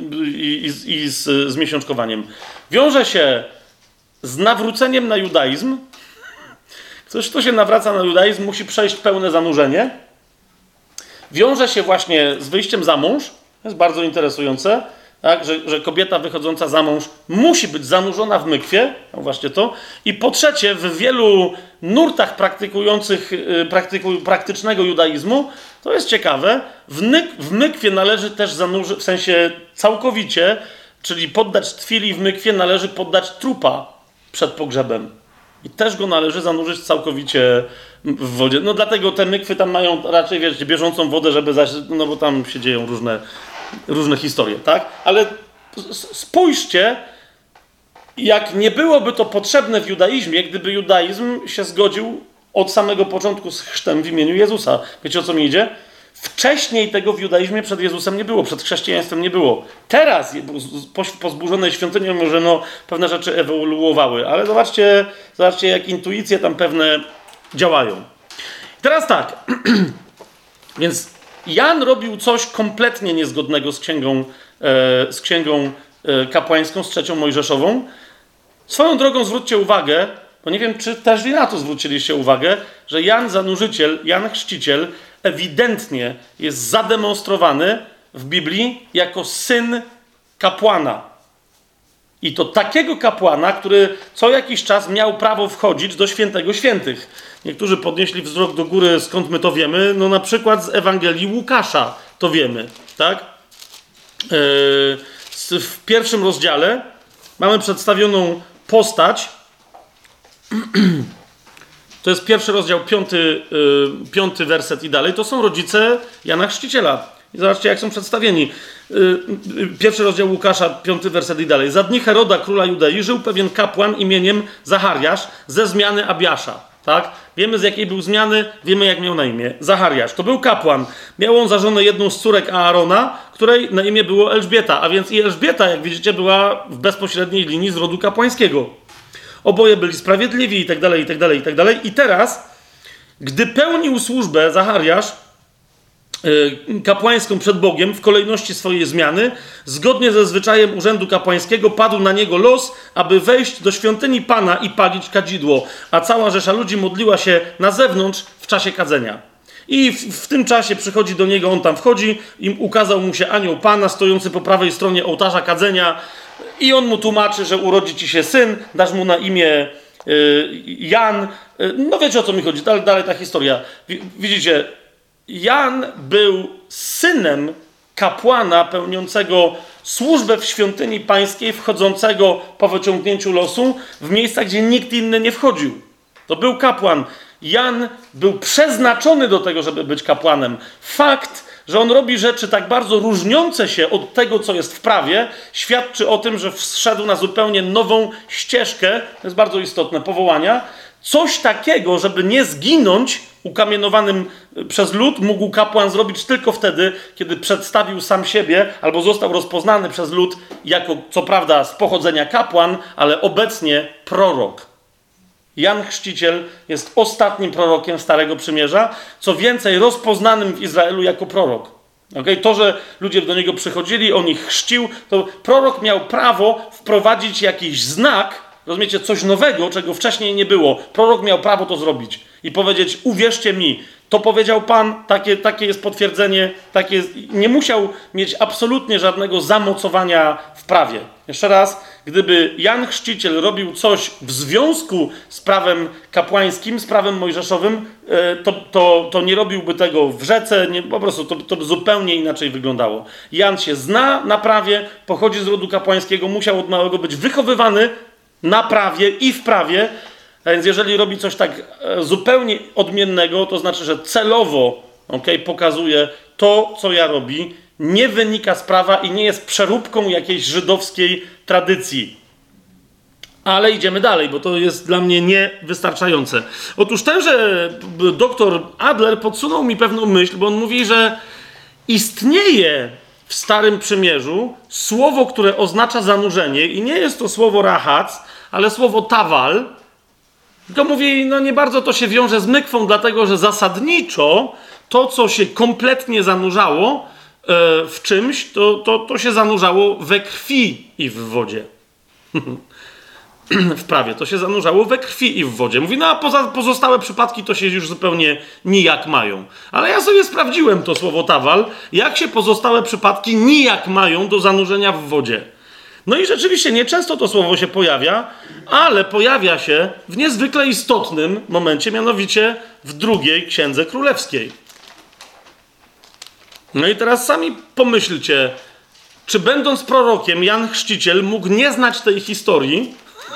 z miesiączkowaniem. Wiąże się z nawróceniem na judaizm. Ktoś, kto się nawraca na judaizm, musi przejść pełne zanurzenie. Wiąże się właśnie z wyjściem za mąż. To jest bardzo interesujące, tak? Że kobieta wychodząca za mąż musi być zanurzona w mykwie. No właśnie to. I po trzecie, w wielu nurtach praktycznego judaizmu, to jest ciekawe, w mykwie należy też zanurzyć, w sensie całkowicie, czyli poddać twili w mykwie należy poddać trupa przed pogrzebem. I też go należy zanurzyć całkowicie w wodzie. No dlatego te mykwy tam mają raczej, wiecie, bieżącą wodę, żeby no bo tam się dzieją różne historie, tak? Ale spójrzcie, jak nie byłoby to potrzebne w judaizmie, gdyby judaizm się zgodził od samego początku z chrztem w imieniu Jezusa. Wiecie, o co mi idzie? Wcześniej tego w judaizmie przed Jezusem nie było, przed chrześcijaństwem nie było. Teraz, po zburzonej świątyni, może no, pewne rzeczy ewoluowały, ale zobaczcie, jak intuicje tam pewne działają. I teraz tak, więc Jan robił coś kompletnie niezgodnego z księgą kapłańską, z 3 Mojżeszową. Swoją drogą zwróćcie uwagę, bo nie wiem, czy też wy na to zwróciliście uwagę, że Jan Zanurzyciel, Jan Chrzciciel ewidentnie jest zademonstrowany w Biblii jako syn kapłana. I to takiego kapłana, który co jakiś czas miał prawo wchodzić do Świętego Świętych. Niektórzy podnieśli wzrok do góry, skąd my to wiemy. No na przykład z Ewangelii Łukasza to wiemy, tak? W 1 rozdziale mamy przedstawioną postać. To jest 1 rozdział, 5 werset i dalej. To są rodzice Jana Chrzciciela. I zobaczcie, jak są przedstawieni. 1 rozdział Łukasza, 5 werset i dalej. Za dni Heroda, króla Judei, żył pewien kapłan imieniem Zachariasz ze zmiany Abiasza. Tak? Wiemy, z jakiej był zmiany, wiemy, jak miał na imię. Zachariasz. To był kapłan. Miał on za żonę jedną z córek Aarona, której na imię było Elżbieta. A więc i Elżbieta, jak widzicie, była w bezpośredniej linii z rodu kapłańskiego. Oboje byli sprawiedliwi i tak dalej, i tak dalej, i tak dalej. I teraz, gdy pełnił służbę Zachariasz kapłańską przed Bogiem w kolejności swojej zmiany, zgodnie ze zwyczajem urzędu kapłańskiego padł na niego los, aby wejść do świątyni Pana i palić kadzidło, a cała rzesza ludzi modliła się na zewnątrz w czasie kadzenia. I w tym czasie przychodzi do niego, on tam wchodzi i ukazał mu się anioł Pana stojący po prawej stronie ołtarza kadzenia i on mu tłumaczy, że urodzi ci się syn, dasz mu na imię Jan. No wiecie, o co mi chodzi, dalej ta historia. Widzicie, Jan był synem kapłana pełniącego służbę w świątyni pańskiej, wchodzącego po wyciągnięciu losu w miejsca, gdzie nikt inny nie wchodził. To był kapłan. Jan był przeznaczony do tego, żeby być kapłanem. Fakt, że on robi rzeczy tak bardzo różniące się od tego, co jest w prawie, świadczy o tym, że wszedł na zupełnie nową ścieżkę, to jest bardzo istotne, powołania. Coś takiego, żeby nie zginąć ukamienowanym przez lud, mógł kapłan zrobić tylko wtedy, kiedy przedstawił sam siebie albo został rozpoznany przez lud jako, co prawda, z pochodzenia kapłan, ale obecnie prorok. Jan Chrzciciel jest ostatnim prorokiem Starego Przymierza, co więcej, rozpoznanym w Izraelu jako prorok. Okay? To, że ludzie do niego przychodzili, on ich chrzcił, to prorok miał prawo wprowadzić jakiś znak, rozumiecie, coś nowego, czego wcześniej nie było. Prorok miał prawo to zrobić. i powiedzieć, uwierzcie mi, to powiedział Pan, takie jest potwierdzenie, takie jest... Nie musiał mieć absolutnie żadnego zamocowania w prawie. Jeszcze raz, gdyby Jan Chrzciciel robił coś w związku z prawem kapłańskim, z prawem mojżeszowym, to nie robiłby tego w rzece, po prostu to by zupełnie inaczej wyglądało. Jan się zna na prawie, pochodzi z rodu kapłańskiego, musiał od małego być wychowywany na prawie i w prawie, a więc jeżeli robi coś tak zupełnie odmiennego, to znaczy, że celowo pokazuje to, co ja robi, nie wynika z prawa i nie jest przeróbką jakiejś żydowskiej tradycji. Ale idziemy dalej, bo to jest dla mnie niewystarczające. Otóż tenże doktor Adler podsunął mi pewną myśl, bo on mówi, że istnieje w Starym Przymierzu słowo, które oznacza zanurzenie i nie jest to słowo rahac, ale słowo tawal. Tylko mówi, no nie bardzo to się wiąże z mykwą, dlatego że zasadniczo to, co się kompletnie zanurzało w czymś, to się zanurzało we krwi i w wodzie. W prawie to się zanurzało we krwi i w wodzie. Mówi, no a pozostałe przypadki to się już zupełnie nijak mają. Ale ja sobie sprawdziłem to słowo tawal, jak się pozostałe przypadki nijak mają do zanurzenia w wodzie. No i rzeczywiście nieczęsto to słowo się pojawia, ale pojawia się w niezwykle istotnym momencie, mianowicie w drugiej Księdze Królewskiej. No i teraz sami pomyślcie, czy będąc prorokiem Jan Chrzciciel mógł nie znać tej historii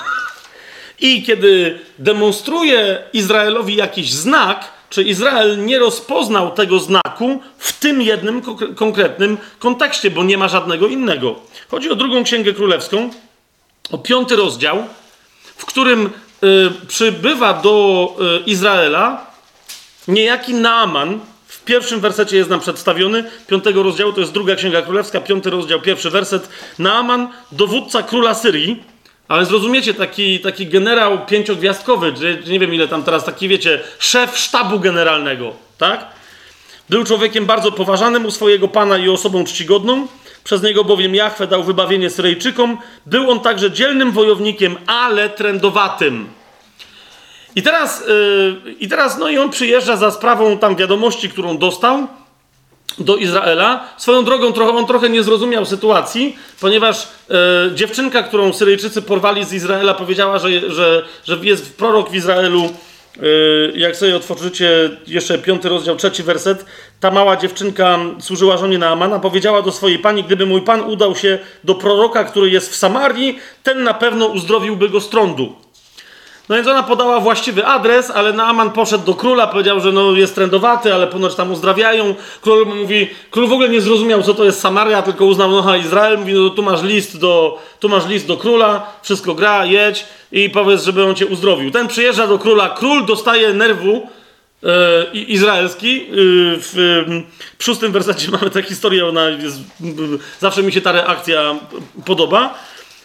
i kiedy demonstruje Izraelowi jakiś znak, czy Izrael nie rozpoznał tego znaku w tym jednym konkretnym kontekście, bo nie ma żadnego innego. Chodzi o drugą Księgę Królewską, o 5 rozdział, w którym przybywa do Izraela niejaki Naaman. W pierwszym wersecie jest nam przedstawiony, 5 rozdziału, to jest druga Księga Królewska, 5 rozdział, 1 werset. Naaman, dowódca króla Syrii, ale zrozumiecie, taki generał 5-gwiazdkowy, nie wiem ile tam teraz, taki wiecie, szef sztabu generalnego, tak? Był człowiekiem bardzo poważanym u swojego pana i osobą czcigodną, przez niego bowiem Jahwe dał wybawienie Syryjczykom. Był on także dzielnym wojownikiem, ale trędowatym. I teraz no i on przyjeżdża za sprawą tam wiadomości, którą dostał do Izraela. Swoją drogą on trochę nie zrozumiał sytuacji, ponieważ dziewczynka, którą Syryjczycy porwali z Izraela, powiedziała, że jest prorok w Izraelu. Jak sobie otworzycie jeszcze 5 rozdział, 3 werset, ta mała dziewczynka służyła żonie Naamana, powiedziała do swojej pani, gdyby mój pan udał się do proroka, który jest w Samarii, ten na pewno uzdrowiłby go z trądu. No więc ona podała właściwy adres, ale Naaman poszedł do króla, powiedział, że no jest trędowaty, ale ponoć tam uzdrawiają. Król w ogóle nie zrozumiał, co to jest Samaria, tylko uznał, no Izrael, mówi, no tu masz list do króla, wszystko gra, jedź i powiedz, żeby on cię uzdrowił. Ten przyjeżdża do króla, król dostaje nerwu izraelski. W 6 wersecie mamy tę historię, zawsze mi się ta reakcja podoba.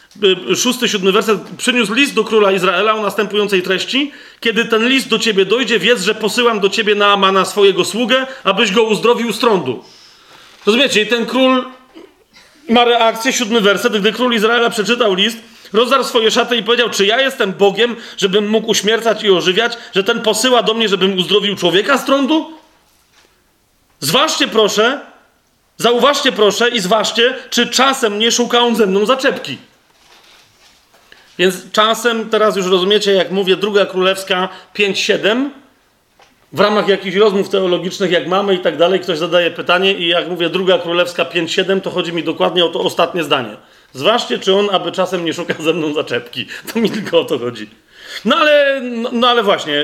6-7 werset. Przyniósł list do króla Izraela o następującej treści. Kiedy ten list do ciebie dojdzie, wiedz, że posyłam do ciebie Naamana swojego sługę, abyś go uzdrowił z trądu. Rozumiecie? I ten król ma reakcję, 7 werset. Gdy król Izraela przeczytał list, rozdarł swoje szaty i powiedział, czy ja jestem Bogiem, żebym mógł uśmiercać i ożywiać, że ten posyła do mnie, żebym uzdrowił człowieka z trądu? Zauważcie proszę i zważcie, czy czasem nie szuka on ze mną zaczepki. Więc czasem, teraz już rozumiecie, jak mówię, 2 Królewska 5:7, w ramach jakichś rozmów teologicznych, jak mamy i tak dalej, ktoś zadaje pytanie i jak mówię 2 Królewska 5:7, to chodzi mi dokładnie o to ostatnie zdanie. Zważcie, czy on aby czasem nie szuka ze mną zaczepki. To mi tylko o to chodzi. No ale właśnie,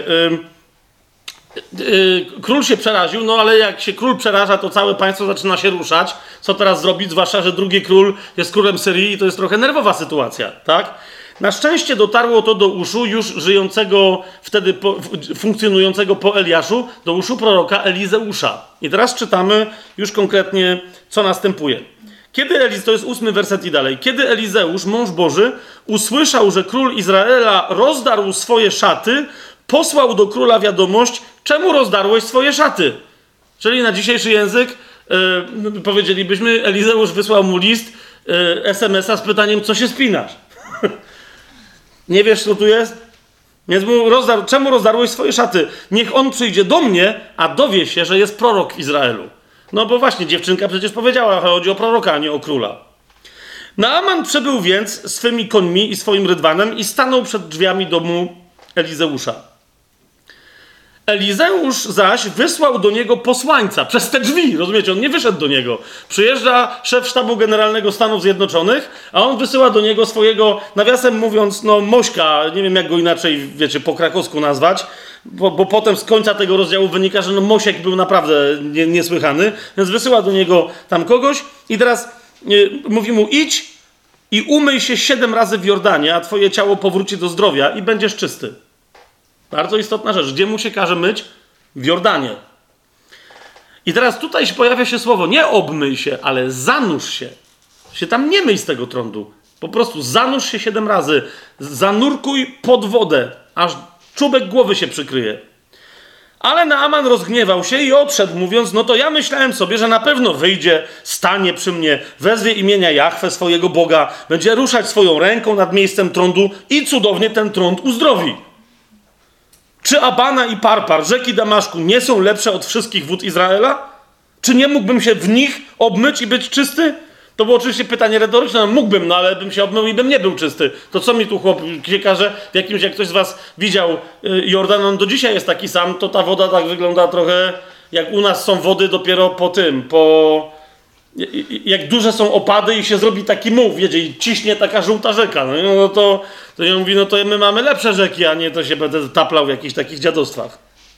król się przeraził, no ale jak się król przeraża, to całe państwo zaczyna się ruszać. Co teraz zrobić? Zwłaszcza, że drugi król jest królem Syrii i to jest trochę nerwowa sytuacja, tak? Na szczęście dotarło to do uszu już żyjącego, wtedy funkcjonującego po Eliaszu, do uszu proroka Elizeusza. I teraz czytamy już konkretnie, co następuje. To jest 8 werset i dalej. Kiedy Elizeusz, mąż Boży, usłyszał, że król Izraela rozdarł swoje szaty, posłał do króla wiadomość, czemu rozdarłeś swoje szaty? Czyli na dzisiejszy język powiedzielibyśmy, Elizeusz wysłał mu list, SMS-a z pytaniem, co się spinasz? Nie wiesz, co tu jest? Więc mu czemu rozdarłeś swoje szaty? Niech on przyjdzie do mnie, a dowie się, że jest prorok w Izraelu. No bo właśnie, dziewczynka przecież powiedziała, że chodzi o proroka, a nie o króla. Naaman przybył więc swymi końmi i swoim rydwanem i stanął przed drzwiami domu Elizeusza. Elizeusz zaś wysłał do niego posłańca przez te drzwi, rozumiecie? On nie wyszedł do niego. Przyjeżdża szef sztabu generalnego Stanów Zjednoczonych, a on wysyła do niego swojego, nawiasem mówiąc, no mośka, nie wiem jak go inaczej, wiecie, po krakowsku nazwać, bo potem z końca tego rozdziału wynika, że no Mosiek był naprawdę niesłychany, więc wysyła do niego tam kogoś i teraz mówi mu: idź i umyj się 7 razy w Jordanie, a twoje ciało powróci do zdrowia i będziesz czysty. Bardzo istotna rzecz. Gdzie mu się każe myć? W Jordanie. I teraz tutaj pojawia się słowo nie obmyj się, ale zanurz się. Się tam nie myj z tego trądu. Po prostu zanurz się 7 razy. Zanurkuj pod wodę, aż czubek głowy się przykryje. Ale Naaman rozgniewał się i odszedł, mówiąc: no to ja myślałem sobie, że na pewno wyjdzie, stanie przy mnie, wezwie imienia Jahwe, swojego Boga, będzie ruszać swoją ręką nad miejscem trądu i cudownie ten trąd uzdrowi. Czy Abana i Parpar, rzeki Damaszku, nie są lepsze od wszystkich wód Izraela? Czy nie mógłbym się w nich obmyć i być czysty? To było oczywiście pytanie retoryczne, no mógłbym, no ale bym się obmył i bym nie był czysty. To co mi tu chłop każe, w jakimś, jak ktoś z was widział Jordan, on do dzisiaj jest taki sam, to ta woda tak wygląda trochę, jak u nas są wody dopiero jak duże są opady i się zrobi taki muł, wiecie, i ciśnie taka żółta rzeka. No to ja mówi, no to my mamy lepsze rzeki, a nie to się będę taplał w jakichś takich dziadostwach.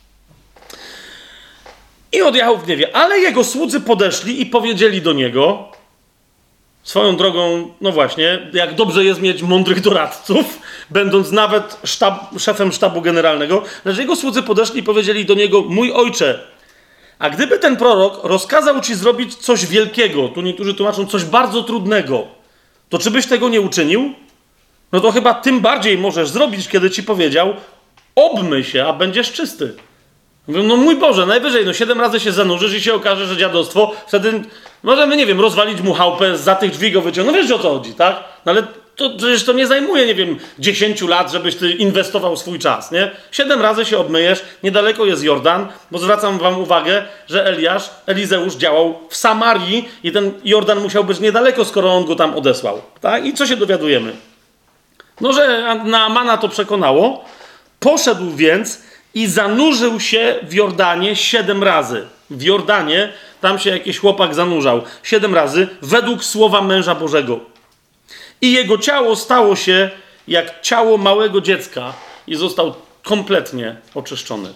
I odjechał w gniewie. Ale jego słudzy podeszli i powiedzieli do niego, swoją drogą, no właśnie, jak dobrze jest mieć mądrych doradców, będąc nawet szefem sztabu generalnego, lecz jego słudzy podeszli i powiedzieli do niego: mój ojcze, a gdyby ten prorok rozkazał ci zrobić coś wielkiego, tu niektórzy tłumaczą coś bardzo trudnego, to czy byś tego nie uczynił? No to chyba tym bardziej możesz zrobić, kiedy ci powiedział: obmyj się, a będziesz czysty. Mówią: no mój Boże, najwyżej 7 razy się zanurzysz i się okaże, że dziadostwo, wtedy możemy, nie wiem, rozwalić mu chałupę, za tych drzwi go wyciągnąć. No wiesz, o co chodzi, tak? No ale to przecież to nie zajmuje, nie wiem, 10 lat, żebyś ty inwestował swój czas, nie? 7 razy się obmyjesz, niedaleko jest Jordan, bo zwracam wam uwagę, że Elizeusz działał w Samarii i ten Jordan musiał być niedaleko, skoro on go tam odesłał, tak? I co się dowiadujemy? No, że Naamana to przekonało, poszedł więc i zanurzył się w Jordanie 7 razy. W Jordanie tam się jakiś chłopak zanurzał 7 razy według słowa męża Bożego. I jego ciało stało się jak ciało małego dziecka i został kompletnie oczyszczony.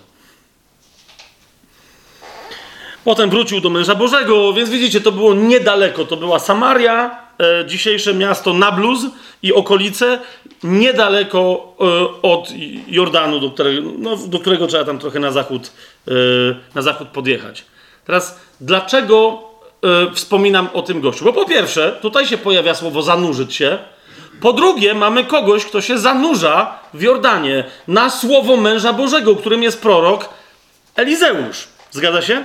Potem wrócił do męża Bożego, więc widzicie, to było niedaleko. To była Samaria, dzisiejsze miasto Nablus i okolice, niedaleko od Jordanu, do którego trzeba tam trochę na zachód podjechać. Teraz, dlaczego wspominam o tym gościu? Bo po pierwsze, tutaj się pojawia słowo zanurzyć się. Po drugie, mamy kogoś, kto się zanurza w Jordanie na słowo męża Bożego, którym jest prorok Elizeusz. Zgadza się?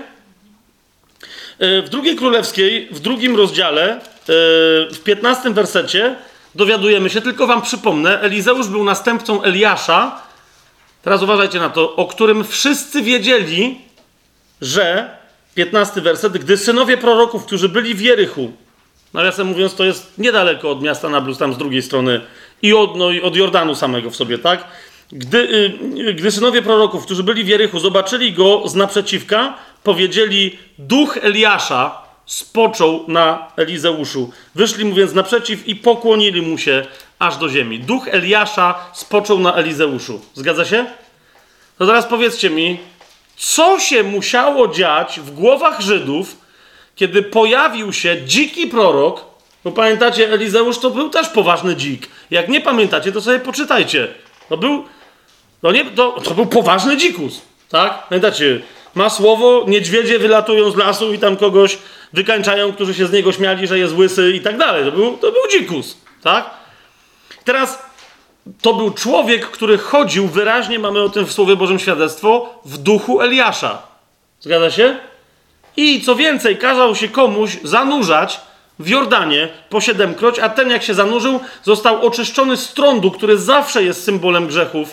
W drugiej Królewskiej, w 2 rozdziale, w 15 wersecie dowiadujemy się, tylko wam przypomnę, Elizeusz był następcą Eliasza, teraz uważajcie na to, o którym wszyscy wiedzieli, że, 15 werset, gdy synowie proroków, którzy byli w Jerichu, nawiasem mówiąc, to jest niedaleko od miasta Nablus, tam z drugiej strony, i od Jordanu samego w sobie, tak? Gdy synowie proroków, którzy byli w Jerichu, zobaczyli go z naprzeciwka, powiedzieli: duch Eliasza spoczął na Elizeuszu. Wyszli mu więc naprzeciw i pokłonili mu się aż do ziemi. Duch Eliasza spoczął na Elizeuszu. Zgadza się? To teraz powiedzcie mi, co się musiało dziać w głowach Żydów, kiedy pojawił się dziki prorok, bo pamiętacie, Elizeusz to był też poważny dzik. Jak nie pamiętacie, to sobie poczytajcie. To był poważny dzikus, tak? Pamiętacie, ma słowo, niedźwiedzie wylatują z lasu i tam kogoś wykańczają, którzy się z niego śmiali, że jest łysy i tak dalej. To był dzikus, tak? Teraz to był człowiek, który chodził, wyraźnie mamy o tym w Słowie Bożym świadectwo, w duchu Eliasza. Zgadza się? I co więcej, kazał się komuś zanurzać w Jordanie po 7-kroć, a ten jak się zanurzył, został oczyszczony z trądu, który zawsze jest symbolem grzechów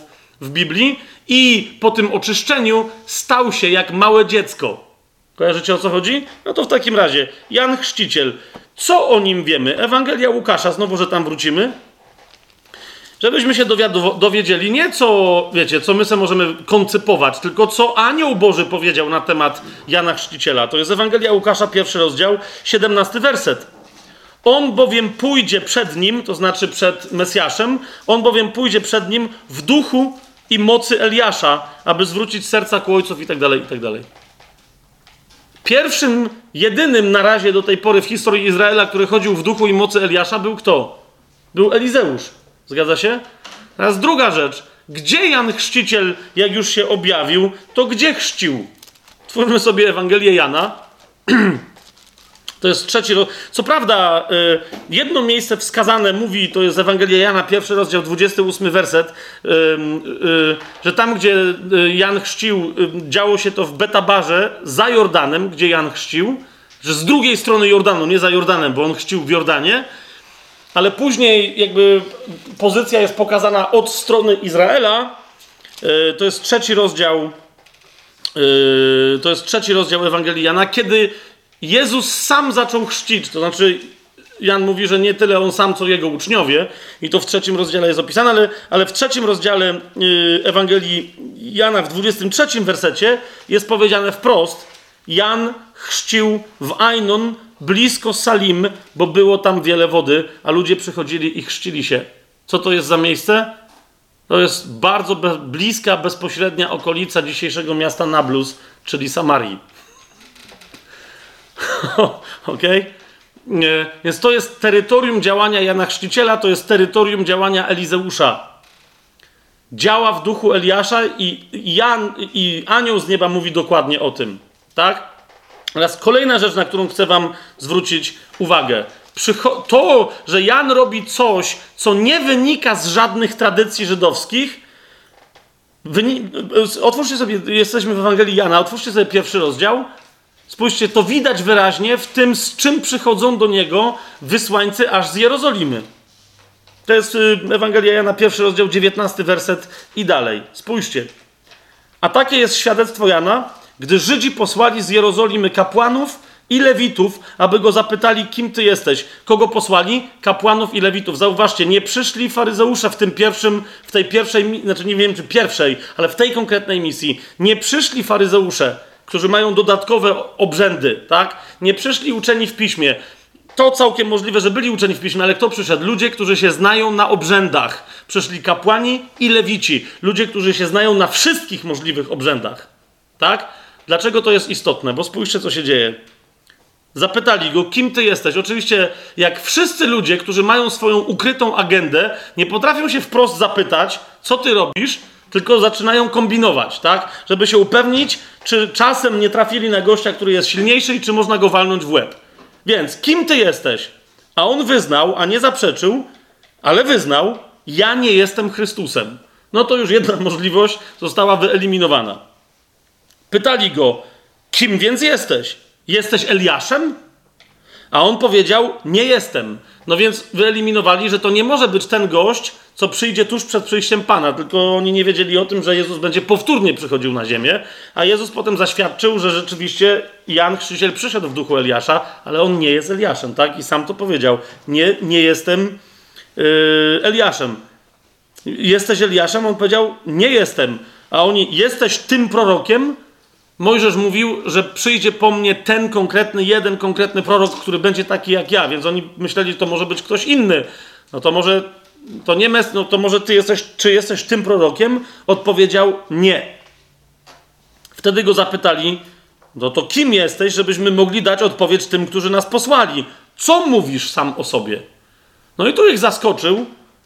w Biblii i po tym oczyszczeniu stał się jak małe dziecko. Kojarzycie, o co chodzi? No to w takim razie Jan Chrzciciel. Co o nim wiemy? Ewangelia Łukasza, znowu, że tam wrócimy. Żebyśmy się dowiedzieli nie co, wiecie, co my sobie możemy koncypować, tylko co anioł Boży powiedział na temat Jana Chrzciciela. To jest Ewangelia Łukasza, 1 rozdział, 17 werset. On bowiem pójdzie przed nim, to znaczy przed Mesjaszem, on bowiem pójdzie przed nim w duchu i mocy Eliasza, aby zwrócić serca ku ojców i tak dalej, i tak dalej. Pierwszym, jedynym na razie do tej pory w historii Izraela, który chodził w duchu i mocy Eliasza, był kto? Był Elizeusz. Zgadza się? Teraz druga rzecz. Gdzie Jan Chrzciciel, jak już się objawił, to gdzie chrzcił? Twórzmy sobie Ewangelię Jana. To jest trzeci... Co prawda, jedno miejsce wskazane mówi, to jest Ewangelia Jana, 1 rozdział, 28 werset, że tam, gdzie Jan chrzcił, działo się to w Betabarze, za Jordanem, gdzie Jan chrzcił, że z drugiej strony Jordanu, nie za Jordanem, bo on chrzcił w Jordanie, ale później jakby pozycja jest pokazana od strony Izraela. To jest trzeci rozdział Ewangelii Jana, kiedy Jezus sam zaczął chrzcić, to znaczy Jan mówi, że nie tyle on sam, co jego uczniowie, i to w 3 rozdziale jest opisane, ale w 3 rozdziale Ewangelii Jana w 23 wersecie jest powiedziane wprost: Jan chrzcił w Ainon blisko Salim, bo było tam wiele wody, a ludzie przychodzili i chrzcili się. Co to jest za miejsce? To jest bardzo bliska, bezpośrednia okolica dzisiejszego miasta Nablus, czyli Samarii. Okej? Więc to jest terytorium działania Jana Chrzciciela, to jest terytorium działania Elizeusza. Działa w duchu Eliasza i anioł z nieba mówi dokładnie o tym. Tak? Teraz kolejna rzecz, na którą chcę wam zwrócić uwagę. To, że Jan robi coś, co nie wynika z żadnych tradycji żydowskich. Otwórzcie sobie, jesteśmy w Ewangelii Jana, otwórzcie sobie 1 rozdział. Spójrzcie, to widać wyraźnie w tym, z czym przychodzą do niego wysłańcy aż z Jerozolimy. To jest Ewangelia Jana, 1 rozdział, 19 werset i dalej. Spójrzcie. A takie jest świadectwo Jana, gdy Żydzi posłali z Jerozolimy kapłanów i lewitów, aby go zapytali, kim ty jesteś. Kogo posłali? Kapłanów i lewitów. Zauważcie, nie przyszli faryzeusze w tej pierwszej, znaczy nie wiem czy pierwszej, ale w tej konkretnej misji. Nie przyszli faryzeusze, którzy mają dodatkowe obrzędy, tak? Nie przyszli uczeni w piśmie. To całkiem możliwe, że byli uczeni w piśmie, ale kto przyszedł? Ludzie, którzy się znają na obrzędach. Przyszli kapłani i lewici. Ludzie, którzy się znają na wszystkich możliwych obrzędach. Tak? Dlaczego to jest istotne? Bo spójrzcie, co się dzieje. Zapytali go, kim ty jesteś? Oczywiście, jak wszyscy ludzie, którzy mają swoją ukrytą agendę, nie potrafią się wprost zapytać, co ty robisz, tylko zaczynają kombinować, tak? Żeby się upewnić, czy czasem nie trafili na gościa, który jest silniejszy i czy można go walnąć w łeb. Więc, kim ty jesteś? A on wyznał, a nie zaprzeczył, ale wyznał, ja nie jestem Chrystusem. No to już jedna możliwość została wyeliminowana. Pytali go, kim więc jesteś? Jesteś Eliaszem? A on powiedział, nie jestem. No więc wyeliminowali, że to nie może być ten gość, co przyjdzie tuż przed przyjściem Pana, tylko oni nie wiedzieli o tym, że Jezus będzie powtórnie przychodził na ziemię, a Jezus potem zaświadczył, że rzeczywiście Jan Chrzciciel przyszedł w duchu Eliasza, ale on nie jest Eliaszem, tak? I sam to powiedział. Nie jestem Eliaszem. Jesteś Eliaszem? On powiedział, nie jestem. A oni, jesteś tym prorokiem? Mojżesz mówił, że przyjdzie po mnie jeden konkretny prorok, który będzie taki jak ja, więc oni myśleli, że to może być ktoś inny. No to może to nie no to może czy jesteś tym prorokiem? Odpowiedział nie. Wtedy go zapytali, no to kim jesteś, żebyśmy mogli dać odpowiedź tym, którzy nas posłali? Co mówisz sam o sobie? No i tu ich zaskoczył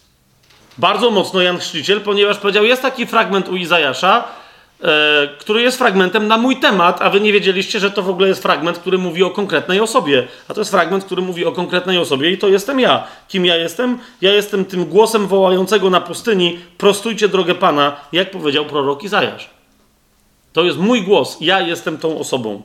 bardzo mocno Jan Chrzciciel, ponieważ powiedział, jest taki fragment u Izajasza, który jest fragmentem na mój temat, a wy nie wiedzieliście, że to w ogóle jest fragment, który mówi o konkretnej osobie. A to jest fragment, który mówi o konkretnej osobie i to jestem ja. Kim ja jestem? Ja jestem tym głosem wołającego na pustyni, prostujcie drogę Pana, jak powiedział prorok Izajasz. To jest mój głos, ja jestem tą osobą.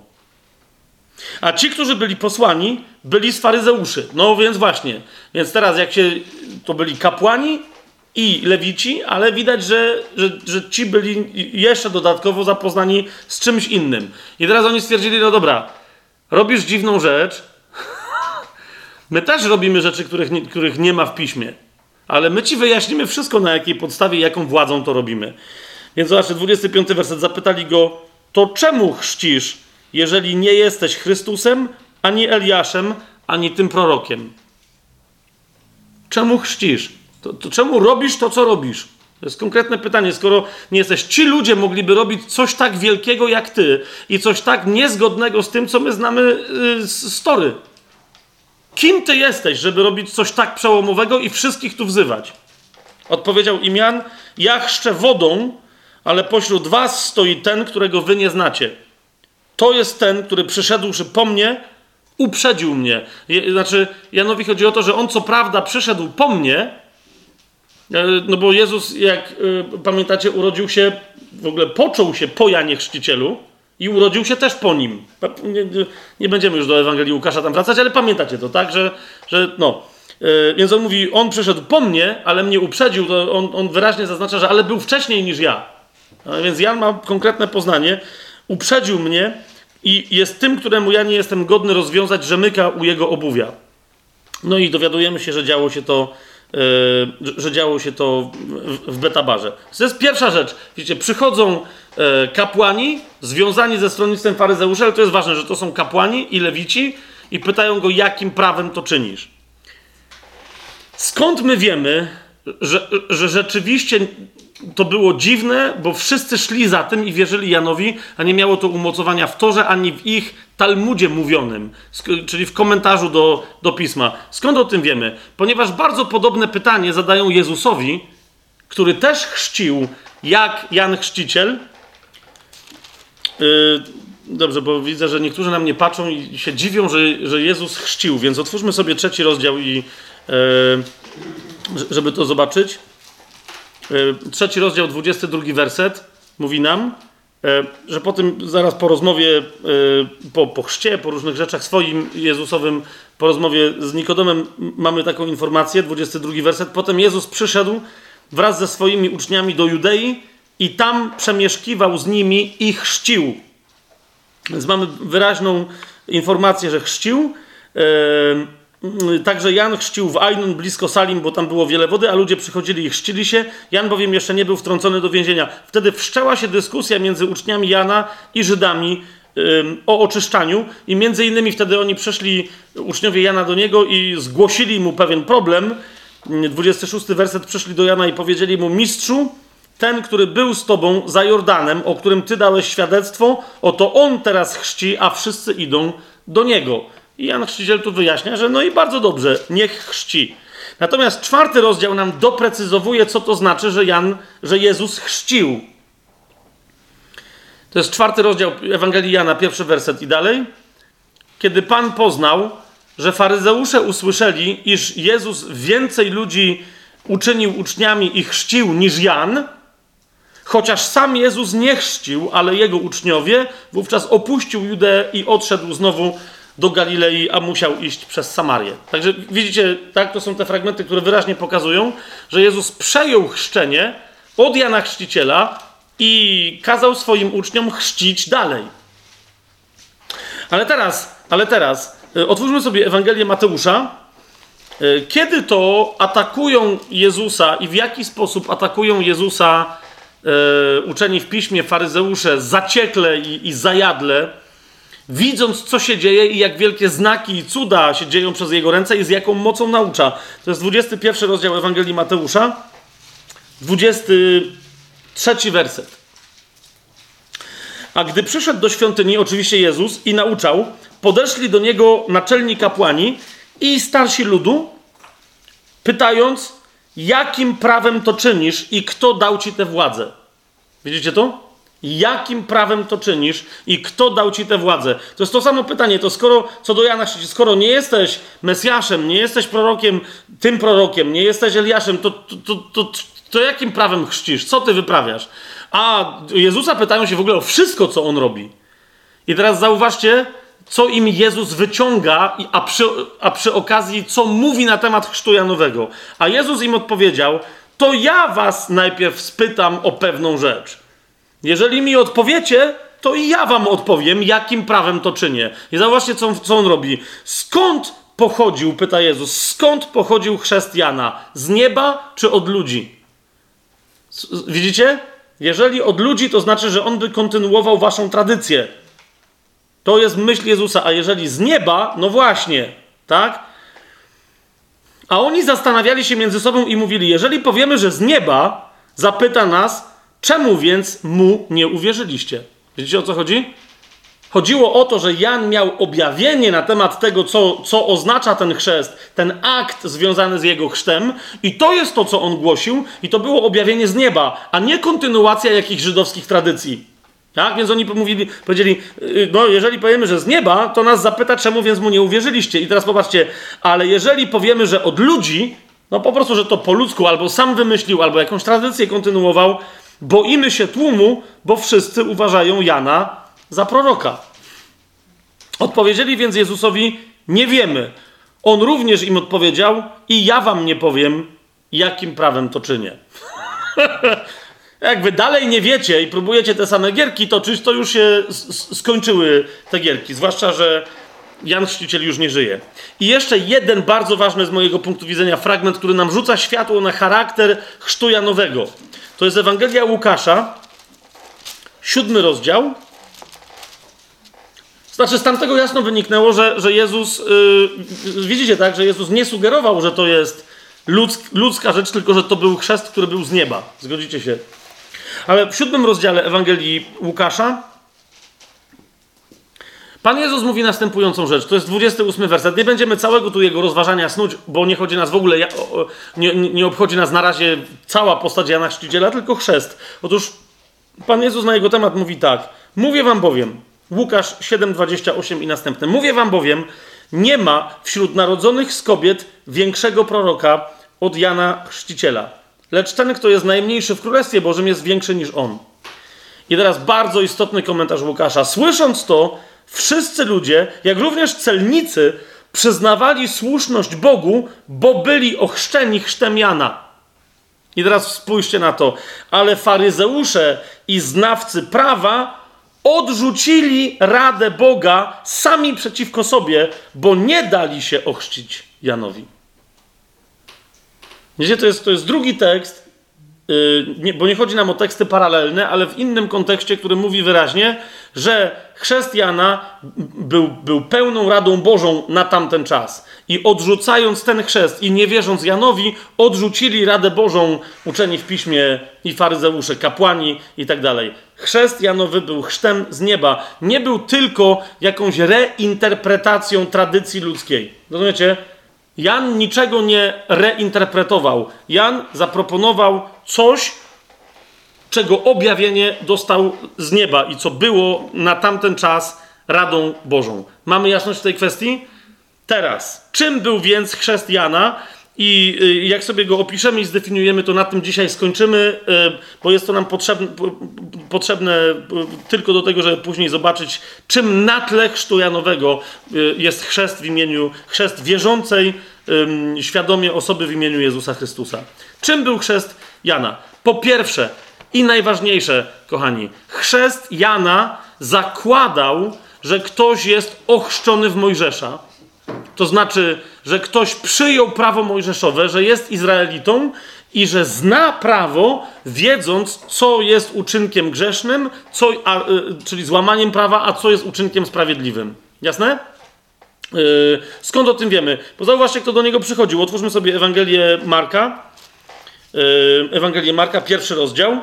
A ci, którzy byli posłani, byli z faryzeuszy. No więc właśnie. Więc teraz to byli kapłani i Lewici, ale widać, że ci byli jeszcze dodatkowo zapoznani z czymś innym. I teraz oni stwierdzili, no dobra, robisz dziwną rzecz, my też robimy rzeczy, których nie ma w piśmie, ale my ci wyjaśnimy wszystko, na jakiej podstawie i jaką władzą to robimy. Więc zobaczcie, 25 werset, zapytali go, to czemu chrzcisz, jeżeli nie jesteś Chrystusem, ani Eliaszem, ani tym prorokiem? Czemu chrzcisz? To czemu robisz to, co robisz? To jest konkretne pytanie. Skoro nie jesteś, ci ludzie mogliby robić coś tak wielkiego jak ty i coś tak niezgodnego z tym, co my znamy z Tory. Kim ty jesteś, żeby robić coś tak przełomowego i wszystkich tu wzywać? Odpowiedział im Jan, ja chrzczę wodą, ale pośród was stoi ten, którego wy nie znacie. To jest ten, który przyszedłszy po mnie, uprzedził mnie. Znaczy, Janowi chodzi o to, że on co prawda przyszedł po mnie, no bo Jezus, jak pamiętacie, urodził się, w ogóle począł się po Janie Chrzcicielu i urodził się też po nim. Nie będziemy już do Ewangelii Łukasza tam wracać, ale pamiętacie to, tak? Więc on mówi, on przyszedł po mnie, ale mnie uprzedził, to on wyraźnie zaznacza, że ale był wcześniej niż ja. A więc Jan ma konkretne poznanie, uprzedził mnie i jest tym, któremu ja nie jestem godny rozwiązać rzemyka u jego obuwia. No i dowiadujemy się, że działo się to w Betabarze. To jest pierwsza rzecz. Widzicie, przychodzą kapłani związani ze stronnictwem faryzeuszy, ale to jest ważne, że to są kapłani i lewici i pytają go, jakim prawem to czynisz. Skąd my wiemy, że rzeczywiście to było dziwne, bo wszyscy szli za tym i wierzyli Janowi, a nie miało to umocowania w Torze, ani w ich Talmudzie mówionym, czyli w komentarzu do Pisma. Skąd o tym wiemy? Ponieważ bardzo podobne pytanie zadają Jezusowi, który też chrzcił jak Jan Chrzciciel. Dobrze, bo widzę, że niektórzy na mnie patrzą i się dziwią, że Jezus chrzcił, więc otwórzmy sobie 3 rozdział i żeby to zobaczyć. 3 rozdział, 22 werset mówi nam, że zaraz po rozmowie, po chrzcie, po różnych rzeczach swoim Jezusowym, po rozmowie z Nikodemem mamy taką informację, 22 werset. Potem Jezus przyszedł wraz ze swoimi uczniami do Judei i tam przemieszkiwał z nimi i chrzcił. Więc mamy wyraźną informację, że chrzcił. Także Jan chrzcił w Ainun blisko Salim, bo tam było wiele wody, a ludzie przychodzili i chrzcili się. Jan bowiem jeszcze nie był wtrącony do więzienia. Wtedy wszczęła się dyskusja między uczniami Jana i Żydami o oczyszczaniu i między innymi wtedy oni przyszli, uczniowie Jana, do niego i zgłosili mu pewien problem. 26 werset, przyszli do Jana i powiedzieli mu, mistrzu, ten, który był z tobą za Jordanem, o którym ty dałeś świadectwo, oto on teraz chrzci, a wszyscy idą do niego. I Jan Chrzciciel tu wyjaśnia, że no i bardzo dobrze, niech chrzci. Natomiast 4 rozdział nam doprecyzowuje, co to znaczy, że Jezus chrzcił. To jest 4 rozdział Ewangelii Jana, 1 werset i dalej. Kiedy Pan poznał, że faryzeusze usłyszeli, iż Jezus więcej ludzi uczynił uczniami i chrzcił niż Jan, chociaż sam Jezus nie chrzcił, ale jego uczniowie, wówczas opuścił Judeę i odszedł znowu do Galilei, a musiał iść przez Samarię. Także widzicie, tak, to są te fragmenty, które wyraźnie pokazują, że Jezus przejął chrzczenie od Jana Chrzciciela i kazał swoim uczniom chrzcić dalej. Ale teraz otwórzmy sobie Ewangelię Mateusza. Kiedy to atakują Jezusa i w jaki sposób atakują Jezusa uczeni w piśmie, faryzeusze, zaciekle i zajadle, widząc, co się dzieje i jak wielkie znaki i cuda się dzieją przez jego ręce i z jaką mocą naucza. To jest 21 rozdział Ewangelii Mateusza, 23 werset. A gdy przyszedł do świątyni, oczywiście Jezus, i nauczał, podeszli do niego naczelni kapłani i starsi ludu, pytając, jakim prawem to czynisz i kto dał ci tę władzę? Widzicie to? Jakim prawem to czynisz i kto dał ci tę władzę? To jest to samo pytanie. To co do Jana, skoro nie jesteś Mesjaszem, nie jesteś prorokiem, tym prorokiem, nie jesteś Eliaszem, to jakim prawem chrzcisz? Co ty wyprawiasz? A Jezusa pytają się w ogóle o wszystko, co on robi. I teraz zauważcie, co im Jezus wyciąga, a przy okazji, co mówi na temat chrztu Janowego. A Jezus im odpowiedział, to ja was najpierw spytam o pewną rzecz. Jeżeli mi odpowiecie, to i ja wam odpowiem, jakim prawem to czynię. I zauważcie, co on robi. Skąd pochodził, pyta Jezus, skąd pochodził chrzest Jana? Z nieba czy od ludzi? Widzicie? Jeżeli od ludzi, to znaczy, że on by kontynuował waszą tradycję. To jest myśl Jezusa. A jeżeli z nieba, no właśnie, tak? A oni zastanawiali się między sobą i mówili, jeżeli powiemy, że z nieba, zapyta nas, czemu więc mu nie uwierzyliście? Wiecie, o co chodzi? Chodziło o to, że Jan miał objawienie na temat tego, co oznacza ten chrzest, ten akt związany z jego chrztem, i to jest to, co on głosił, i to było objawienie z nieba, a nie kontynuacja jakichś żydowskich tradycji. Tak? Więc oni powiedzieli, no jeżeli powiemy, że z nieba, to nas zapyta, czemu więc mu nie uwierzyliście. I teraz popatrzcie, ale jeżeli powiemy, że od ludzi, no po prostu, że to po ludzku, albo sam wymyślił, albo jakąś tradycję kontynuował, boimy się tłumu, bo wszyscy uważają Jana za proroka. Odpowiedzieli więc Jezusowi, nie wiemy. On również im odpowiedział, i ja wam nie powiem, jakim prawem to czynię. Jak wy dalej nie wiecie i próbujecie te same gierki toczyć, to już się skończyły te gierki. Zwłaszcza, że Jan Chrzciciel już nie żyje. I jeszcze jeden bardzo ważny z mojego punktu widzenia fragment, który nam rzuca światło na charakter chrztu Janowego. To jest Ewangelia Łukasza, 7 rozdział. Znaczy, z tamtego jasno wyniknęło, że Jezus, widzicie, tak, że Jezus nie sugerował, że to jest ludzka rzecz, tylko że to był chrzest, który był z nieba. Zgodzicie się? Ale w 7 rozdziale Ewangelii Łukasza Pan Jezus mówi następującą rzecz. To jest 28 werset. Nie będziemy całego tu jego rozważania snuć, bo nie chodzi nas w ogóle, nie obchodzi nas na razie cała postać Jana Chrzciciela, tylko chrzest. Otóż Pan Jezus na jego temat mówi tak. Mówię wam bowiem, Łukasz 7,28 i następne. Mówię wam bowiem, nie ma wśród narodzonych z kobiet większego proroka od Jana Chrzciciela. Lecz ten, kto jest najmniejszy w Królestwie Bożym, jest większy niż on. I teraz bardzo istotny komentarz Łukasza. Słysząc to, wszyscy ludzie, jak również celnicy, przyznawali słuszność Bogu, bo byli ochrzczeni chrztem Jana. I teraz spójrzcie na to. Ale faryzeusze i znawcy prawa odrzucili radę Boga sami przeciwko sobie, bo nie dali się ochrzcić Janowi. Wiecie, to jest drugi tekst, bo nie chodzi nam o teksty paralelne, ale w innym kontekście, który mówi wyraźnie, że chrzest Jana był pełną radą Bożą na tamten czas. I odrzucając ten chrzest i nie wierząc Janowi, odrzucili radę Bożą uczeni w piśmie i faryzeusze, kapłani i tak dalej. Chrzest Janowy był chrztem z nieba. Nie był tylko jakąś reinterpretacją tradycji ludzkiej. Rozumiecie? Jan niczego nie reinterpretował. Jan zaproponował coś, czego objawienie dostał z nieba i co było na tamten czas radą Bożą. Mamy jasność w tej kwestii? Teraz, czym był więc chrzest Jana? I jak sobie go opiszemy i zdefiniujemy, to na tym dzisiaj skończymy, bo jest to nam potrzebne tylko do tego, żeby później zobaczyć, czym na tle chrztu Janowego jest chrzest wierzącej świadomie osoby w imieniu Jezusa Chrystusa. Czym był chrzest Jana? Po pierwsze i najważniejsze, kochani, chrzest Jana zakładał, że ktoś jest ochrzczony w Mojżesza. To znaczy, że ktoś przyjął prawo mojżeszowe, że jest Izraelitą i że zna prawo, wiedząc, co jest uczynkiem grzesznym, czyli złamaniem prawa, a co jest uczynkiem sprawiedliwym. Jasne? Skąd o tym wiemy? Bo zauważcie, kto do niego przychodził. Otwórzmy sobie Ewangelię Marka. Ewangelię Marka, 1 rozdział,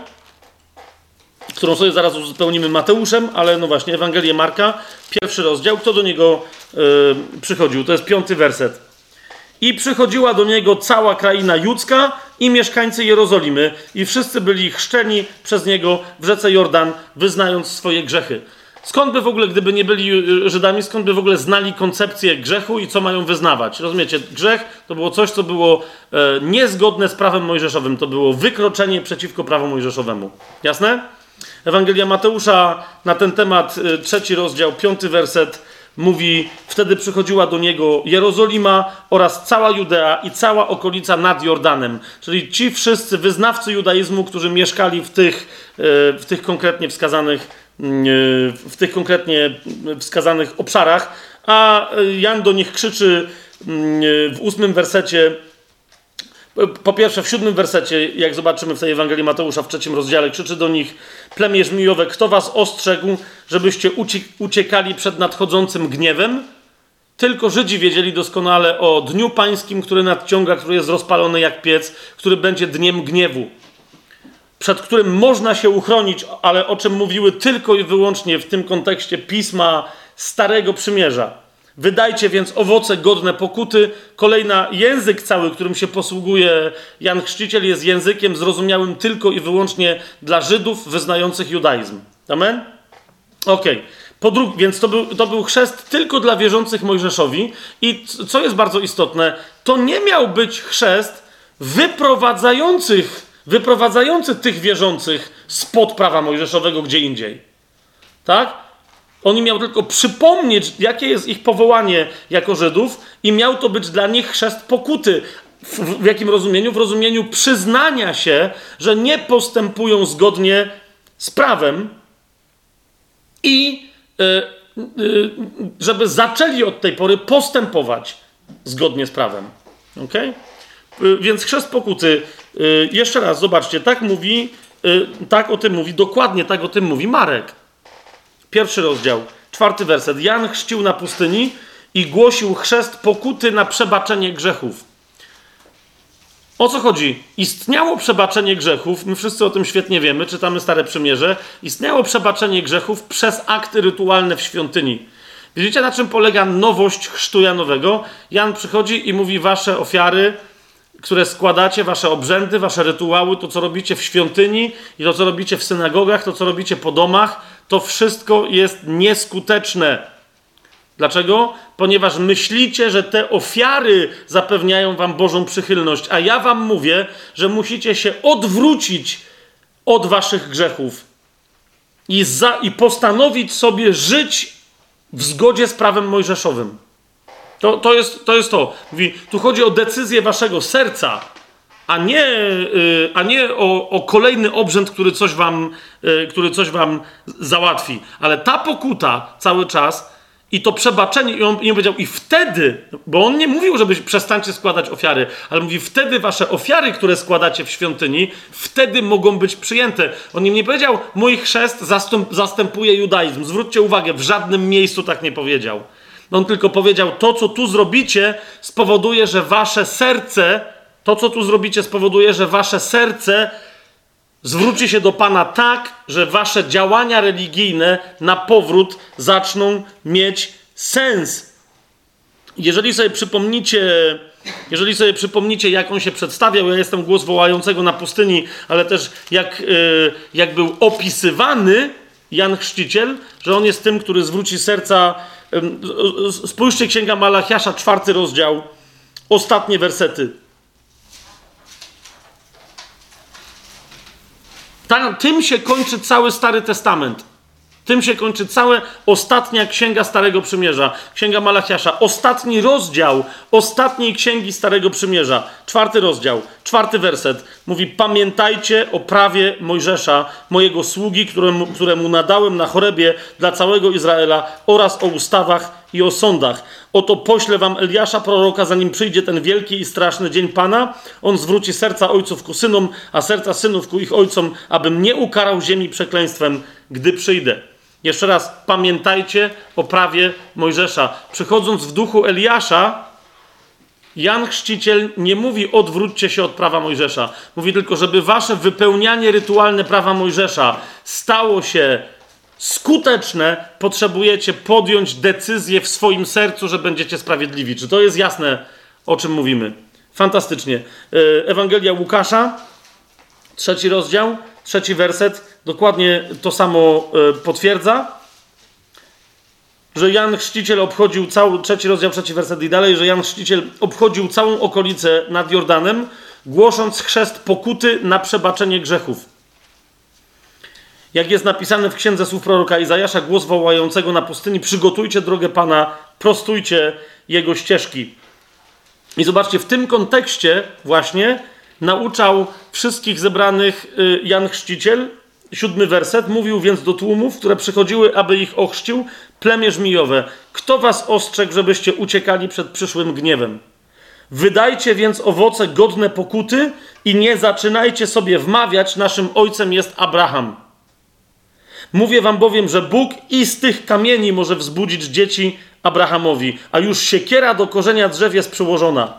którą sobie zaraz uzupełnimy Mateuszem, ale no właśnie, Ewangelię Marka, 1 rozdział. Kto do niego przychodził? To jest 5 werset. I przychodziła do niego cała kraina judzka i mieszkańcy Jerozolimy i wszyscy byli chrzczeni przez niego w rzece Jordan, wyznając swoje grzechy. Skąd by w ogóle, gdyby nie byli Żydami, skąd by w ogóle znali koncepcję grzechu i co mają wyznawać? Rozumiecie? Grzech to było coś, co było niezgodne z prawem mojżeszowym. To było wykroczenie przeciwko prawu mojżeszowemu. Jasne? Ewangelia Mateusza na ten temat, 3 rozdział, 5 werset, mówi, wtedy przychodziła do niego Jerozolima oraz cała Judea i cała okolica nad Jordanem. Czyli ci wszyscy wyznawcy judaizmu, którzy mieszkali w tych konkretnie wskazanych obszarach, a Jan do nich krzyczy w 8 wersecie, po pierwsze w 7 wersecie, jak zobaczymy w tej Ewangelii Mateusza w 3 rozdziale, krzyczy do nich: plemię żmijowe, kto was ostrzegł, żebyście uciekali przed nadchodzącym gniewem? Tylko Żydzi wiedzieli doskonale o dniu pańskim, który nadciąga, który jest rozpalony jak piec, który będzie dniem gniewu, przed którym można się uchronić, ale o czym mówiły tylko i wyłącznie w tym kontekście pisma Starego Przymierza. Wydajcie więc owoce godne pokuty. Kolejna, język cały, którym się posługuje Jan Chrzciciel, jest językiem zrozumiałym tylko i wyłącznie dla Żydów wyznających judaizm. Amen? Okej. Więc to był chrzest tylko dla wierzących Mojżeszowi i co jest bardzo istotne, to nie miał być chrzest wyprowadzający tych wierzących spod prawa mojżeszowego gdzie indziej. Tak? On miał tylko przypomnieć, jakie jest ich powołanie jako Żydów i miał to być dla nich chrzest pokuty. W jakim rozumieniu? W rozumieniu przyznania się, że nie postępują zgodnie z prawem i żeby zaczęli od tej pory postępować zgodnie z prawem. Okay? Więc chrzest pokuty, jeszcze raz, zobaczcie, dokładnie tak o tym mówi Marek. 1 rozdział, 4 werset. Jan chrzcił na pustyni i głosił chrzest pokuty na przebaczenie grzechów. O co chodzi? Istniało przebaczenie grzechów, my wszyscy o tym świetnie wiemy, czytamy Stare Przymierze. Istniało przebaczenie grzechów przez akty rytualne w świątyni. Widzicie, na czym polega nowość chrztu Janowego? Jan przychodzi i mówi: wasze ofiary, które składacie, wasze obrzędy, wasze rytuały, to co robicie w świątyni i to co robicie w synagogach, to co robicie po domach, to wszystko jest nieskuteczne. Dlaczego? Ponieważ myślicie, że te ofiary zapewniają wam Bożą przychylność, a ja wam mówię, że musicie się odwrócić od waszych grzechów i postanowić sobie żyć w zgodzie z prawem mojżeszowym. To jest to. Mówi, tu chodzi o decyzję waszego serca, a nie o kolejny obrzęd, który coś wam załatwi. Ale ta pokuta cały czas i to przebaczenie, i on powiedział, i wtedy, bo on nie mówił, żeby przestańcie składać ofiary, ale mówi, wtedy wasze ofiary, które składacie w świątyni, wtedy mogą być przyjęte. On im nie powiedział, mój chrzest zastępuje judaizm. Zwróćcie uwagę, w żadnym miejscu tak nie powiedział. On tylko powiedział, to co tu zrobicie spowoduje, że wasze serce zwróci się do Pana tak, że wasze działania religijne na powrót zaczną mieć sens. Jeżeli sobie przypomnicie, jak on się przedstawiał, ja jestem głos wołającego na pustyni, ale też jak był opisywany Jan Chrzciciel, że on jest tym, który zwróci serca. Spójrzcie, Księga Malachiasza, 4 rozdział, ostatnie wersety. Tym się kończy cały Stary Testament. Tym się kończy cała ostatnia księga Starego Przymierza. Księga Malachiasza. Ostatni rozdział ostatniej księgi Starego Przymierza. 4 rozdział, 4 werset. Mówi, pamiętajcie o prawie Mojżesza, mojego sługi, któremu nadałem na Chorebie dla całego Izraela, oraz o ustawach i o sądach. Oto poślę wam Eliasza, proroka, zanim przyjdzie ten wielki i straszny dzień Pana. On zwróci serca ojców ku synom, a serca synów ku ich ojcom, abym nie ukarał ziemi przekleństwem, gdy przyjdę. Jeszcze raz, pamiętajcie o prawie Mojżesza. Przychodząc w duchu Eliasza, Jan Chrzciciel nie mówi odwróćcie się od prawa Mojżesza. Mówi tylko, żeby wasze wypełnianie rytualne prawa Mojżesza stało się skuteczne, potrzebujecie podjąć decyzję w swoim sercu, że będziecie sprawiedliwi. Czy to jest jasne, o czym mówimy? Fantastycznie. Ewangelia Łukasza, 3 rozdział, 3 werset, dokładnie to samo potwierdza, że Jan Chrzciciel obchodził 3 rozdział, 3 werset i dalej, że Jan Chrzciciel obchodził całą okolicę nad Jordanem, głosząc chrzest pokuty na przebaczenie grzechów. Jak jest napisane w księdze słów proroka Izajasza, głos wołającego na pustyni: przygotujcie drogę Pana, prostujcie Jego ścieżki. I zobaczcie, w tym kontekście właśnie nauczał wszystkich zebranych Jan Chrzciciel. 7 werset. Mówił więc do tłumów, które przychodziły, aby ich ochrzcił: plemię żmijowe, kto was ostrzegł, żebyście uciekali przed przyszłym gniewem? Wydajcie więc owoce godne pokuty i nie zaczynajcie sobie wmawiać: naszym ojcem jest Abraham. Mówię wam bowiem, że Bóg i z tych kamieni może wzbudzić dzieci Abrahamowi, a już siekiera do korzenia drzew jest przyłożona.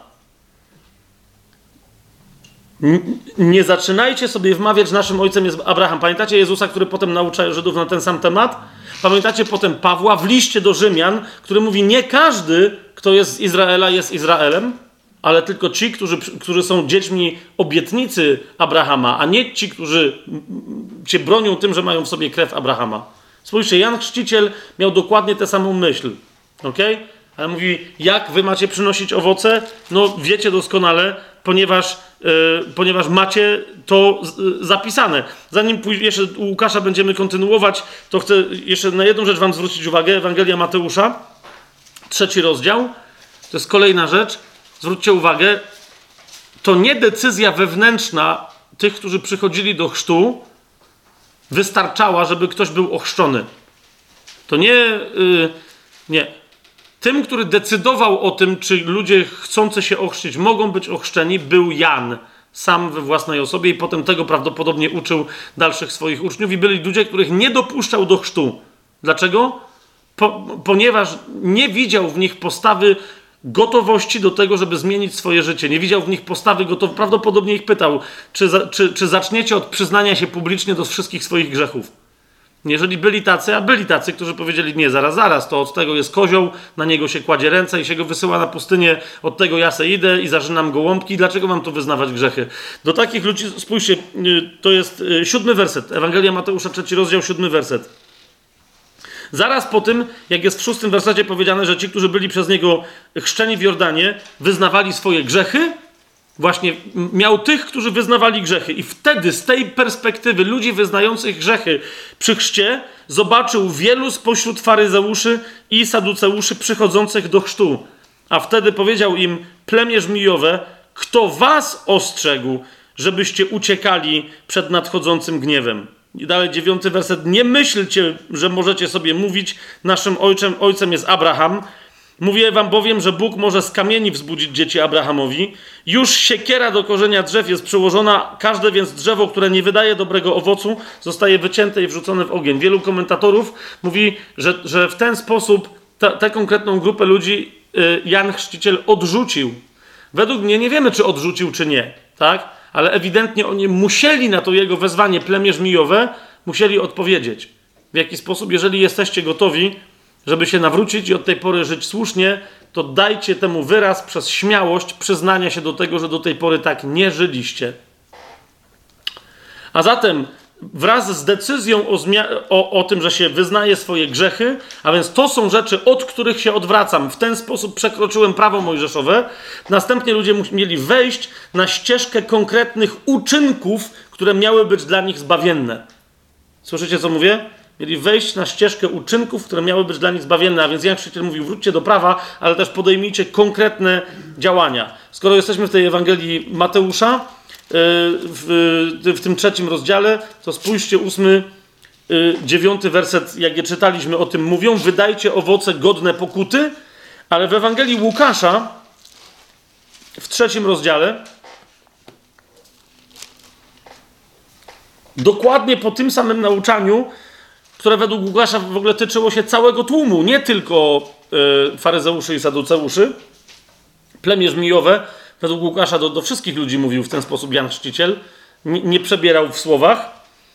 Nie zaczynajcie sobie wmawiać: naszym ojcem jest Abraham. Pamiętacie Jezusa, który potem naucza Żydów na ten sam temat? Pamiętacie potem Pawła w liście do Rzymian, który mówi: nie każdy, kto jest z Izraela, jest Izraelem, ale tylko ci, którzy są dziećmi obietnicy Abrahama, a nie ci, którzy się bronią tym, że mają w sobie krew Abrahama. Spójrzcie, Jan Chrzciciel miał dokładnie tę samą myśl. Okay? Ale mówi: jak wy macie przynosić owoce? No wiecie doskonale, ponieważ macie to zapisane. Zanim jeszcze u Łukasza będziemy kontynuować, to chcę jeszcze na jedną rzecz wam zwrócić uwagę. Ewangelia Mateusza, 3 rozdział. To jest kolejna rzecz. Zwróćcie uwagę, to nie decyzja wewnętrzna tych, którzy przychodzili do chrztu, wystarczała, żeby ktoś był ochrzczony. To nie. Tym, który decydował o tym, czy ludzie chcący się ochrzcić mogą być ochrzczeni, był Jan, sam we własnej osobie, i potem tego prawdopodobnie uczył dalszych swoich uczniów. I byli ludzie, których nie dopuszczał do chrztu. Dlaczego? Ponieważ nie widział w nich postawy gotowości do tego, żeby zmienić swoje życie. Nie widział w nich postawy gotowości. Prawdopodobnie ich pytał, czy zaczniecie od przyznania się publicznie do wszystkich swoich grzechów. Jeżeli byli tacy, a byli tacy, którzy powiedzieli: nie, zaraz, to od tego jest kozioł, na niego się kładzie ręce i się go wysyła na pustynię, od tego ja se idę i zarzynam gołąbki, dlaczego mam tu wyznawać grzechy? Do takich ludzi, spójrzcie, to jest 7 werset, Ewangelia Mateusza, 3 rozdział, 7 werset. Zaraz po tym, jak jest w 6 wersecie powiedziane, że ci, którzy byli przez niego chrzczeni w Jordanie, wyznawali swoje grzechy, właśnie miał tych, którzy wyznawali grzechy. I wtedy z tej perspektywy ludzi wyznających grzechy przy chrzcie zobaczył wielu spośród faryzeuszy i saduceuszy przychodzących do chrztu. A wtedy powiedział im: plemię żmijowe, kto was ostrzegł, żebyście uciekali przed nadchodzącym gniewem? I dalej 9 werset. Nie myślcie, że możecie sobie mówić: naszym ojcem jest Abraham. Mówię wam bowiem, że Bóg może z kamieni wzbudzić dzieci Abrahamowi. Już siekiera do korzenia drzew jest przyłożona, każde więc drzewo, które nie wydaje dobrego owocu, zostaje wycięte i wrzucone w ogień. Wielu komentatorów mówi, że w ten sposób tę konkretną grupę ludzi Jan Chrzciciel odrzucił. Według mnie nie wiemy, czy odrzucił, czy nie, tak? Ale ewidentnie oni musieli na to jego wezwanie, plemię żmijowe, musieli odpowiedzieć. W jaki sposób? Jeżeli jesteście gotowi, żeby się nawrócić i od tej pory żyć słusznie, to dajcie temu wyraz przez śmiałość przyznania się do tego, że do tej pory tak nie żyliście. A zatem wraz z decyzją o tym, że się wyznaje swoje grzechy, a więc to są rzeczy, od których się odwracam, w ten sposób przekroczyłem prawo mojżeszowe, następnie ludzie mieli wejść na ścieżkę konkretnych uczynków, które miały być dla nich zbawienne. Słyszycie, co mówię? Mieli wejść na ścieżkę uczynków, które miały być dla nich zbawienne. A więc Jan Chrzciciel mówił: wróćcie do prawa, ale też podejmijcie konkretne działania. Skoro jesteśmy w tej Ewangelii Mateusza, w tym 3 rozdziale, to spójrzcie 8, 9 werset, jak je czytaliśmy, o tym mówią: wydajcie owoce godne pokuty. Ale w Ewangelii Łukasza, w 3 rozdziale, dokładnie po tym samym nauczaniu, które według Łukasza w ogóle tyczyło się całego tłumu, nie tylko faryzeuszy i saduceuszy, plemię żmijowe, według Łukasza do wszystkich ludzi mówił w ten sposób Jan Chrzciciel, nie przebierał w słowach.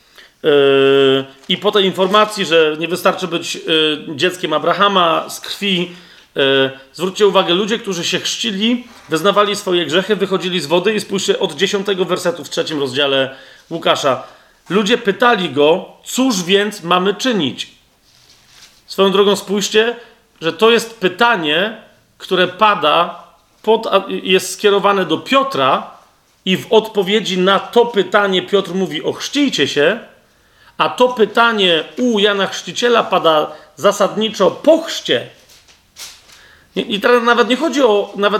I po tej informacji, że nie wystarczy być dzieckiem Abrahama z krwi, zwróćcie uwagę, ludzie, którzy się chrzcili, wyznawali swoje grzechy, wychodzili z wody i spójrzcie od 10 wersetu w 3 rozdziale Łukasza. Ludzie pytali go: cóż więc mamy czynić? Swoją drogą spójrzcie, że to jest pytanie, które pada, jest skierowane do Piotra i w odpowiedzi na to pytanie Piotr mówi: ochrzcijcie się, A to pytanie u Jana Chrzciciela pada zasadniczo po chrzcie. I teraz nawet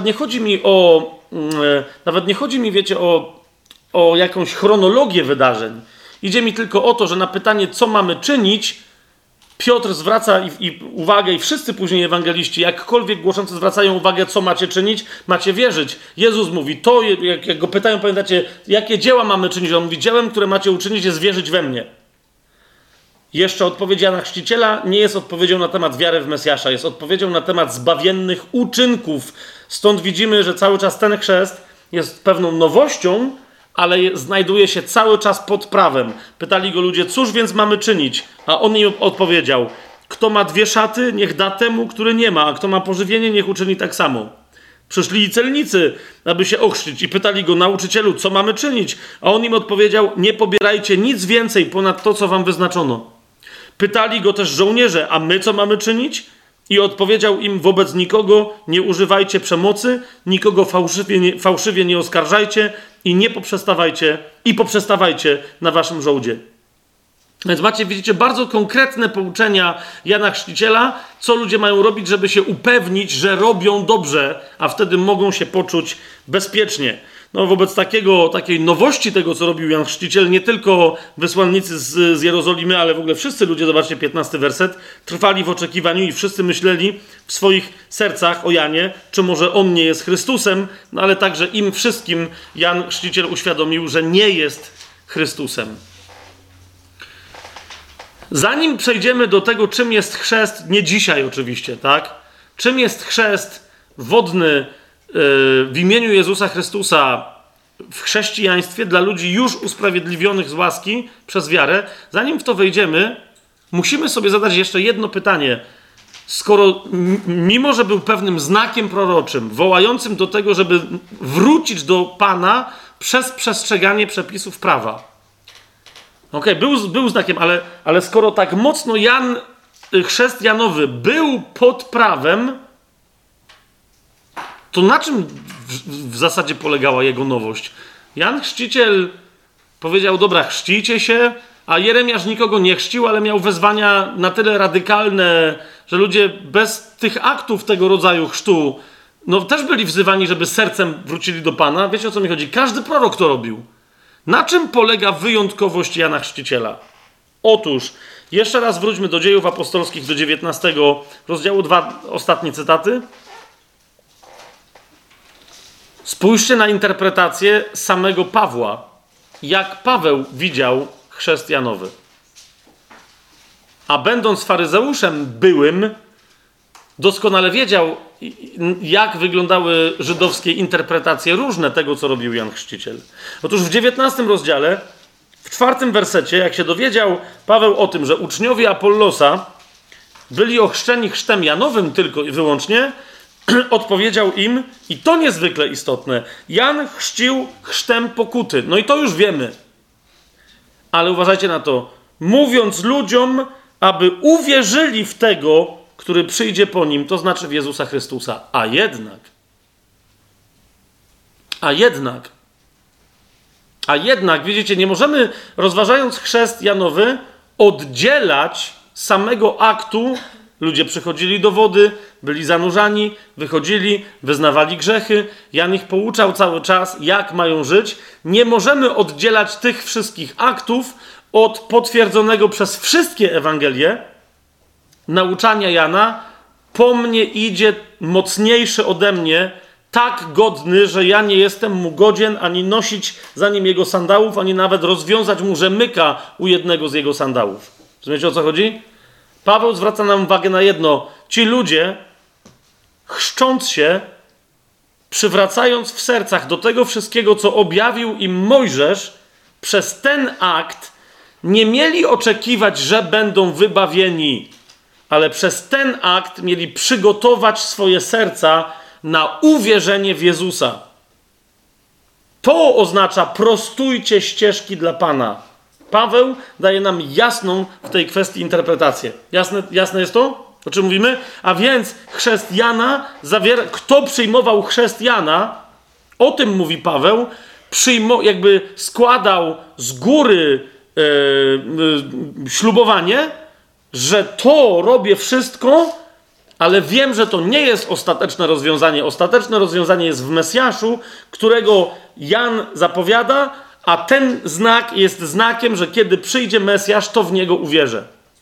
nie chodzi mi, wiecie, o jakąś chronologię wydarzeń. Idzie mi tylko o to, że na pytanie, co mamy czynić, Piotr zwraca uwagę, i wszyscy później ewangeliści, jakkolwiek głoszący, zwracają uwagę, co macie czynić, macie wierzyć. Jezus mówi, jak go pytają, pamiętacie, jakie dzieła mamy czynić? On mówi, dziełem, które macie uczynić, jest wierzyć we mnie. Jeszcze odpowiedź Jana Chrzciciela nie jest odpowiedzią na temat wiary w Mesjasza, jest odpowiedzią na temat zbawiennych uczynków. Stąd widzimy, że cały czas ten chrzest jest pewną nowością, ale znajduje się cały czas pod prawem. Pytali go ludzie, cóż więc mamy czynić? A on im odpowiedział, kto ma 2 szaty, niech da temu, który nie ma, a kto ma pożywienie, niech uczyni tak samo. Przyszli i celnicy, aby się ochrzcić i pytali go, nauczycielu, co mamy czynić? A on im odpowiedział, nie pobierajcie nic więcej ponad to, co wam wyznaczono. Pytali go też żołnierze, a my co mamy czynić? I odpowiedział im, wobec nikogo nie używajcie przemocy, nikogo fałszywie nie oskarżajcie i nie poprzestawajcie na waszym żołdzie. Więc widzicie, bardzo konkretne pouczenia Jana Chrzciciela, co ludzie mają robić, żeby się upewnić, że robią dobrze, a wtedy mogą się poczuć bezpiecznie. No, wobec takiej nowości tego, co robił Jan Chrzciciel, nie tylko wysłannicy z Jerozolimy, ale w ogóle wszyscy ludzie, zobaczcie 15 werset, trwali w oczekiwaniu i wszyscy myśleli w swoich sercach o Janie, czy może on nie jest Chrystusem, no ale także im wszystkim Jan Chrzciciel uświadomił, że nie jest Chrystusem. Zanim przejdziemy do tego, czym jest chrzest, nie dzisiaj oczywiście, tak? Czym jest chrzest wodny w imieniu Jezusa Chrystusa w chrześcijaństwie dla ludzi już usprawiedliwionych z łaski przez wiarę, zanim w to wejdziemy, musimy sobie zadać jeszcze jedno pytanie. Skoro mimo, że był pewnym znakiem proroczym, wołającym do tego, żeby wrócić do Pana przez przestrzeganie przepisów prawa. Okej, był znakiem, ale skoro tak mocno chrzest Janowy był pod prawem, to na czym w zasadzie polegała jego nowość? Jan Chrzciciel powiedział, dobra, chrzcijcie się, a Jeremiasz nikogo nie chrzcił, ale miał wezwania na tyle radykalne, że ludzie bez tych aktów tego rodzaju chrztu, no też byli wzywani, żeby sercem wrócili do Pana. Wiecie, o co mi chodzi? Każdy prorok to robił. Na czym polega wyjątkowość Jana Chrzciciela? Otóż, jeszcze raz wróćmy do Dziejów Apostolskich, do 19 rozdziału, 2 ostatnie cytaty. Spójrzcie na interpretację samego Pawła. Jak Paweł widział chrzest Janowy. A będąc faryzeuszem byłym, doskonale wiedział, jak wyglądały żydowskie interpretacje różne tego, co robił Jan Chrzciciel. Otóż w 19 rozdziale, w 4 wersecie, jak się dowiedział Paweł o tym, że uczniowie Apollosa byli ochrzczeni chrztem Janowym tylko i wyłącznie, odpowiedział im, i to niezwykle istotne, Jan chrzcił chrztem pokuty. No i to już wiemy. Ale uważajcie na to. Mówiąc ludziom, aby uwierzyli w tego, który przyjdzie po nim, to znaczy w Jezusa Chrystusa. A jednak, widzicie, nie możemy, rozważając chrzest Janowy, oddzielać samego aktu. Ludzie przychodzili do wody, byli zanurzani, wychodzili, wyznawali grzechy. Jan ich pouczał cały czas, jak mają żyć. Nie możemy oddzielać tych wszystkich aktów od potwierdzonego przez wszystkie Ewangelie nauczania Jana. Po mnie idzie mocniejszy ode mnie, tak godny, że ja nie jestem mu godzien ani nosić za nim jego sandałów, ani nawet rozwiązać mu rzemyka u jednego z jego sandałów. Rozumiecie, o co chodzi? Paweł zwraca nam uwagę na jedno. Ci ludzie, chrzcząc się, przywracając w sercach do tego wszystkiego, co objawił im Mojżesz, przez ten akt nie mieli oczekiwać, że będą wybawieni, ale przez ten akt mieli przygotować swoje serca na uwierzenie w Jezusa. To oznacza prostujcie ścieżki dla Pana. Paweł daje nam jasną w tej kwestii interpretację. Jasne jest to, o czym mówimy? A więc chrzest Jana kto przyjmował chrzest Jana, o tym mówi Paweł, jakby składał z góry ślubowanie, że to robię wszystko, ale wiem, że to nie jest ostateczne rozwiązanie. Ostateczne rozwiązanie jest w Mesjaszu, którego Jan zapowiada, a ten znak jest znakiem, że kiedy przyjdzie Mesjasz, to w niego uwierzę.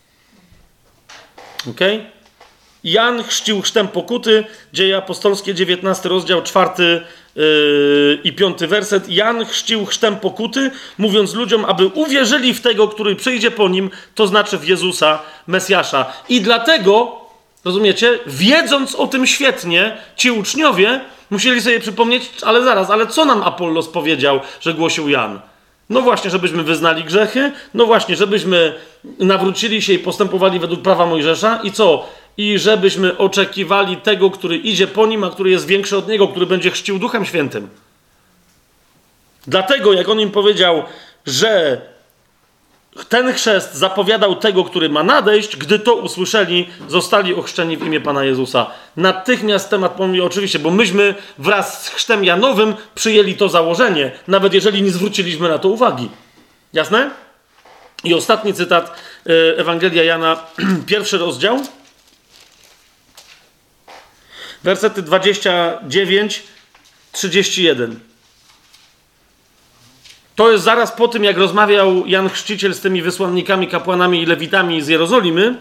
Okej? Jan chrzcił chrztem pokuty, Dzieje apostolskie, 19 rozdział, 4 i 5 werset. Jan chrzcił chrztem pokuty, mówiąc ludziom, aby uwierzyli w tego, który przyjdzie po nim, to znaczy w Jezusa, Mesjasza. I dlatego, rozumiecie, wiedząc o tym świetnie, ci uczniowie musieli sobie przypomnieć, ale zaraz, ale co nam Apollos powiedział, że głosił Jan? No właśnie, żebyśmy wyznali grzechy, no właśnie, żebyśmy nawrócili się i postępowali według prawa Mojżesza i co? I żebyśmy oczekiwali tego, który idzie po nim, a który jest większy od niego, który będzie chrzcił Duchem Świętym. Dlatego, jak on im powiedział, że ten chrzest zapowiadał tego, który ma nadejść, gdy to usłyszeli, zostali ochrzczeni w imię Pana Jezusa. Natychmiast temat pomówił oczywiście, bo myśmy wraz z chrztem Janowym przyjęli to założenie, nawet jeżeli nie zwróciliśmy na to uwagi. Jasne? I ostatni cytat, Ewangelia Jana, 1 rozdział, wersety 29-31. To jest zaraz po tym, jak rozmawiał Jan Chrzciciel z tymi wysłannikami, kapłanami i lewitami z Jerozolimy.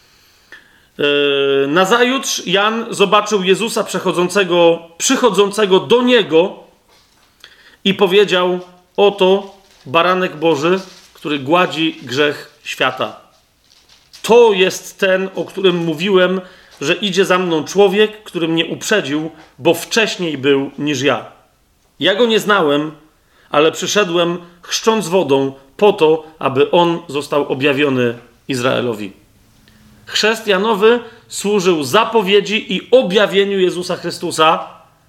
Nazajutrz Jan zobaczył Jezusa przychodzącego do niego i powiedział: oto baranek Boży, który gładzi grzech świata. To jest ten, o którym mówiłem, że idzie za mną człowiek, który mnie uprzedził, bo wcześniej był niż ja. Ja go nie znałem, ale przyszedłem chrzcząc wodą po to, aby on został objawiony Izraelowi. Chrzest Janowy służył zapowiedzi i objawieniu Jezusa Chrystusa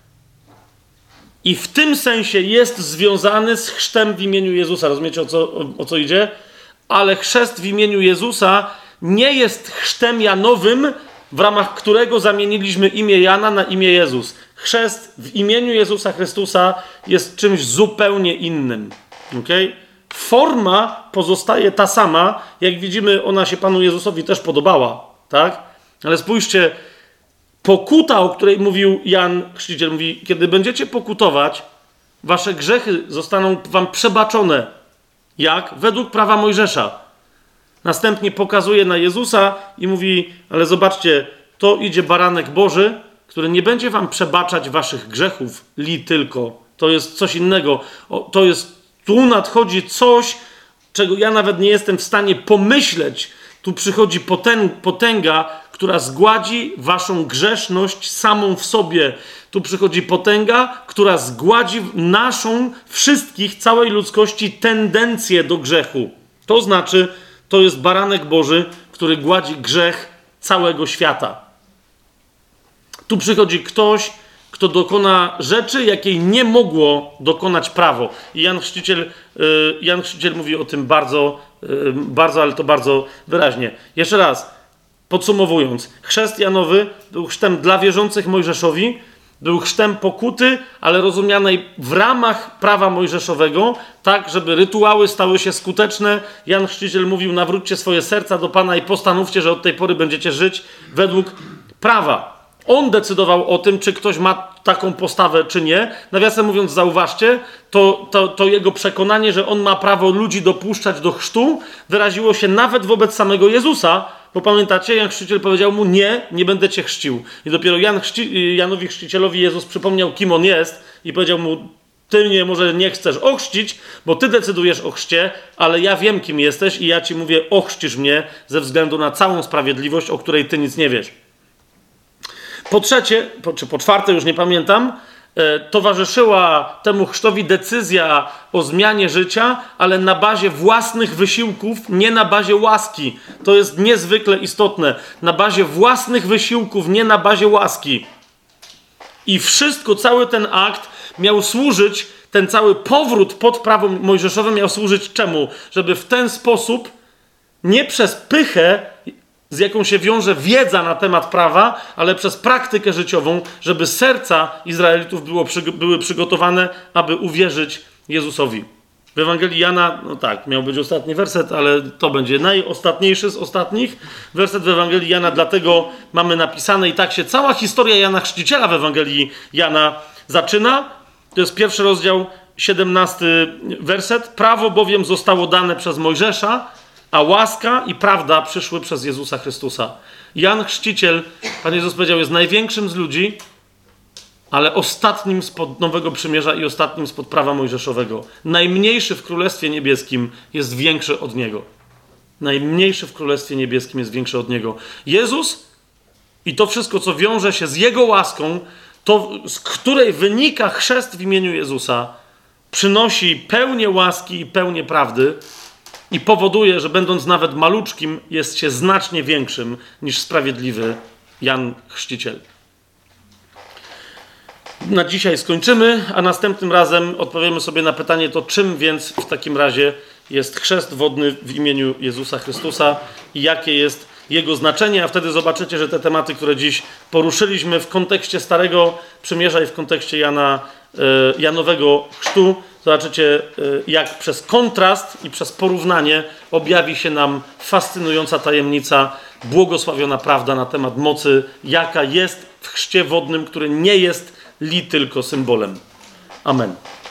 i w tym sensie jest związany z chrztem w imieniu Jezusa. Rozumiecie, o co idzie? Ale chrzest w imieniu Jezusa nie jest chrztem Janowym, w ramach którego zamieniliśmy imię Jana na imię Jezus. Chrzest w imieniu Jezusa Chrystusa jest czymś zupełnie innym. Okay? Forma pozostaje ta sama. Jak widzimy, ona się Panu Jezusowi też podobała. Tak? Ale spójrzcie, pokuta, o której mówił Jan Chrzciciel, mówi, kiedy będziecie pokutować, wasze grzechy zostaną wam przebaczone. Jak? Według prawa Mojżesza. Następnie pokazuje na Jezusa i mówi, ale zobaczcie, to idzie baranek Boży, który nie będzie wam przebaczać waszych grzechów, tylko. To jest coś innego. Tu nadchodzi coś, czego ja nawet nie jestem w stanie pomyśleć. Tu przychodzi potęga, która zgładzi waszą grzeszność samą w sobie. Tu przychodzi potęga, która zgładzi naszą, wszystkich, całej ludzkości tendencję do grzechu. To znaczy, to jest baranek Boży, który gładzi grzech całego świata. Tu przychodzi ktoś, kto dokona rzeczy, jakiej nie mogło dokonać prawo. I Jan Chrzciciel mówi o tym bardzo, ale to bardzo wyraźnie. Jeszcze raz, podsumowując. Chrzest Janowy był chrztem dla wierzących Mojżeszowi, był chrztem pokuty, ale rozumianej w ramach prawa mojżeszowego, tak, żeby rytuały stały się skuteczne. Jan Chrzciciel mówił, nawróćcie swoje serca do Pana i postanówcie, że od tej pory będziecie żyć według prawa. On decydował o tym, czy ktoś ma taką postawę, czy nie. Nawiasem mówiąc, zauważcie, to jego przekonanie, że on ma prawo ludzi dopuszczać do chrztu, wyraziło się nawet wobec samego Jezusa, bo pamiętacie, Jan Chrzciciel powiedział mu, nie będę cię chrzcił. I dopiero Janowi Chrzcicielowi Jezus przypomniał, kim on jest i powiedział mu, ty mnie może nie chcesz ochrzcić, bo ty decydujesz o chrzcie, ale ja wiem, kim jesteś i ja ci mówię, ochrzcisz mnie ze względu na całą sprawiedliwość, o której ty nic nie wiesz. Po trzecie, czy po czwarte, już nie pamiętam, towarzyszyła temu chrztowi decyzja o zmianie życia, ale na bazie własnych wysiłków, nie na bazie łaski. To jest niezwykle istotne. Na bazie własnych wysiłków, nie na bazie łaski. I wszystko, cały ten akt miał służyć, ten cały powrót pod prawo mojżeszowe miał służyć czemu? Żeby w ten sposób, nie przez pychę, z jaką się wiąże wiedza na temat prawa, ale przez praktykę życiową, żeby serca Izraelitów były przygotowane, aby uwierzyć Jezusowi. W Ewangelii Jana, no tak, miał być ostatni werset, ale to będzie najostatniejszy z ostatnich. Werset w Ewangelii Jana, dlatego mamy napisane i tak się cała historia Jana Chrzciciela w Ewangelii Jana zaczyna. To jest 1 rozdział, 17 werset. Prawo bowiem zostało dane przez Mojżesza, a łaska i prawda przyszły przez Jezusa Chrystusa. Jan Chrzciciel, Pan Jezus powiedział, jest największym z ludzi, ale ostatnim spod Nowego Przymierza i ostatnim spod prawa mojżeszowego. Najmniejszy w Królestwie Niebieskim jest większy od Niego. Najmniejszy w Królestwie Niebieskim jest większy od Niego. Jezus i to wszystko, co wiąże się z Jego łaską, to, z której wynika chrzest w imieniu Jezusa, przynosi pełnię łaski i pełnię prawdy i powoduje, że będąc nawet maluczkim, jest się znacznie większym niż sprawiedliwy Jan Chrzciciel. Na dzisiaj skończymy, a następnym razem odpowiemy sobie na pytanie, to czym więc w takim razie jest chrzest wodny w imieniu Jezusa Chrystusa i jakie jest jego znaczenie, a wtedy zobaczycie, że te tematy, które dziś poruszyliśmy w kontekście Starego Przymierza i w kontekście Janowego Chrztu, zobaczycie, jak przez kontrast i przez porównanie objawi się nam fascynująca tajemnica, błogosławiona prawda na temat mocy, jaka jest w chrzcie wodnym, który nie jest li tylko symbolem. Amen.